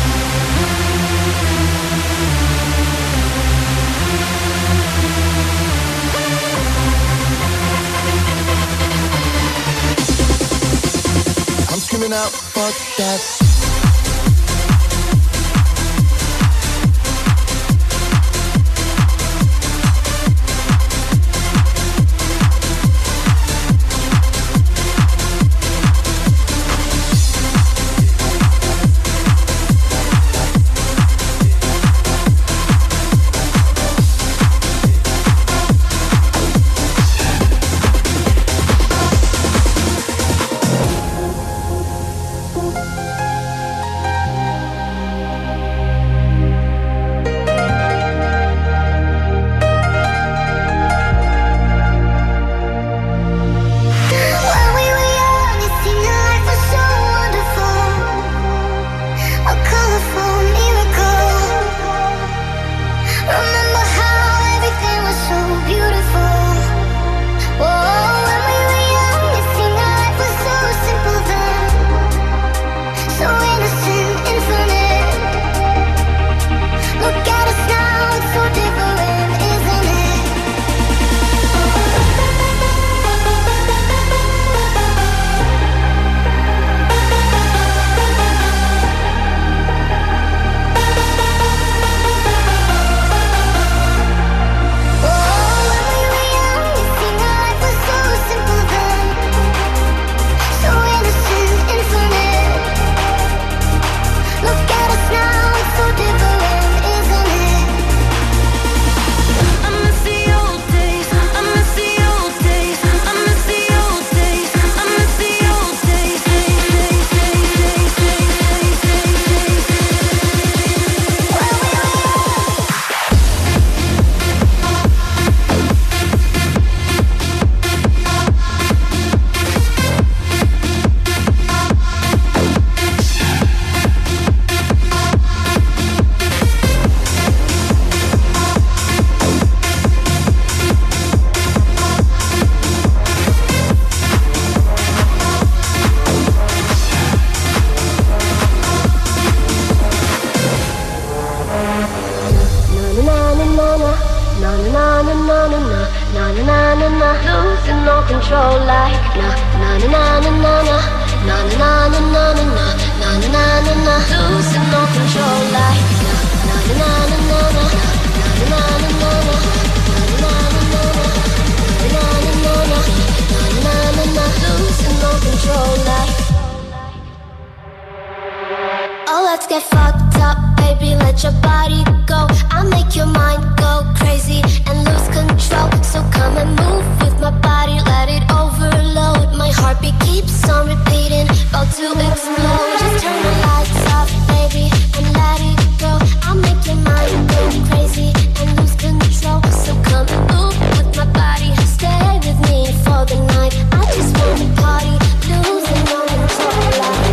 I'm screaming out, fuck that. control like na na na na na na na na na na na na na na na na na. Losing no control like na na na na na na na na na na na na na na. Losing no control like. Oh, let's get fucked up, baby, let your body go. I'll make your mind go crazy and lose control. So come and move with my body, let it overload. My heartbeat keeps on repeating, about to explode. Just turn the lights off, baby, and let it go. I'll make your mind go crazy and lose control. So come and move with my body, stay with me for the night. I just wanna party, losing no control like.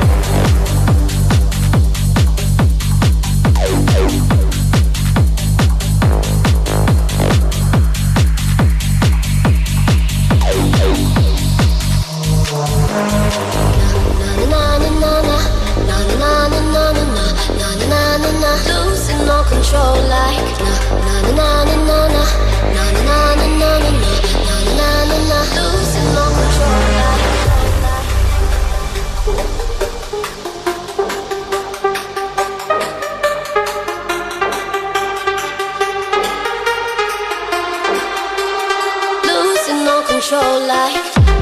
Losing no control like na na na na na na na na na na na na na na. Losing no control like. Losing no control like.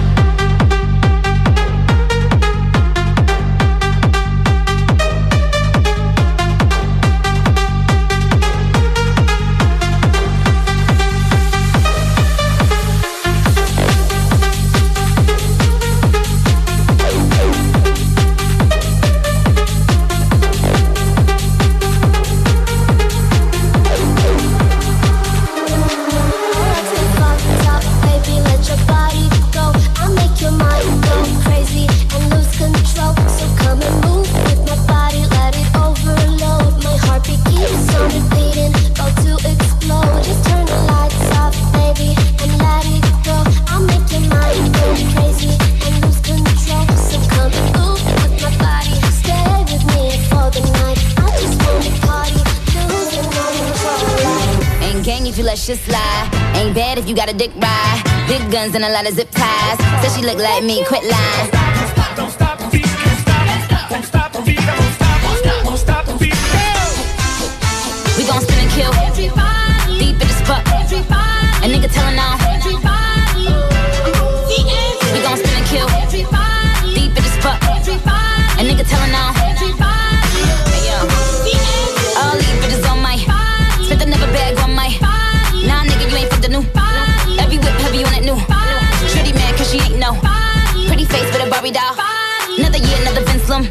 Shit slide. Ain't bad if you got a dick ride. Big guns and a lot of zip ties. Said she look like me, quit lying. Don't stop the beat, can't stop. Won't stop the beat, won't stop, won't stop, won't stop the beat. We gon' spin and kill. Deep in the spot. A nigga tellin' on. We gon' spin and kill. Deep in the spot. A nigga tellin' on. Hey yo. All these bitches on my. Spent another bag on my. Nah, nigga, you ain't fit the new. Every whip heavy on that new. Shitty mad cause she ain't no. Pretty face with a Barbie doll. Another year, another Vince Lum.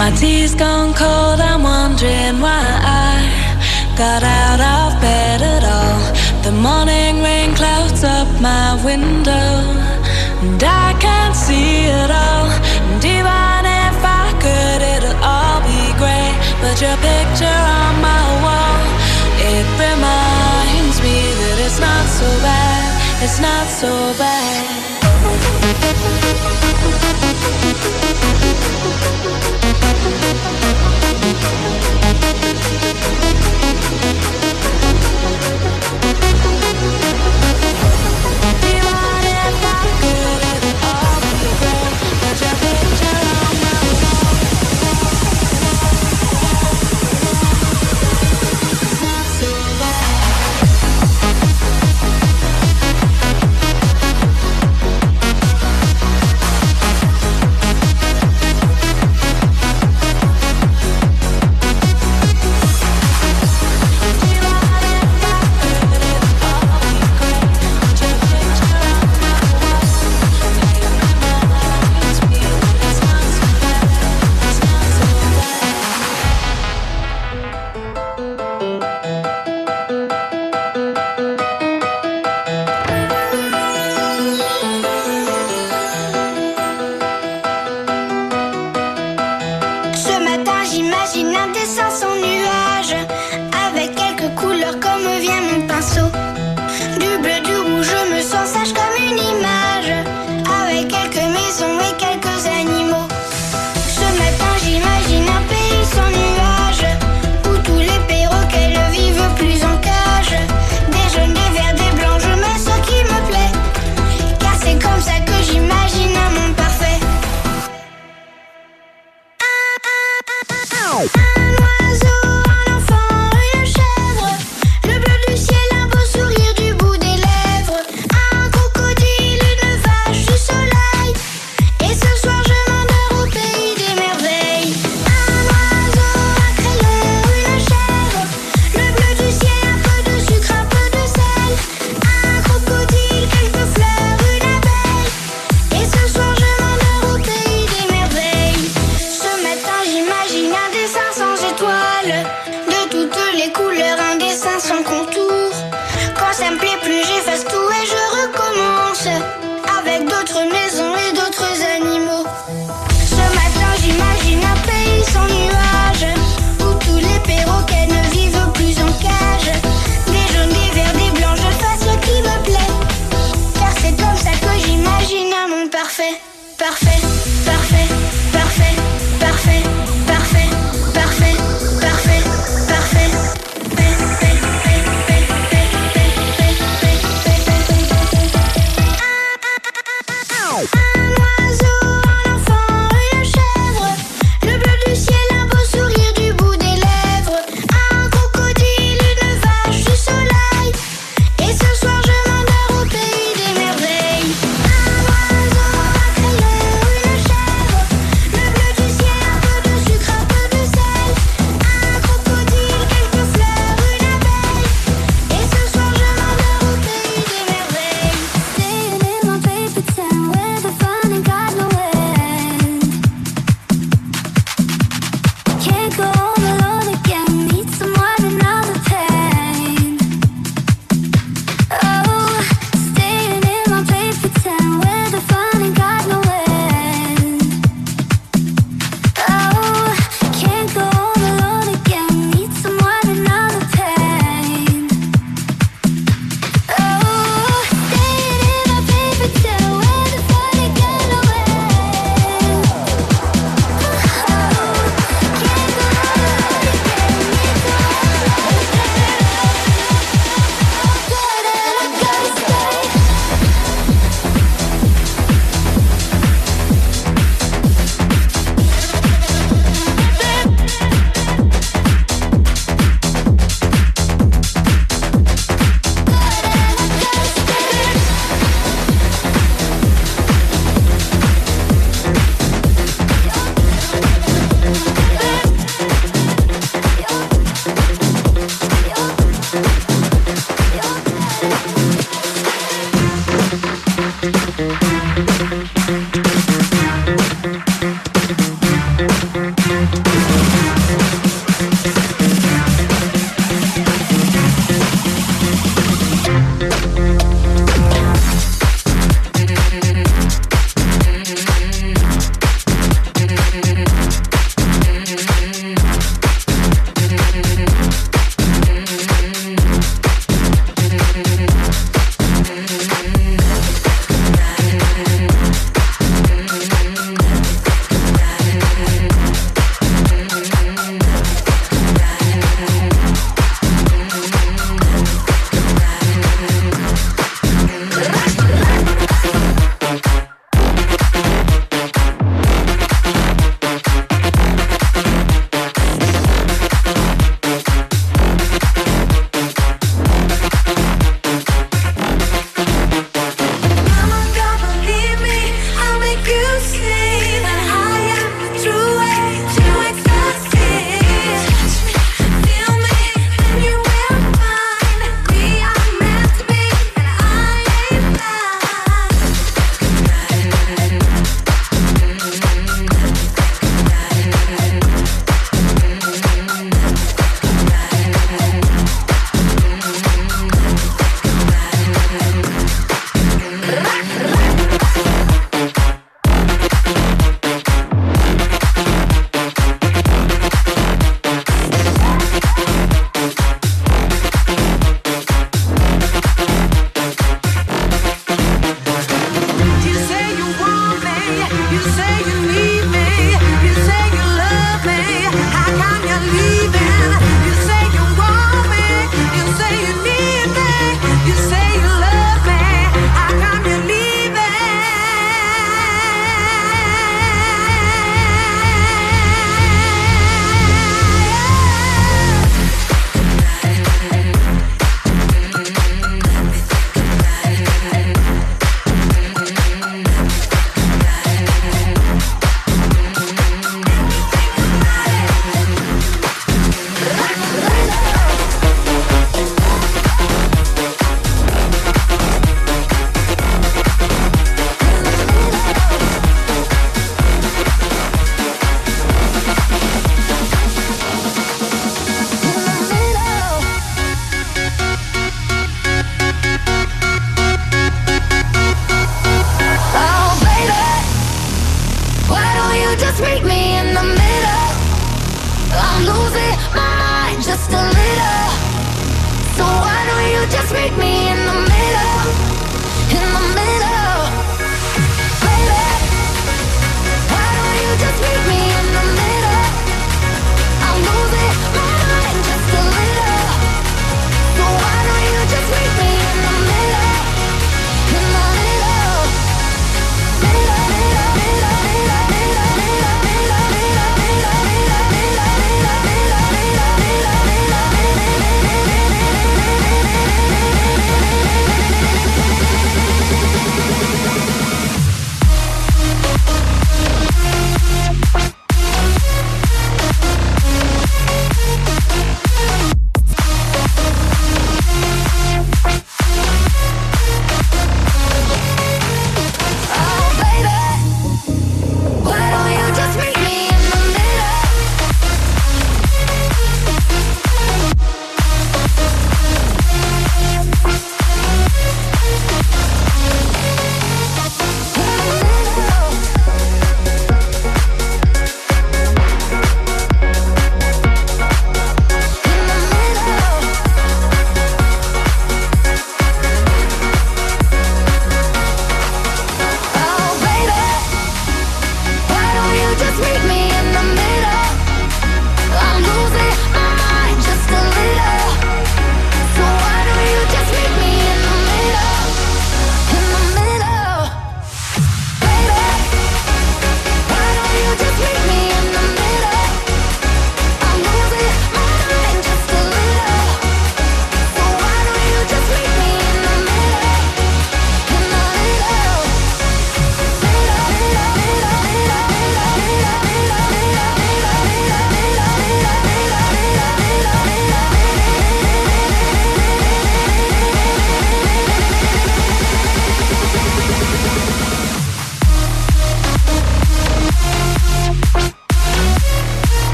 My tea's gone cold, I'm wondering why I got out of bed at all. The morning rain clouds up my window, and I can't see it all. And even if I could, it'll all be grey. But your picture on my wall, it reminds me that it's not so bad, it's not so bad.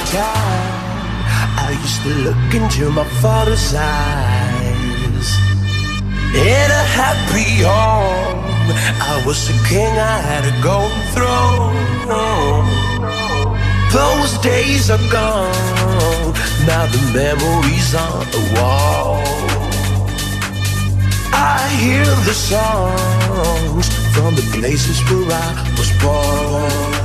time I used to look into my father's eyes. In a happy home, I was a king, I had a golden throne. Those days are gone, now the memories on the wall. I hear the songs from the places where I was born.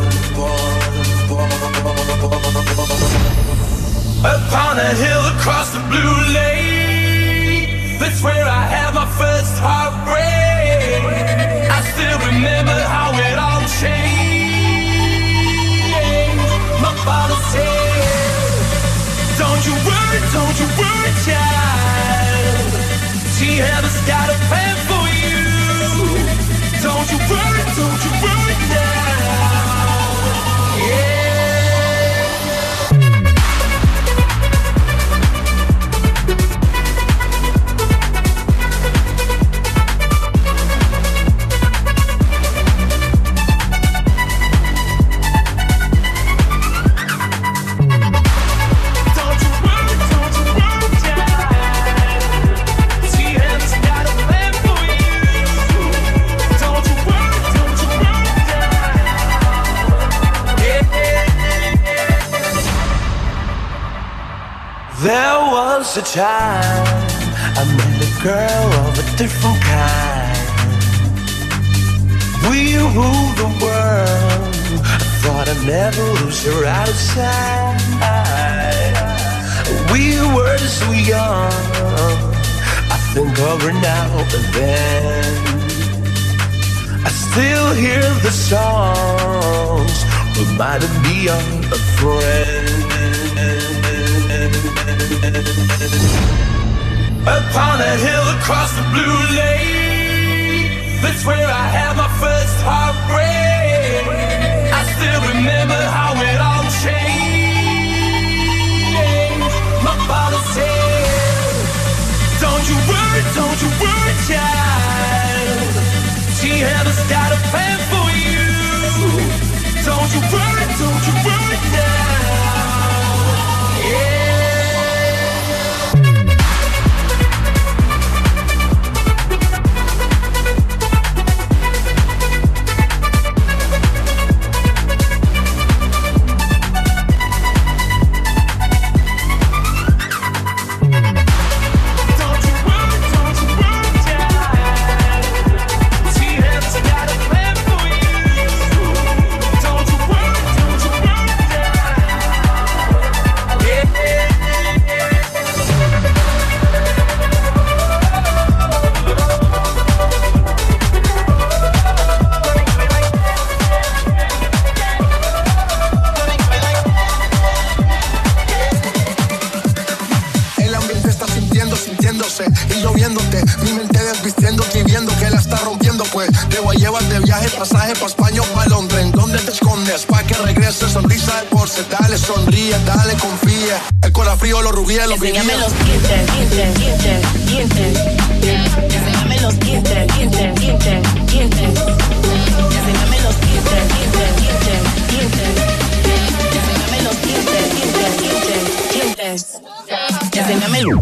Upon a hill across the blue lake, that's where I had my first heartbreak. I still remember how it all changed. My father said, don't you worry, child. She has got a plan for you. Don't you worry now. Yeah. There was a time I met a girl of a different kind. We ruled the world. I thought I'd never lose her out of sight. We were so young, I think of her now and then. I still hear the songs, reminding me of a friend. Upon a hill across the blue lake, that's where I had my first heartbreak. I still remember how it all changed. My father said, don't you worry, child. She has got a plan for you. Don't you worry now. Yeah. Pasaje pa' España o pa' Londres. ¿En dónde te escondes? Pa' que regreses. Sonrisa de porce. Dale, sonríe, dale, confía. El corazón frío, los rubíes, los vivíes. Enséñame los dientes. Enséñame los dientes. Enséñame los dientes. Enséñame los dientes. Enséñamelo.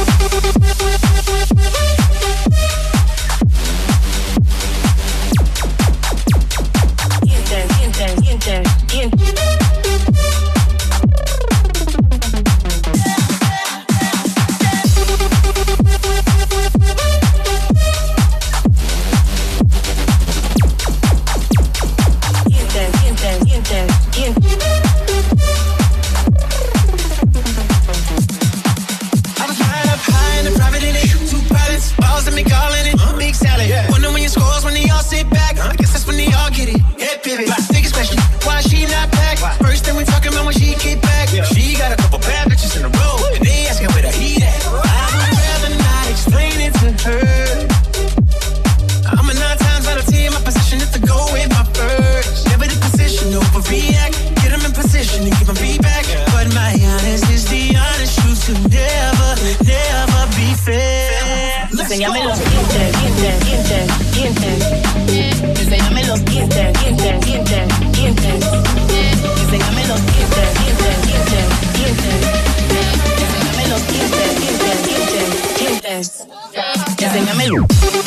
Enséñame los dientes. Enséñame los dientes. Enséñame los dientes. enséñamelo.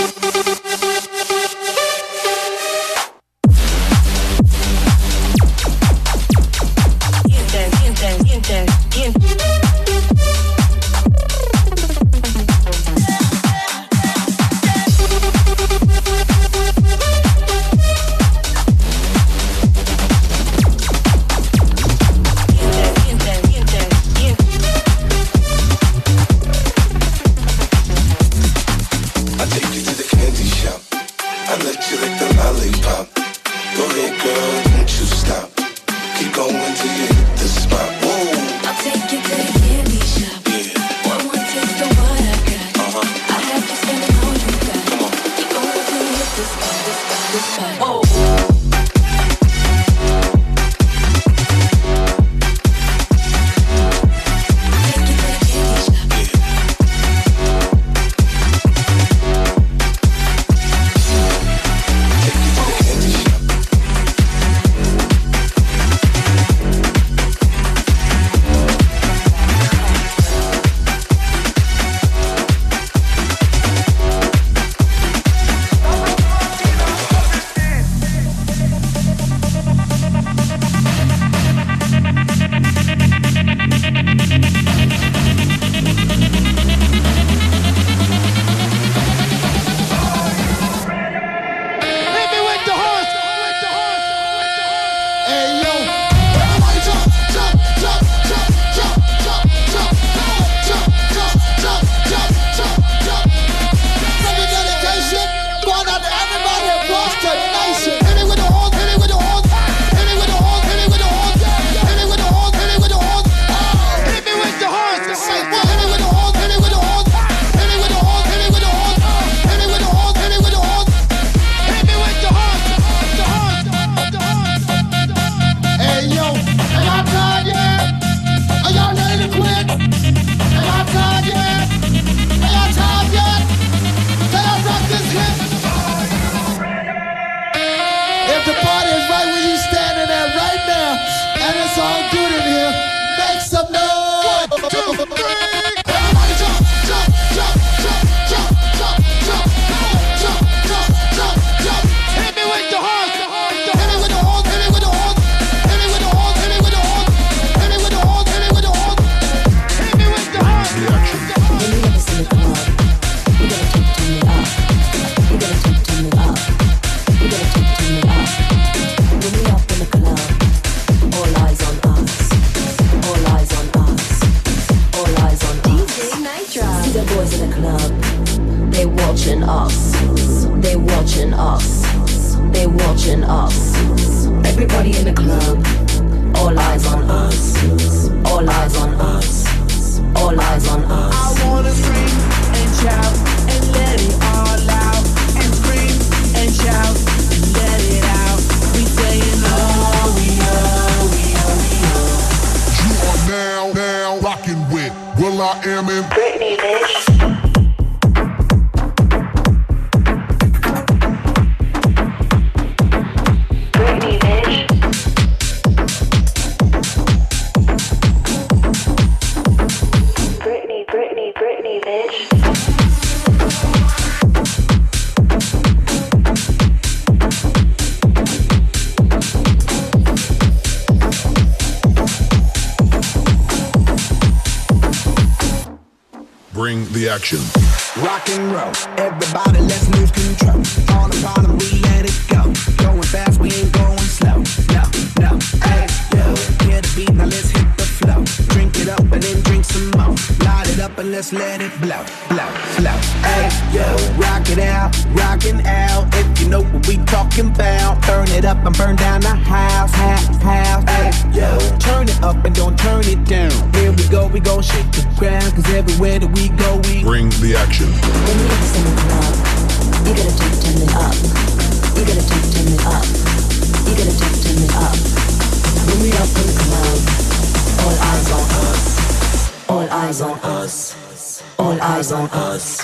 Bring the action. Rock and roll, everybody let's lose control. All the bottom, we let it go. Going fast, we ain't going slow. No, no, hey, yo, hear the beat, now let's hit the flow. Drink it up and then drink some more. Light it up and let's let it blow, blow, blow. Hey, yo, rock it out, rockin' out. If you know what we talking about, burn it up and burn down the house, house. Hey, yo, turn it up and don't turn it down. Here we gon' shake the ground, cause everywhere that we go, we bring the action. When you have in the club, you gotta turn it up. You gotta turn it up. You gotta turn it up. When we up in the club, all eyes on us. All eyes on us. All eyes on us.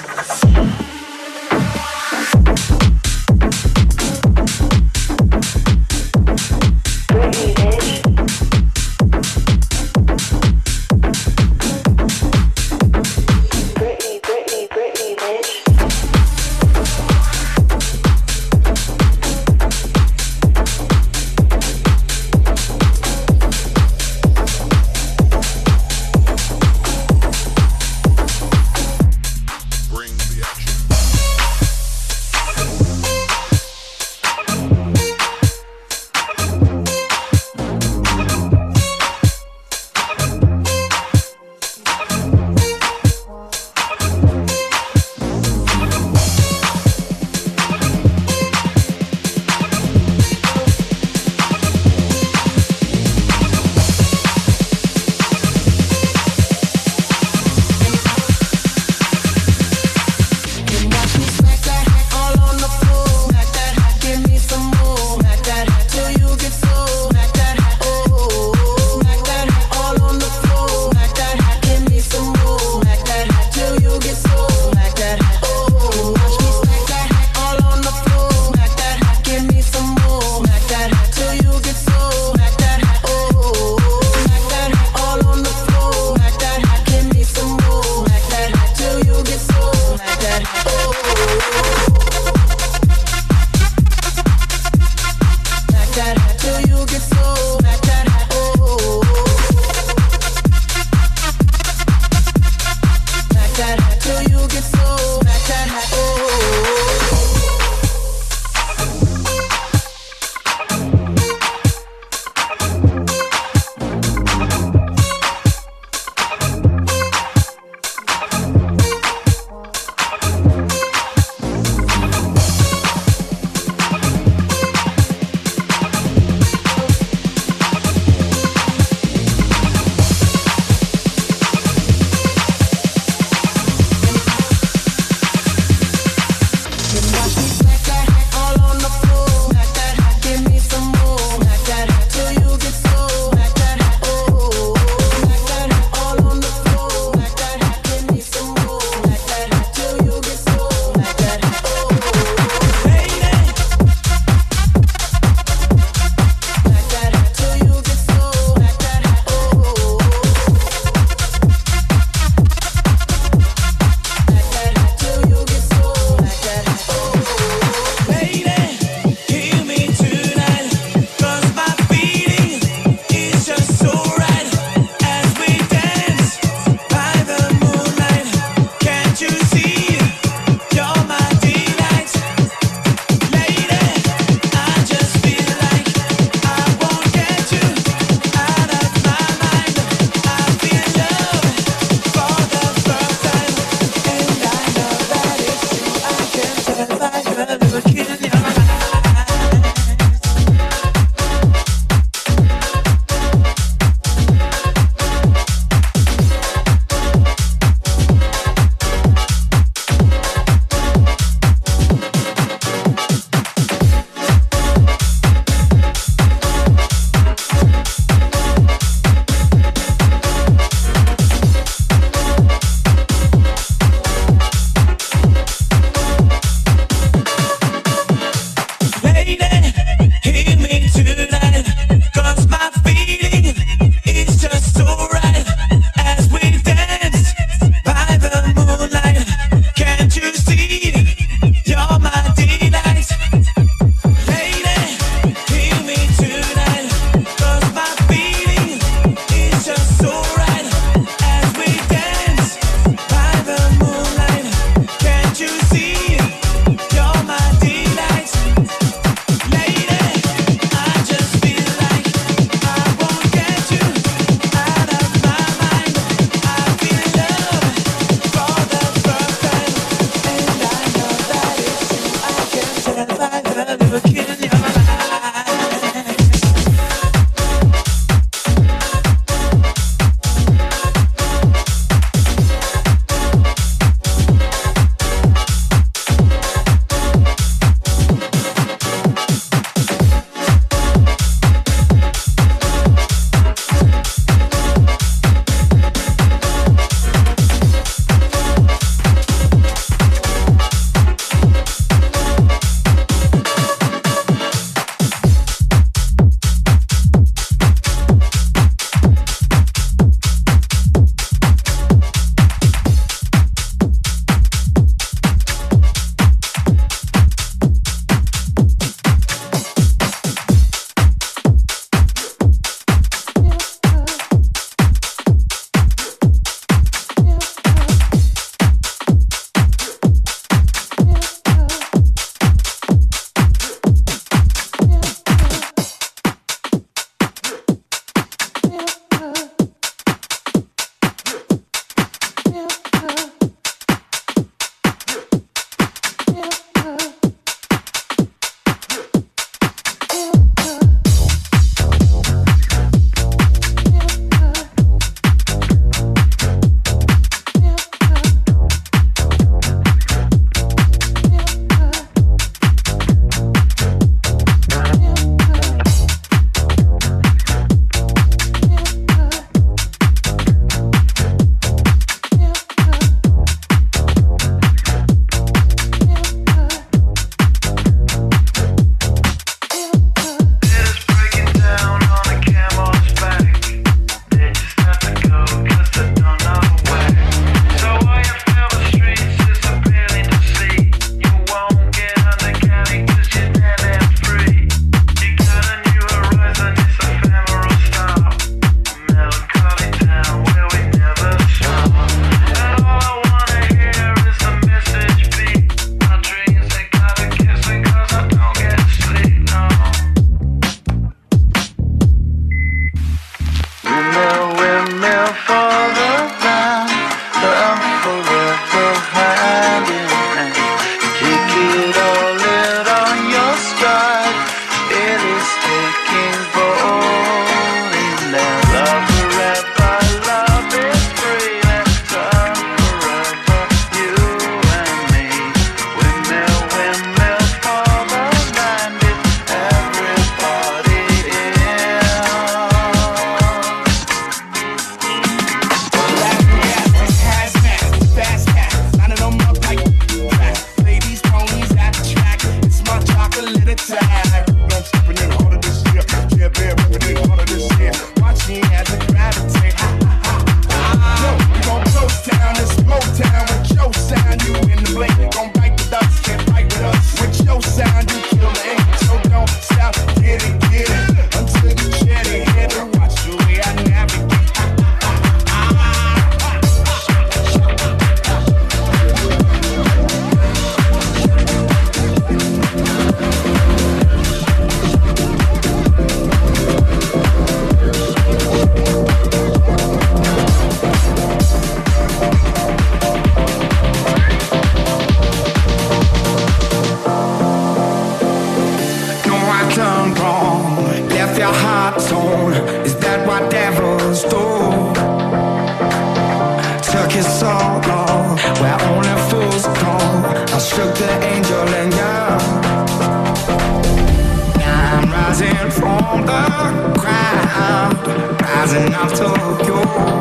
rising up to you.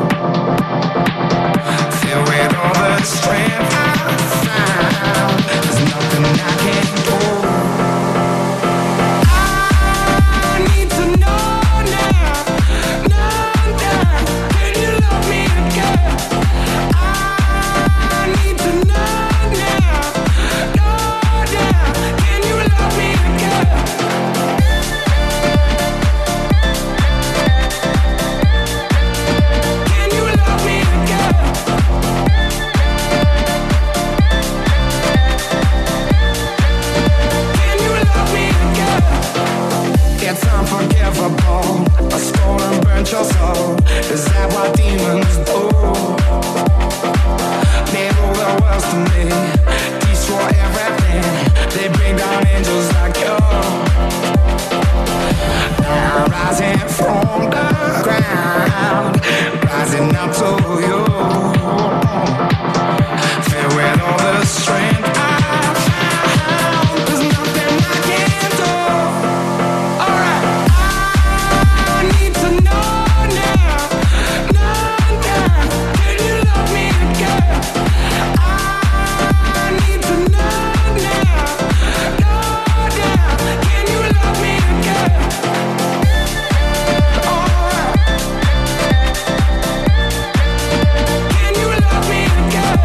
Feel with all the strength I found. There's nothing I can't do. I need to know now, can you love me again? I need to know now, can you love me again? Can you love me again? Can you love me again? It's unforgivable. I stole and burnt your soul. Is that what demons do? They rule the world to me, destroy everything. They bring down angels like you. Now I'm rising from the ground, rising up to you. Filled with all the strength I found. There's nothing I can't do. Alright, I need to know now, can you love me again? I need to know now, can you love me again? Can you love me again?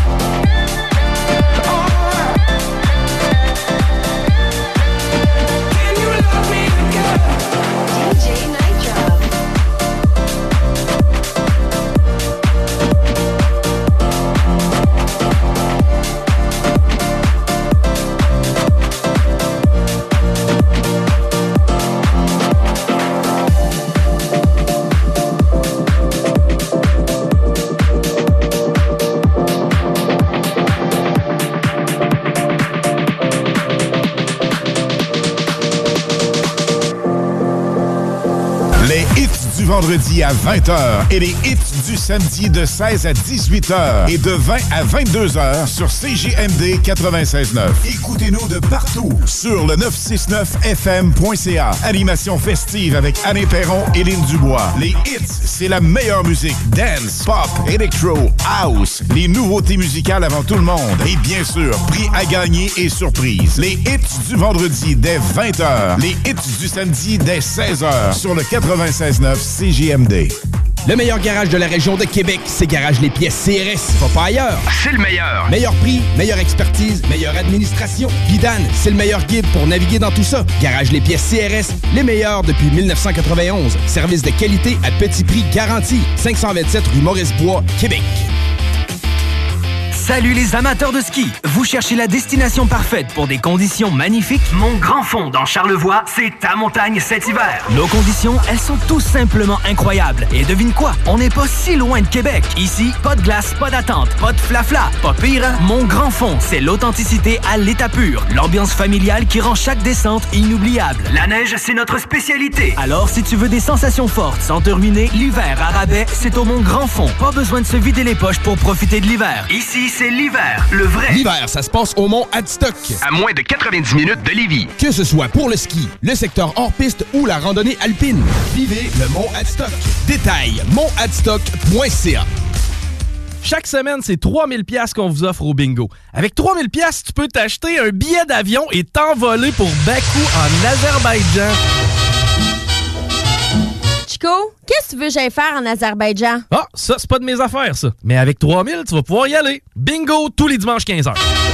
Can you love me again? DJ Nitro. Les hits du vendredi à 20h et les hits du samedi de 16 à 18h et de 20 à 22h sur CJMD 96.9. Écoutez-nous de partout sur le 969fm.ca. Animation festive avec Alain Perron et Lynn Dubois. Les hits, c'est la meilleure musique. Dance, pop, electro, house. Les nouveautés musicales avant tout le monde. Et bien sûr, prix à gagner et surprise. Les hits du vendredi dès 20h. Les hits du samedi dès 16h sur le 96.9 CJMD. Le meilleur garage de la région de Québec, c'est Garage Les Pièces CRS. Va pas ailleurs. C'est le meilleur. Meilleur prix, meilleure expertise, meilleure administration. Guidane, c'est le meilleur guide pour naviguer dans tout ça. Garage Les Pièces CRS, les meilleurs depuis 1991. Service de qualité à petit prix garanti. 527 rue Maurice-Bois, Québec. Salut les amateurs de ski! Vous cherchez la destination parfaite pour des conditions magnifiques? Mon Grand Fond dans Charlevoix, c'est ta montagne cet hiver. Nos conditions, elles sont tout simplement incroyables. Et devine quoi? On n'est pas si loin de Québec. Ici, pas de glace, pas d'attente, pas de flafla. Pas pire, hein? Mon Grand Fond, c'est l'authenticité à l'état pur. L'ambiance familiale qui rend chaque descente inoubliable. La neige, c'est notre spécialité. Alors, si tu veux des sensations fortes sans te ruiner, l'hiver à rabais, c'est au Mont Grand Fond. Pas besoin de se vider les poches pour profiter de l'hiver. Ici, c'est l'hiver, le vrai. L'hiver, ça se passe au Mont Adstock. À moins de 90 minutes de Lévis. Que ce soit pour le ski, le secteur hors-piste ou la randonnée alpine. Vivez le Mont Adstock. Détail, montadstock.ca. Chaque semaine, c'est 3000 pièces qu'on vous offre au bingo. Avec 3000 pièces, tu peux t'acheter un billet d'avion et t'envoler pour Bakou en Azerbaïdjan. Chico, qu'est-ce que tu veux que j'aille faire en Azerbaïdjan? Ah, ça, c'est pas de mes affaires, ça. Mais avec 3000, tu vas pouvoir y aller. Bingo, tous les dimanches 15h.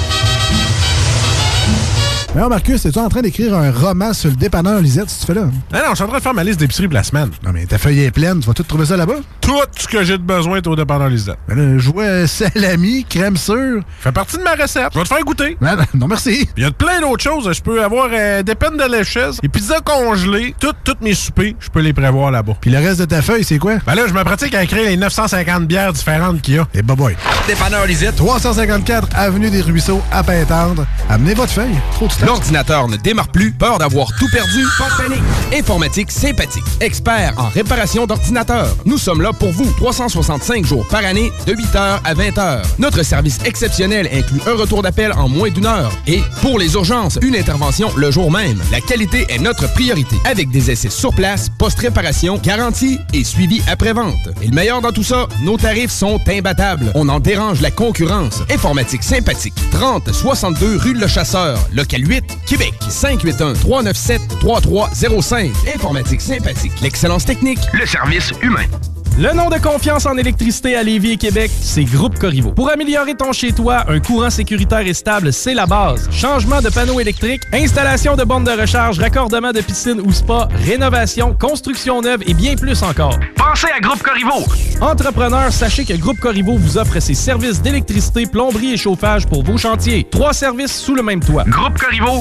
Alors Marcus, es-tu en train d'écrire un roman sur le dépanneur Lisette, si tu fais là? Ah non, je suis en train de faire ma liste d'épicerie pour la semaine. Non, mais ta feuille est pleine, tu vas tout trouver ça là-bas? Tout ce que j'ai de besoin est au dépanneur Lisette. Ben là, je vois salami, crème sûre. Fait partie de ma recette. Je vais te faire goûter. Non, merci. Il y a plein d'autres choses. Je peux avoir des peines de lécheuse, des pizzas congelées, toutes mes soupers, je peux les prévoir là-bas. Puis le reste de ta feuille, c'est quoi? Ben là, je me pratique à écrire les 950 bières différentes qu'il y a. Et boy. Dépanneur Lisette. 354 Avenue des Ruisseaux, à Pintendre. Amenez votre feuille. Trop de temps. L'ordinateur ne démarre plus, peur d'avoir tout perdu? Pas de panique! Informatique Sympathique, expert en réparation d'ordinateurs. Nous sommes là pour vous, 365 jours par année, de 8h à 20h. Notre service exceptionnel inclut un retour d'appel en moins d'1 heure. Et pour les urgences, une intervention le jour même. La qualité est notre priorité. Avec des essais sur place, post-réparation, garantie et suivi après-vente. Et le meilleur dans tout ça, nos tarifs sont imbattables. On en dérange la concurrence. Informatique Sympathique, 3062 rue Le Chasseur, local 8, Québec. 581-397-3305. Informatique Sympathique, l'excellence technique, le service humain. Le nom de confiance en électricité à Lévis et Québec, c'est Groupe Corriveau. Pour améliorer ton chez-toi, un courant sécuritaire et stable, c'est la base. Changement de panneaux électriques, installation de bornes de recharge, raccordement de piscine ou spa, rénovation, construction neuve et bien plus encore. Pensez à Groupe Corriveau. Entrepreneurs, sachez que Groupe Corriveau vous offre ses services d'électricité, plomberie et chauffage pour vos chantiers. 3 services sous le même toit. Groupe Corriveau,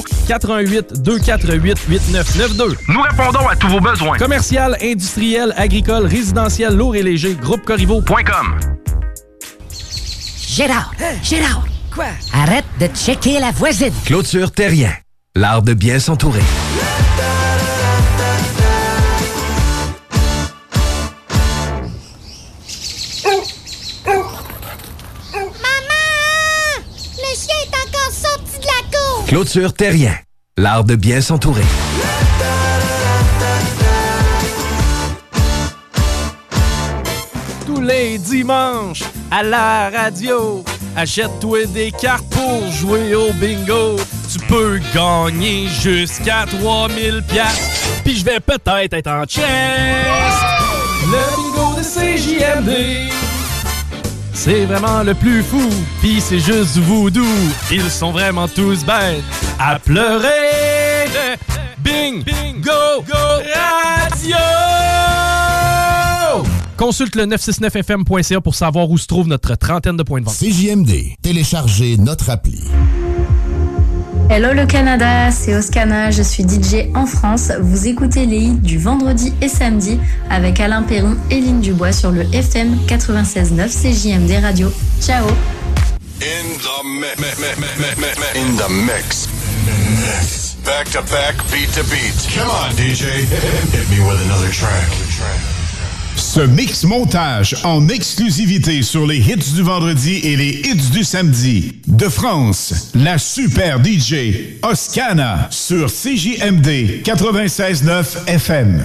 88-248-8992. Nous répondons à tous vos besoins. Commercial, industriel, agricole, résidentiel, lourd et léger, groupecorriveau.com. Gérard! Quoi? Arrête de checker la voisine! Clôture Terrien, l'art de bien s'entourer. Maman! Le chien est encore sorti de la cour! Clôture Terrien, l'art de bien s'entourer. Tous les dimanches, à la radio, achète-toi des cartes pour jouer au bingo. Tu peux gagner jusqu'à 3000$. Puis je vais peut-être être en chest. Le bingo de CJMD, c'est vraiment le plus fou. Puis c'est juste du voodoo. Ils sont vraiment tous bêtes à pleurer. Bingo Radio! Consulte le 969fm.ca pour savoir où se trouve notre trentaine de points de vente. CJMD, téléchargez notre appli. Hello le Canada, c'est Oscana, je suis DJ en France. Vous écoutez les hits du vendredi et samedi avec Alain Perron et Lynn Dubois sur le FM 96.9 CJMD Radio. Ciao. In the mix. Back to back, beat to beat. Come on, DJ. Hit me with another track. Ce mix montage en exclusivité sur les hits du vendredi et les hits du samedi. De France, la super DJ Oscana sur CJMD 96.9 FM.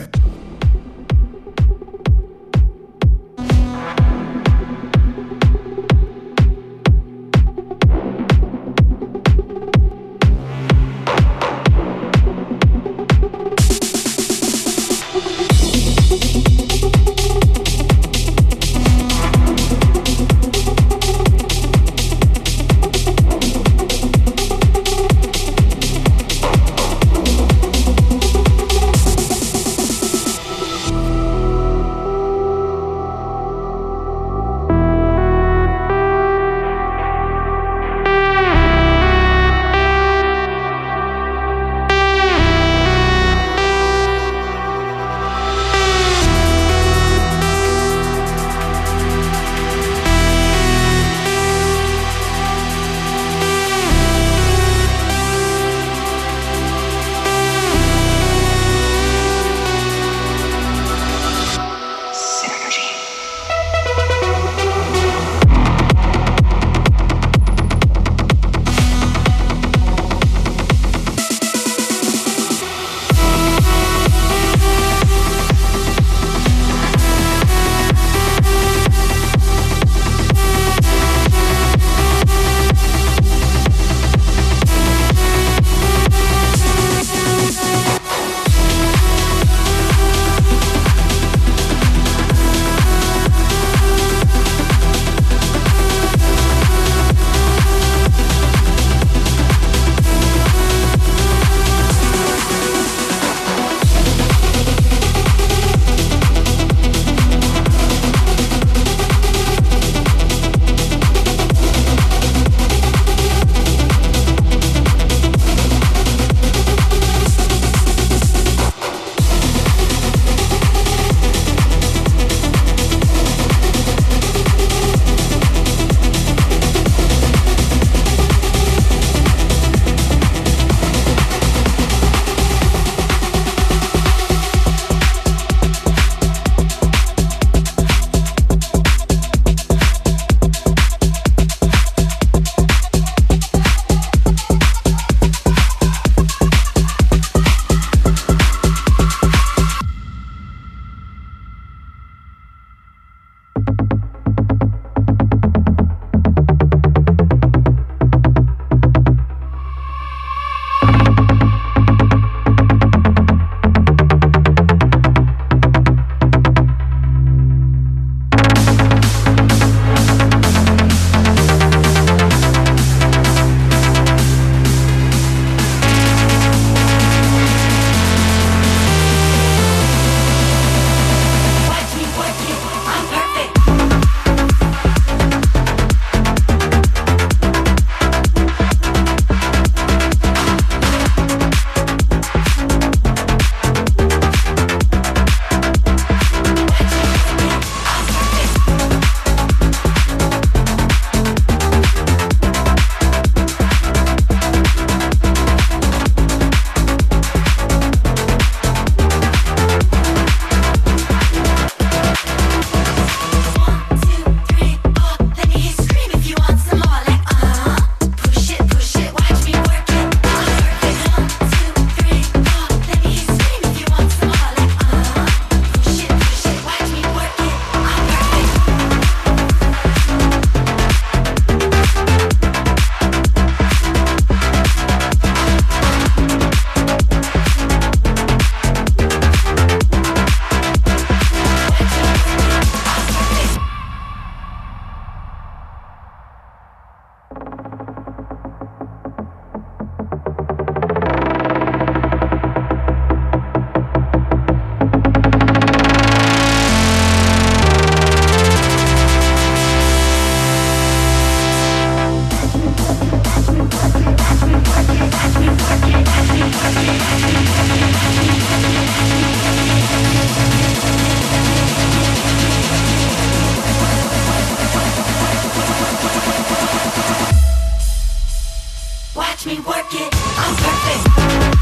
Watch me work it, I'm perfect.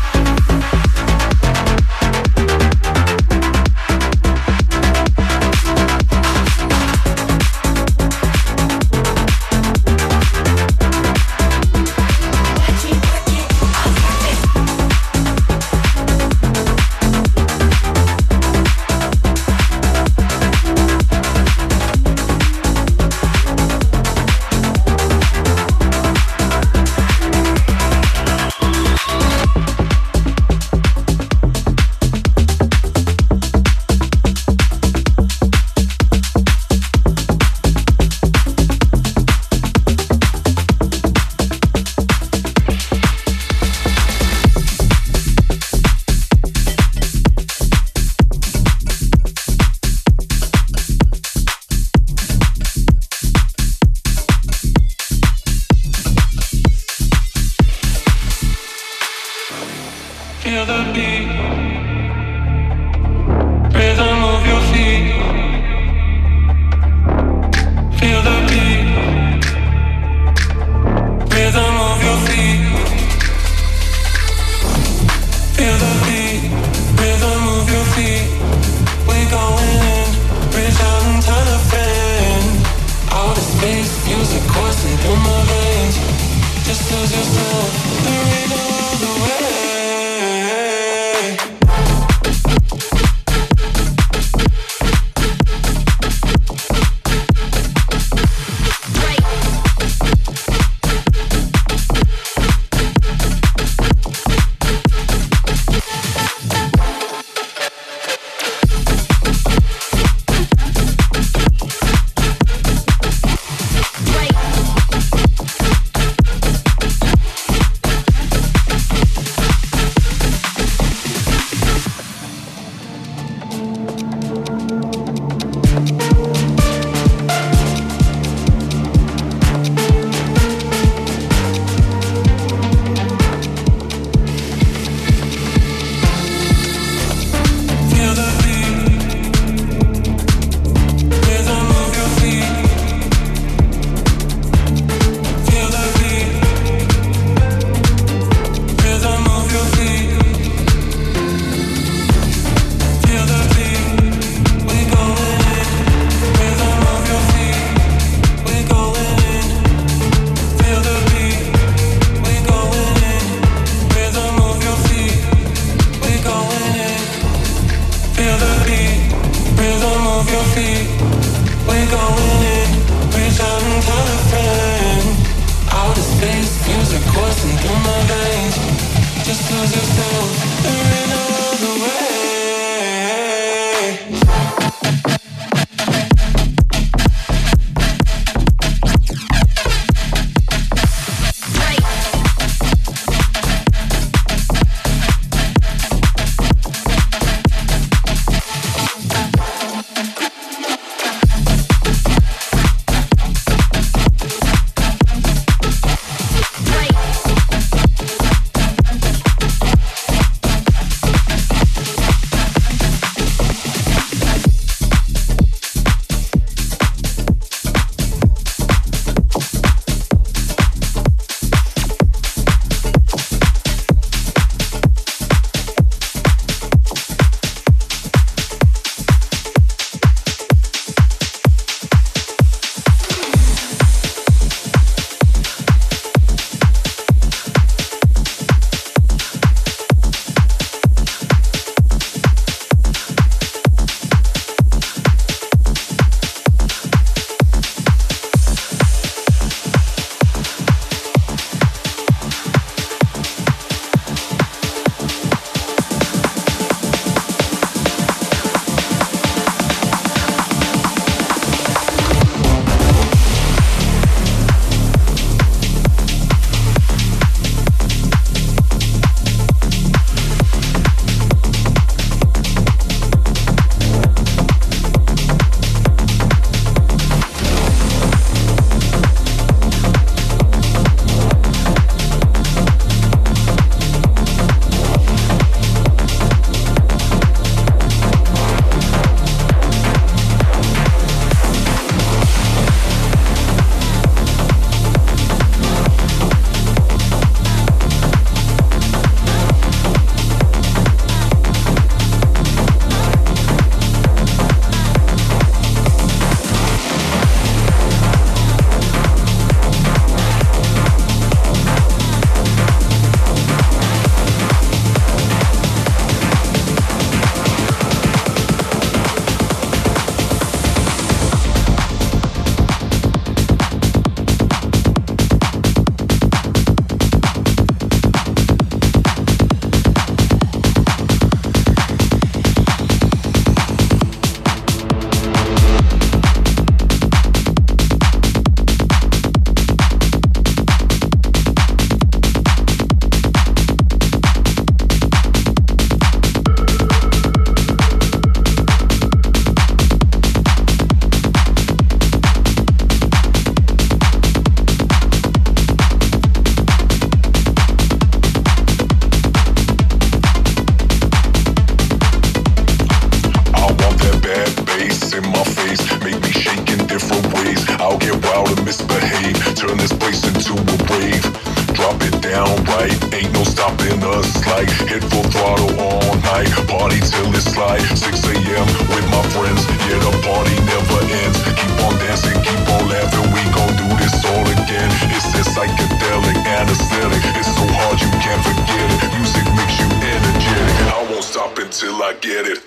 misbehave. Turn this place into a rave. Drop it down right, ain't no stopping us. Like hit full throttle all night, party till it's like 6 a.m. with my friends. Yeah, the party never ends. Keep on dancing, keep on laughing. We gon' do this all again. It's that psychedelic anesthetic. It's so hard you can't forget it. Music makes you energetic. I won't stop until I get it.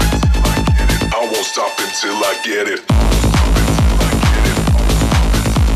Till I get it.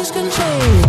lose control.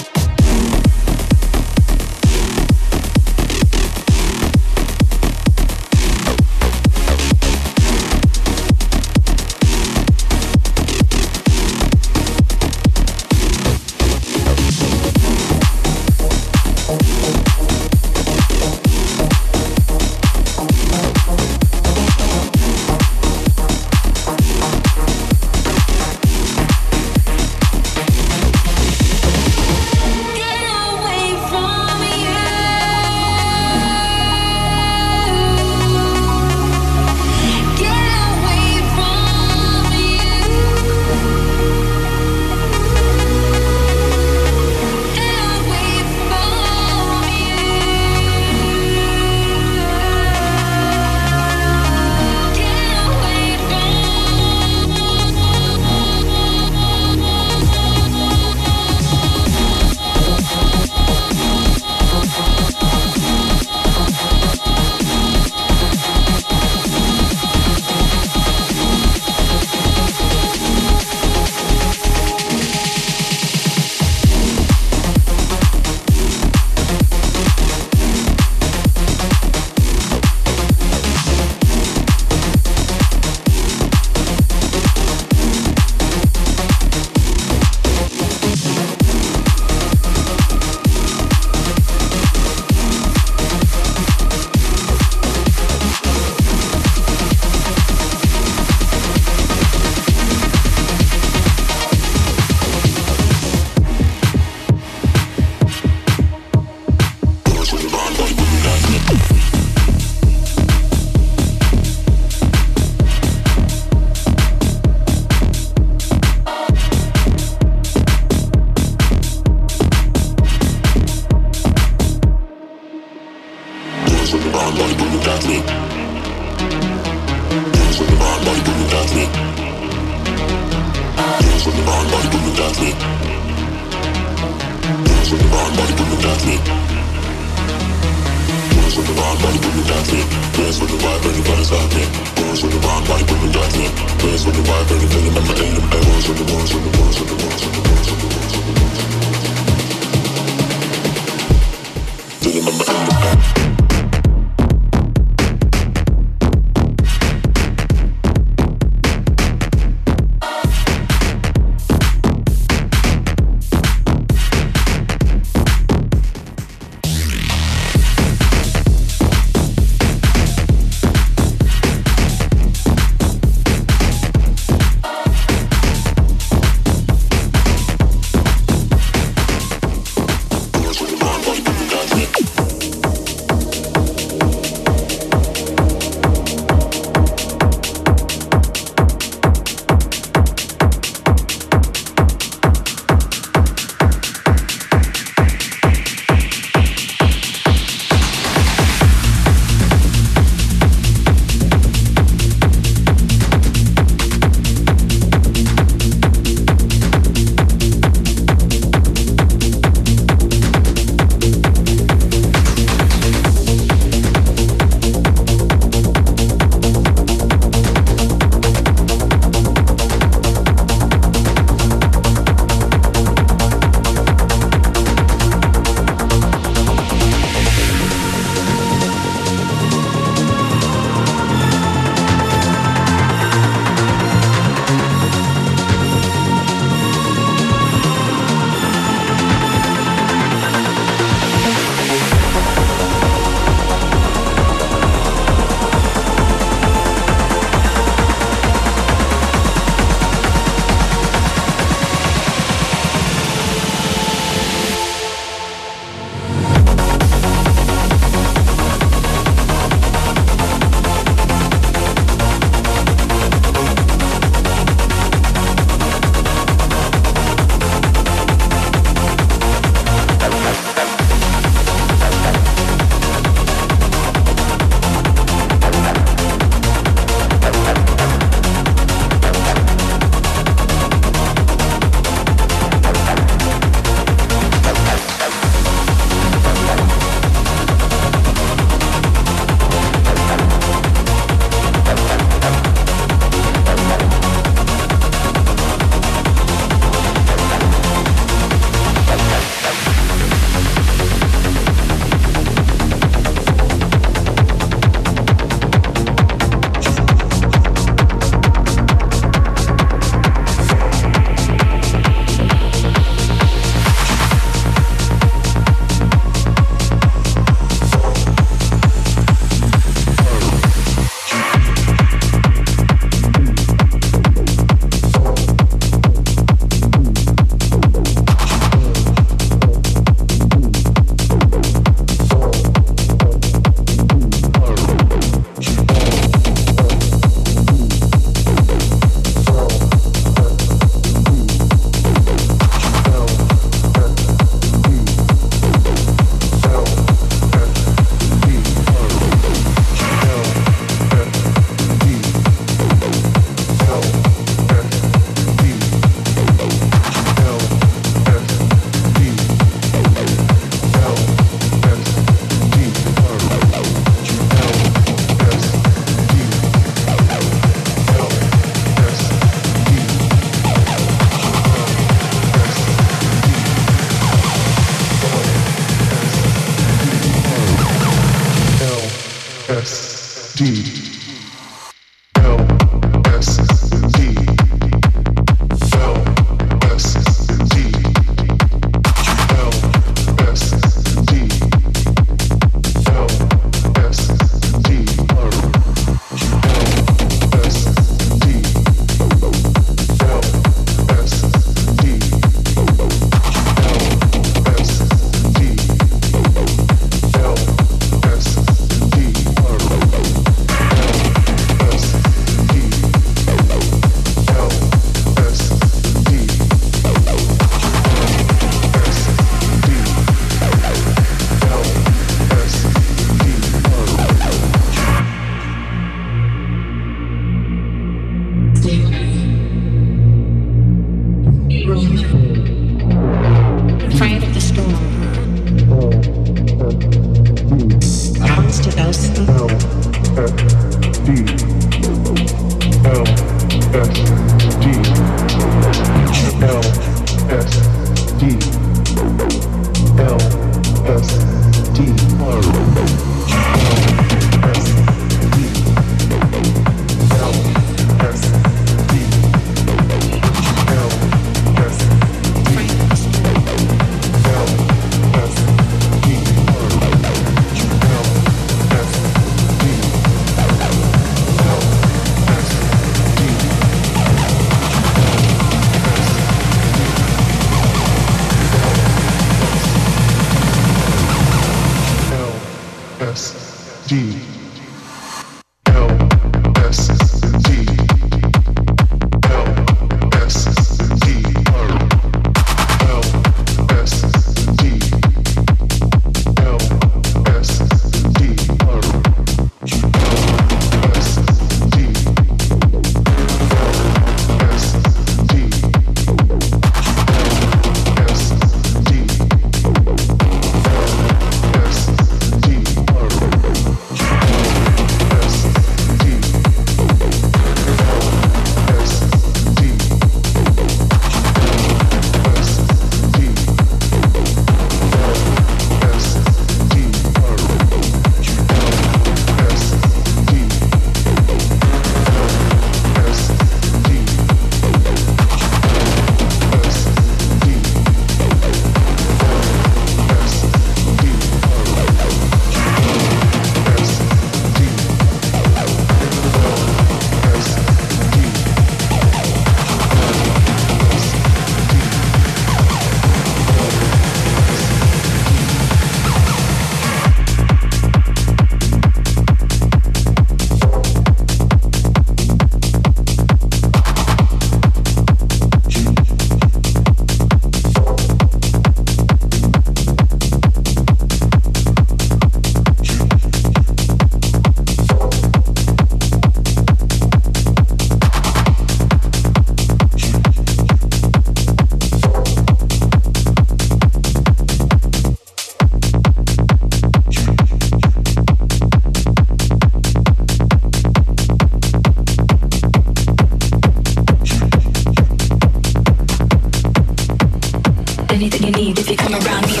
Anything you need if you come around me.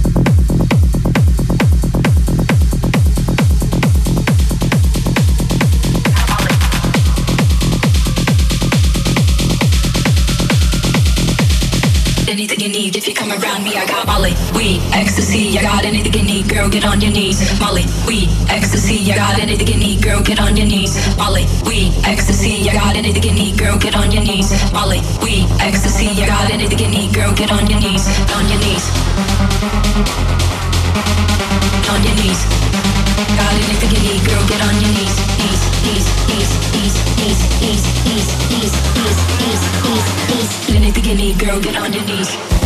Anything you need if you come around me. I got Molly, weed, ecstasy. I got anything you need, girl, get on your knees. Molly, weed, ecstasy. I got anything you need, girl, get on your knees. Molly, weed, ecstasy. I got anything you need, girl, get on your knees. Molly, weed, ecstasy. I got anything you need, girl, get on your knees. On your knees. On your knees. Got anything you need, girl, get on your knees. Knees, knees, knees, knees, knees, knees, knees, knees, knees, knees, knees, knees. Anything you need, girl, get on your knees.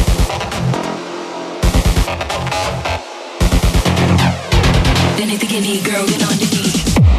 Anything you need, girl, get on your knees.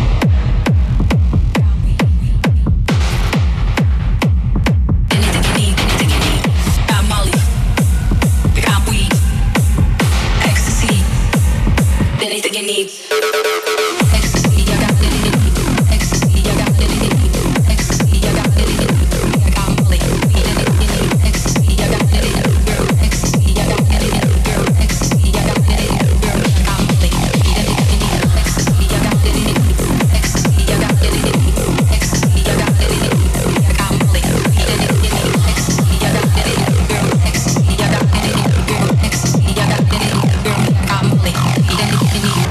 Anything you need, anything you need. Got Molly, got weed, ecstasy. Anything you need. Ecstasy, I got anything you need. Ecstasy, I got anything you need. Ecstasy, I got anything you need. I got Molly, weed, anything you need. Ecstasy, I got anything you need, girl. Ecstasy, I got anything you need, girl. Ecstasy, I got anything you need, girl. I got Molly, weed, anything you need. Ecstasy, I got anything you need. Ecstasy, I got anything you need. Ecstasy, I got anything you need. I got Molly, weed, anything you need. Ecstasy, I got anything you need, girl. Ecstasy, I got anything you need, girl. Ecstasy, I got anything you need, girl. I got Molly, weed, anything you need.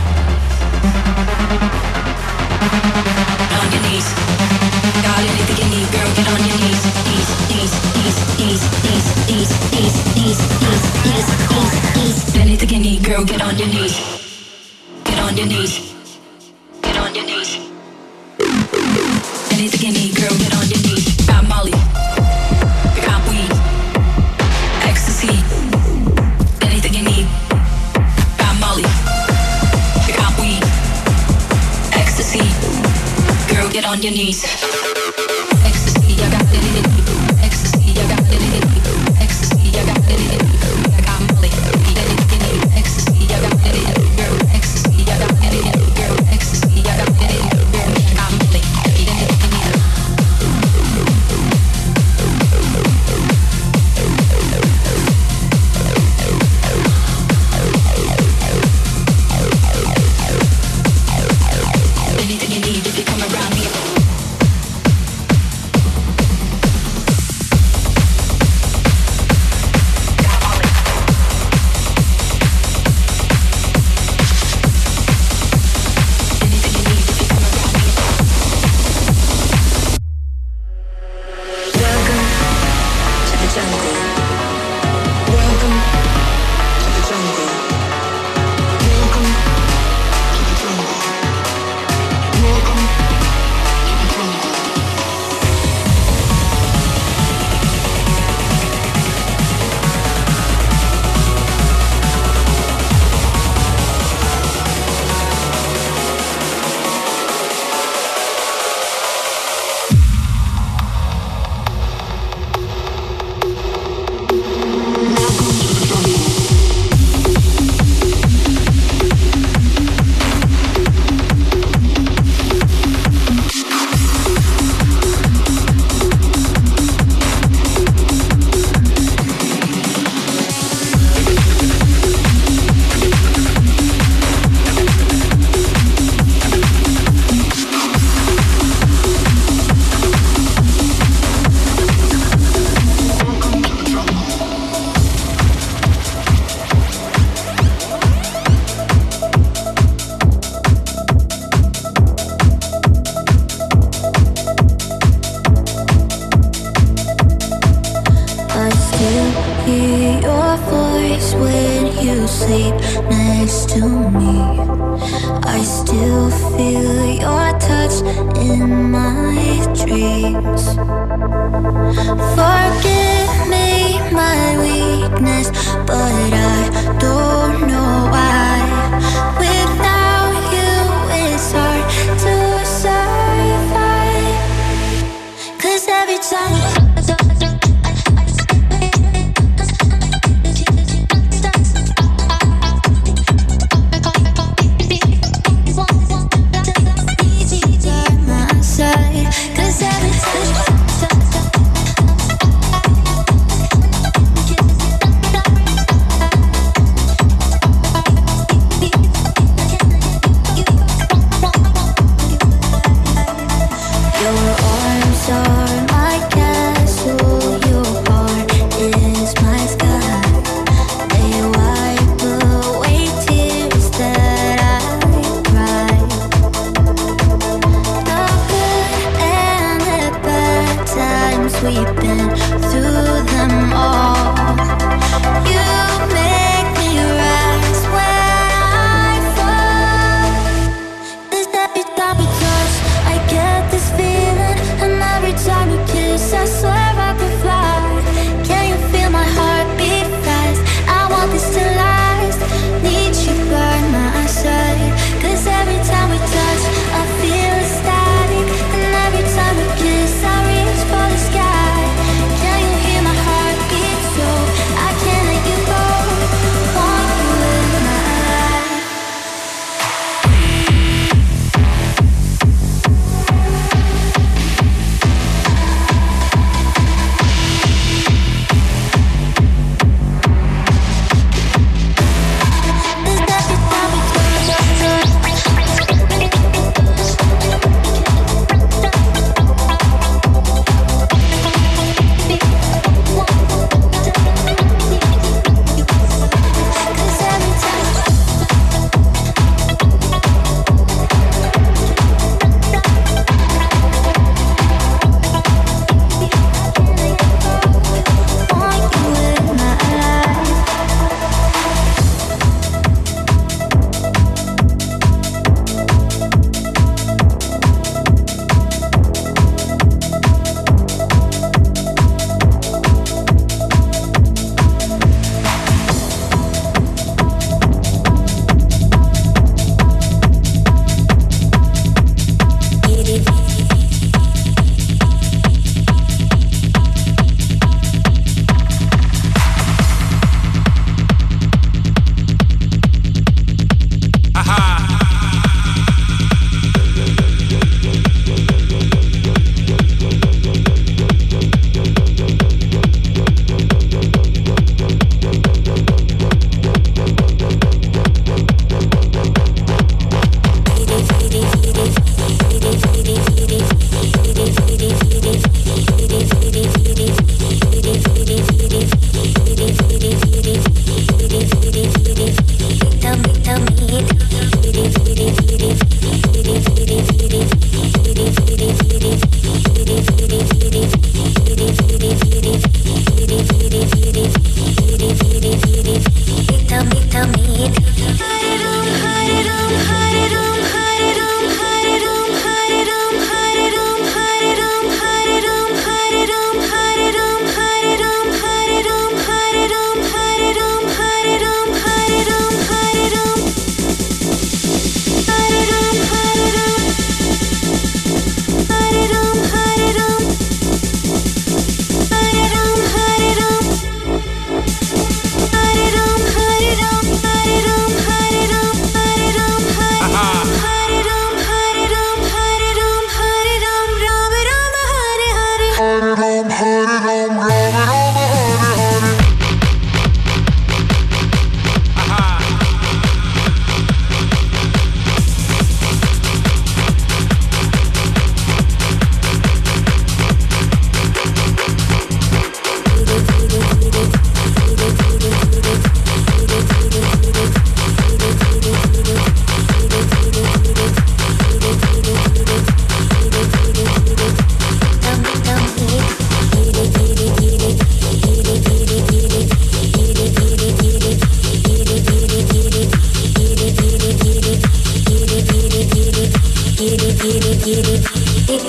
On your knees. Got anything you need, girl, get on your knees. Knees, knees, knees, knees, knees, knees, knees, knees, knees, knees, knees, knees. Anything you need, girl, get on your knees. Get on your knees. Get on your knees. Anything you need, girl, get on your knees. Got Molly. Got weed. Ecstasy. Anything you need. Got Molly. Got weed. Ecstasy. Girl, get on your knees. Ecstasy, I got anything you need. Ecstasy, I got anything you need. Ecstasy, I got anything you need. I got Molly, weed, anything you need. Ecstasy, I got anything you need, girl. Ecstasy, I got anything you need, girl. Ecstasy, I got anything you need, girl. I got Molly, weed, anything you need. to me. I still feel your touch in my dreams. Forgive me my weakness, but I don't know why. Without you it's hard to survive. 'Cause every time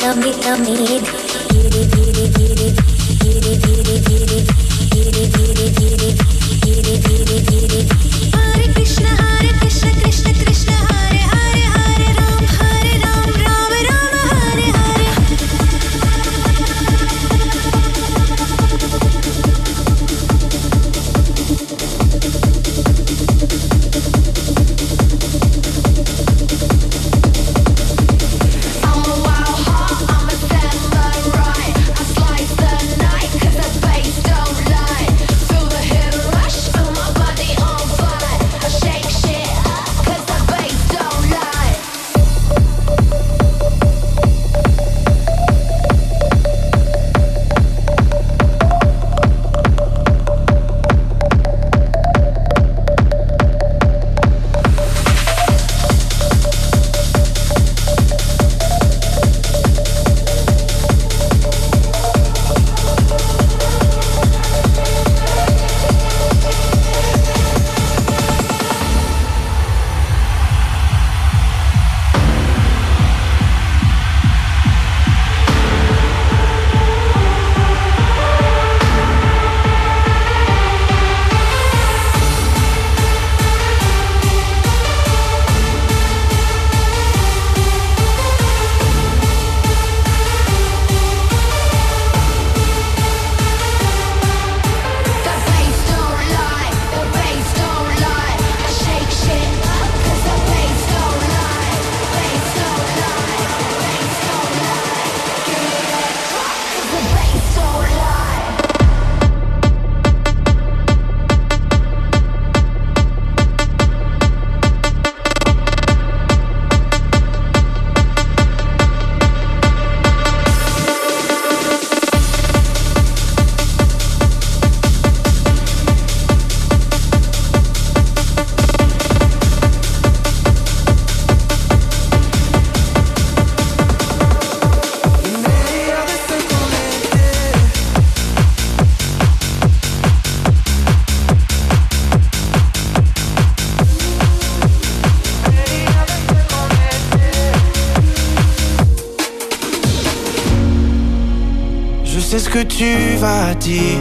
sais ce que tu vas dire,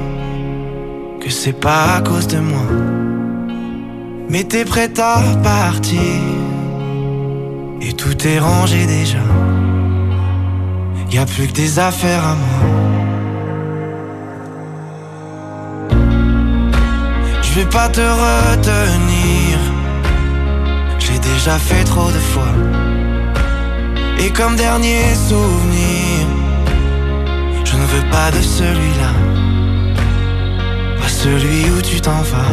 que c'est pas à cause de moi, mais t'es prête à partir, et tout est rangé déjà. Y'a plus que des affaires à moi. Je vais pas te retenir, j'ai déjà fait trop de fois. Et comme dernier souvenir, je ne veux pas de celui-là, pas celui où tu t'en vas.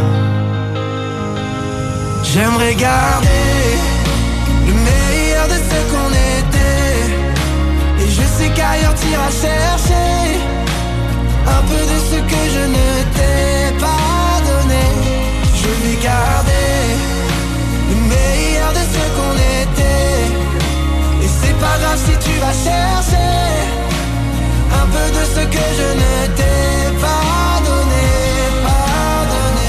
J'aimerais garder le meilleur de ce qu'on était, et je sais qu'ailleurs t'iras chercher un peu de ce que je ne t'ai pas donné. Je vais garder le meilleur de ce qu'on était, et c'est pas grave si tu vas chercher un peu de ce que je ne t'ai pas donné, pas donné.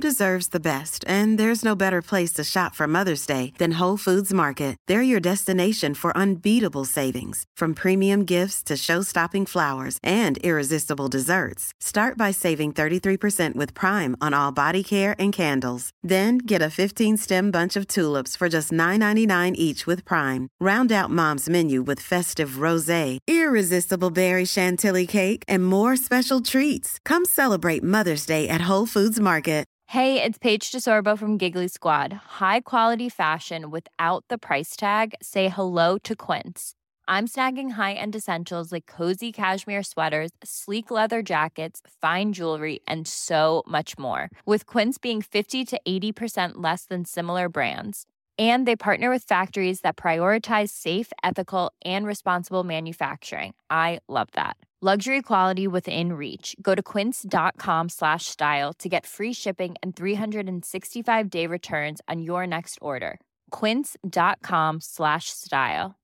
deserves the best, and there's no better place to shop for Mother's Day than Whole Foods Market. They're your destination for unbeatable savings, from premium gifts to show-stopping flowers and irresistible desserts. Start by saving 33% with Prime on all body care and candles. Then get a 15-stem bunch of tulips for just $9.99 each with Prime. Round out Mom's menu with festive rosé, irresistible berry chantilly cake, and more special treats. Come celebrate Mother's Day at Whole Foods Market. Hey, it's Paige DeSorbo from Giggly Squad. High quality fashion without the price tag. Say hello to Quince. I'm snagging high-end essentials like cozy cashmere sweaters, sleek leather jackets, fine jewelry, and so much more. With Quince being 50 to 80% less than similar brands. And they partner with factories that prioritize safe, ethical, and responsible manufacturing. I love that. Luxury quality within reach. Go to quince.com/style to get free shipping and 365-day returns on your next order. Quince.com/style.